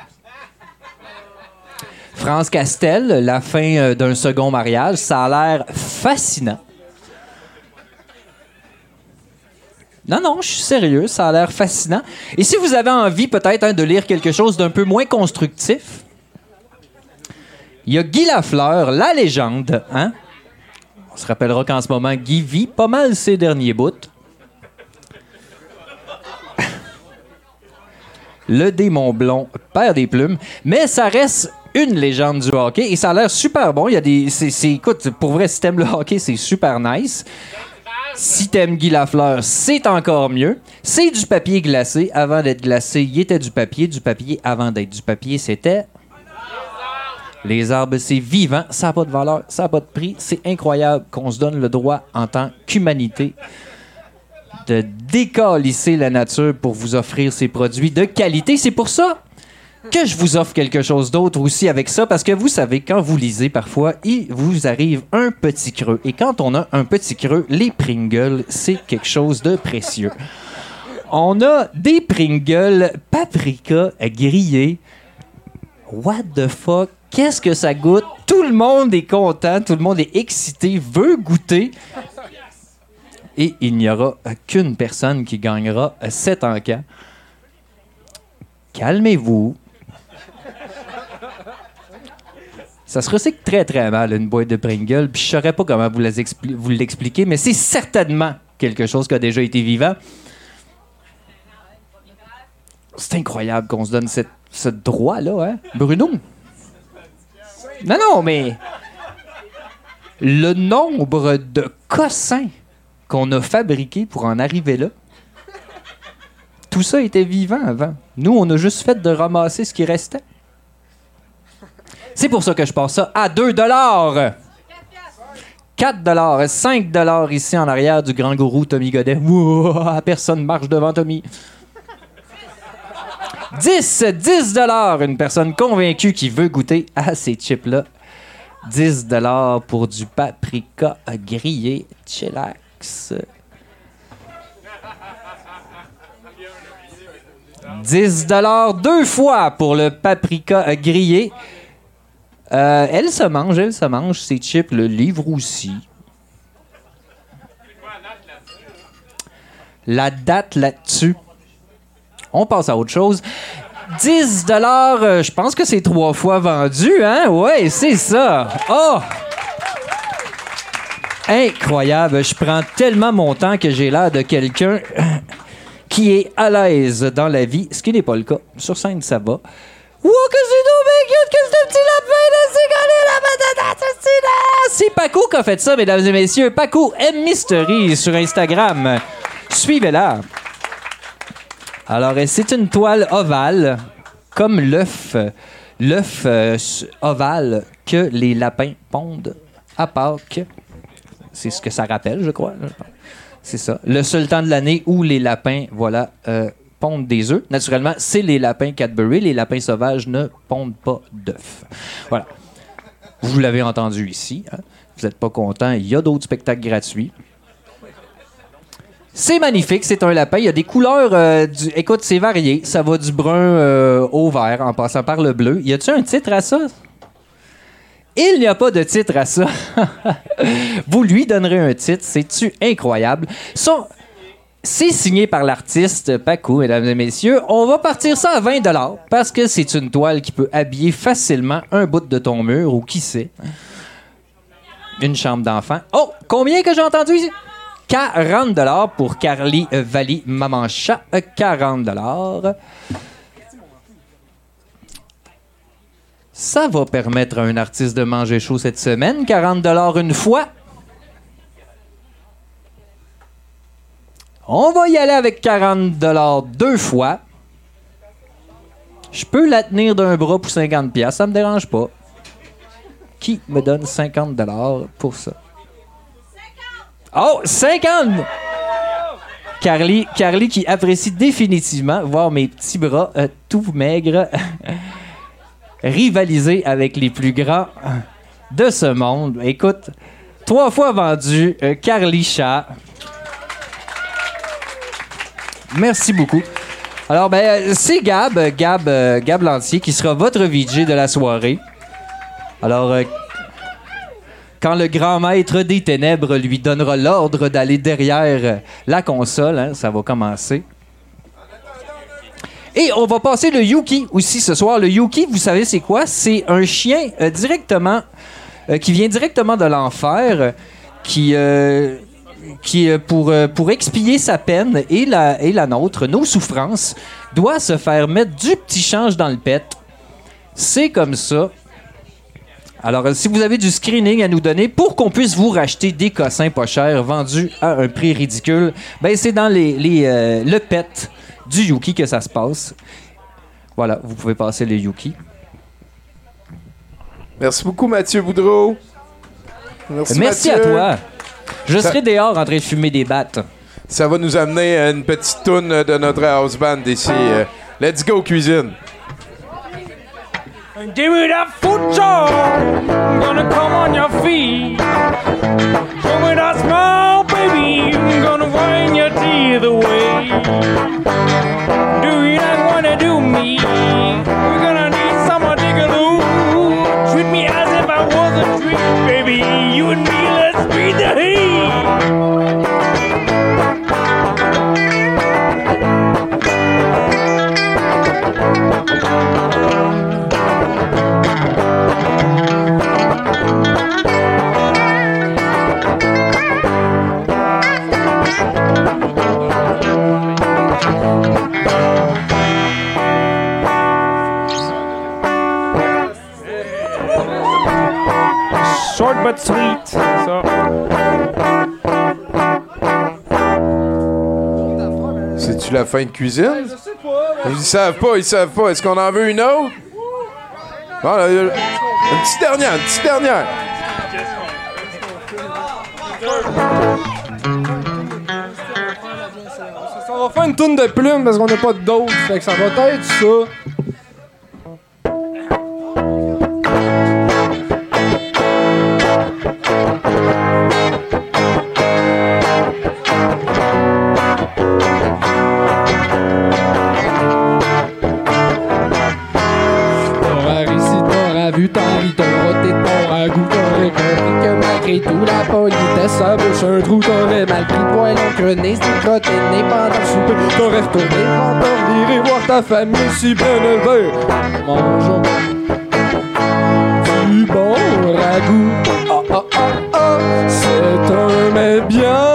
France Castel, la fin d'un second mariage, ça a l'air fascinant. Non, non, je suis sérieux, ça a l'air fascinant. Et si vous avez envie peut-être hein, de lire quelque chose d'un peu moins constructif, il y a Guy Lafleur, la légende. Hein? On se rappellera qu'en ce moment, Guy vit pas mal ses derniers bouts. Le démon blond perd des plumes, mais ça reste une légende du hockey et ça a l'air super bon. Il y a des, c'est, c'est, écoute, pour vrai, si t'aimes le hockey, c'est super nice. Si t'aimes Guy Lafleur, c'est encore mieux. C'est du papier glacé. Avant d'être glacé, il était du papier. Du papier, avant d'être du papier, c'était... Les arbres, c'est vivant. Ça n'a pas de valeur, ça n'a pas de prix. C'est incroyable qu'on se donne le droit, en tant qu'humanité, de décalisser la nature pour vous offrir ces produits de qualité. C'est pour ça que je vous offre quelque chose d'autre aussi avec ça, parce que vous savez, quand vous lisez, parfois, il vous arrive un petit creux. Et quand on a un petit creux, les Pringles, c'est quelque chose de précieux. On a des Pringles paprika grillés. What the fuck? Qu'est-ce que ça goûte? Tout le monde est content, tout le monde est excité, veut goûter. Et il n'y aura qu'une personne qui gagnera cet encas. Calmez-vous. Ça se recycle très, très mal, une boîte de Pringles. Puis je saurais pas comment vous, les expli- vous l'expliquer, mais c'est certainement quelque chose qui a déjà été vivant. C'est incroyable qu'on se donne cette, ce droit-là, hein? Bruno? Non, non, mais... Le nombre de cossins qu'on a fabriqués pour en arriver là, tout ça était vivant avant. Nous, on a juste fait de ramasser ce qui restait. C'est pour ça que je passe ça à deux dollars. quatre dollars, cinq dollars ici en arrière du grand gourou Tommy Godet. Ouah, personne marche devant Tommy. dix, dix dollars, une personne convaincue qui veut goûter à ces chips-là. dix dollars pour du paprika grillé chillax. dix dollars deux fois pour le paprika grillé. Euh, elle se mange, elle se mange. Ces chips, le livre aussi. La date là-dessus. On passe à autre chose. dix dollars, euh, je pense que c'est trois fois vendu, hein? Ouais, c'est ça. Oh! Incroyable. Je prends tellement mon temps que j'ai l'air de quelqu'un qui est à l'aise dans la vie, ce qui n'est pas le cas. Sur scène, ça va. Wow, que c'est donc bien cute, que c'est un petit lapin, là, c'est collé la patate, c'est Paco qui a fait ça, mesdames et messieurs. Paco M Mystery sur Instagram. Suivez-la. Alors, c'est une toile ovale, comme l'œuf, l'œuf euh, ovale que les lapins pondent à Pâques. C'est ce que ça rappelle, je crois. C'est ça. Le seul temps de l'année où les lapins, voilà, euh, pondent des œufs. Naturellement, c'est les lapins Cadbury. Les lapins sauvages ne pondent pas d'œufs. Voilà. Vous l'avez entendu ici. Hein? Vous n'êtes pas content. Il y a d'autres spectacles gratuits. C'est magnifique, c'est un lapin. Il y a des couleurs... Euh, du... Écoute, c'est varié. Ça va du brun euh, au vert, en passant par le bleu. Y a-tu un titre à ça? Il n'y a pas de titre à ça. Vous lui donnerez un titre. C'est-tu incroyable? Son... C'est signé par l'artiste Paco, mesdames et messieurs. On va partir ça à vingt dollars parce que c'est une toile qui peut habiller facilement un bout de ton mur ou qui sait, une chambre d'enfant. Oh! Combien que j'ai entendu ici? quarante dollars pour Carly Valley Maman Chat. quarante dollars. Ça va permettre à un artiste de manger chaud cette semaine. quarante dollars une fois. On va y aller avec quarante dollars deux fois. Je peux la tenir d'un bras pour cinquante dollars. Ça me dérange pas. Qui me donne cinquante dollars pour ça? Oh, cinquante! Carly, Carly qui apprécie définitivement voir mes petits bras euh, tout maigres rivaliser avec les plus grands de ce monde. Écoute, trois fois vendu, euh, Carly Chat. Merci beaucoup. Alors, ben, c'est Gab, Gab, euh, Gab Lantier, qui sera votre V J de la soirée. Alors, euh, quand le grand maître des ténèbres lui donnera l'ordre d'aller derrière la console. Hein, ça va commencer. Et on va passer le Yuki aussi ce soir. Le Yuki, vous savez c'est quoi? C'est un chien euh, directement, euh, qui vient directement de l'enfer, qui, euh, qui euh, pour, euh, pour expier sa peine et la, et la nôtre, nos souffrances, doit se faire mettre du petit change dans le pet. C'est comme ça. Alors, euh, si vous avez du screening à nous donner pour qu'on puisse vous racheter des cossins pas chers vendus à un prix ridicule, ben c'est dans les, les, euh, le pet du Yuki que ça se passe. Voilà, vous pouvez passer le Yuki. Merci beaucoup, Mathieu Boudreau. Merci, Merci Mathieu. à toi. Je Ça- serai dehors en train de fumer des battes. Ça va nous amener à une petite toune de notre house band ici. Euh, Let's go, cuisine. Give me that foot job, I'm gonna come on your feet. Show me that smile, baby, I'm gonna wind your teeth away. Do you not wanna do me? We're gonna need someone diggaloo. Treat me as if I was a dream, baby. You and me, let's beat the heat. Short but sweet. Ça. C'est-tu la fin de cuisine? Je sais pas. Ils savent pas, ils savent pas. Est-ce qu'on en veut une autre? Bon, là, une petite dernière, une petite dernière. On va faire une tourne de plumes parce qu'on n'a pas de dose. Fait que ça va être ça. T'auras réussi, t'auras vu, t'auras ri, t'auras tes t'auras goût, t'aurais compris que malgré tout la politesse ça bouche un trou, t'aurais mal pris de poil en crené, c'est crotté de nez pendant le souper, t'aurais retourné devant t'en et voir ta famille si bien élevée. Mangeons du bon ragoût. Ah ah ah ah, c'est un mets bien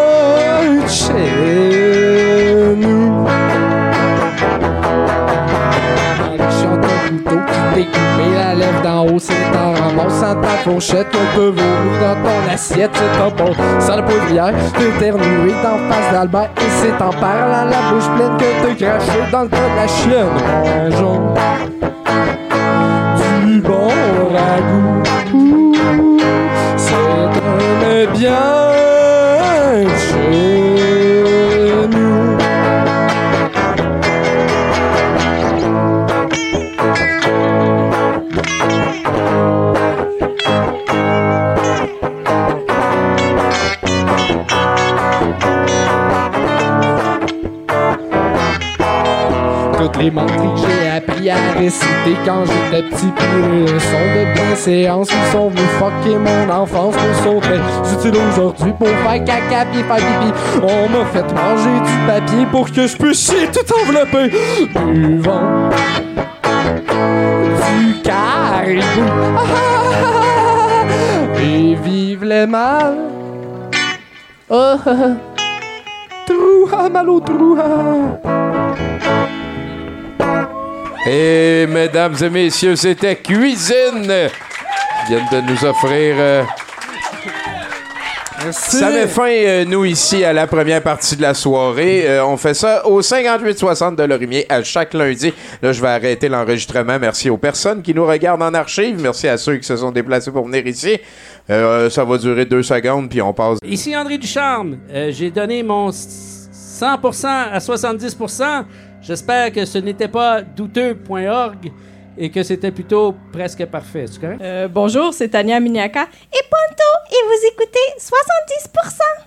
chez nous. T'es coupé la lèvre d'en haut, c'est en ramassant ta fourchette qu'on peut voler dans ton assiette, c'est un bon sans la poudrière, t'éternuer d'en face d'Albert et c'est en parlant la bouche pleine que t'es craché dans le tas de la chienne. Mangeons du bon ragoût, ouh, c'est un mets bien chez nous. Toutes les mentries que j'ai appris à réciter quand j'étais petit, puis les leçons de bienséance qui sont venus fucker mon enfance me sont très utiles aujourd'hui pour faire caca pis faire pipi. On m'a fait manger du papier pour que je puisse chier tout enveloppé. Buvons du caribou. Ah, ah, ah, et vive les mâles. Oh, ah, ah. Trou, ah, mal au trou, ah. Et mesdames et messieurs, c'était Cuisine qui viennent de nous offrir. Euh, ça met fin, euh, nous, ici, à la première partie de la soirée. Euh, on fait ça au cinquante-huit soixante de Lorimier à chaque lundi. Là, je vais arrêter l'enregistrement. Merci aux personnes qui nous regardent en archive. Merci à ceux qui se sont déplacés pour venir ici. Euh, ça va durer deux secondes, puis on passe. Ici André Ducharme. Euh, j'ai donné mon cent pour cent à soixante-dix pour cent. J'espère que ce n'était pas douteux point org et que c'était plutôt presque parfait. C'est correct? Euh, bonjour, c'est Tania Miniaka et Ponto et vous écoutez soixante-dix pour cent.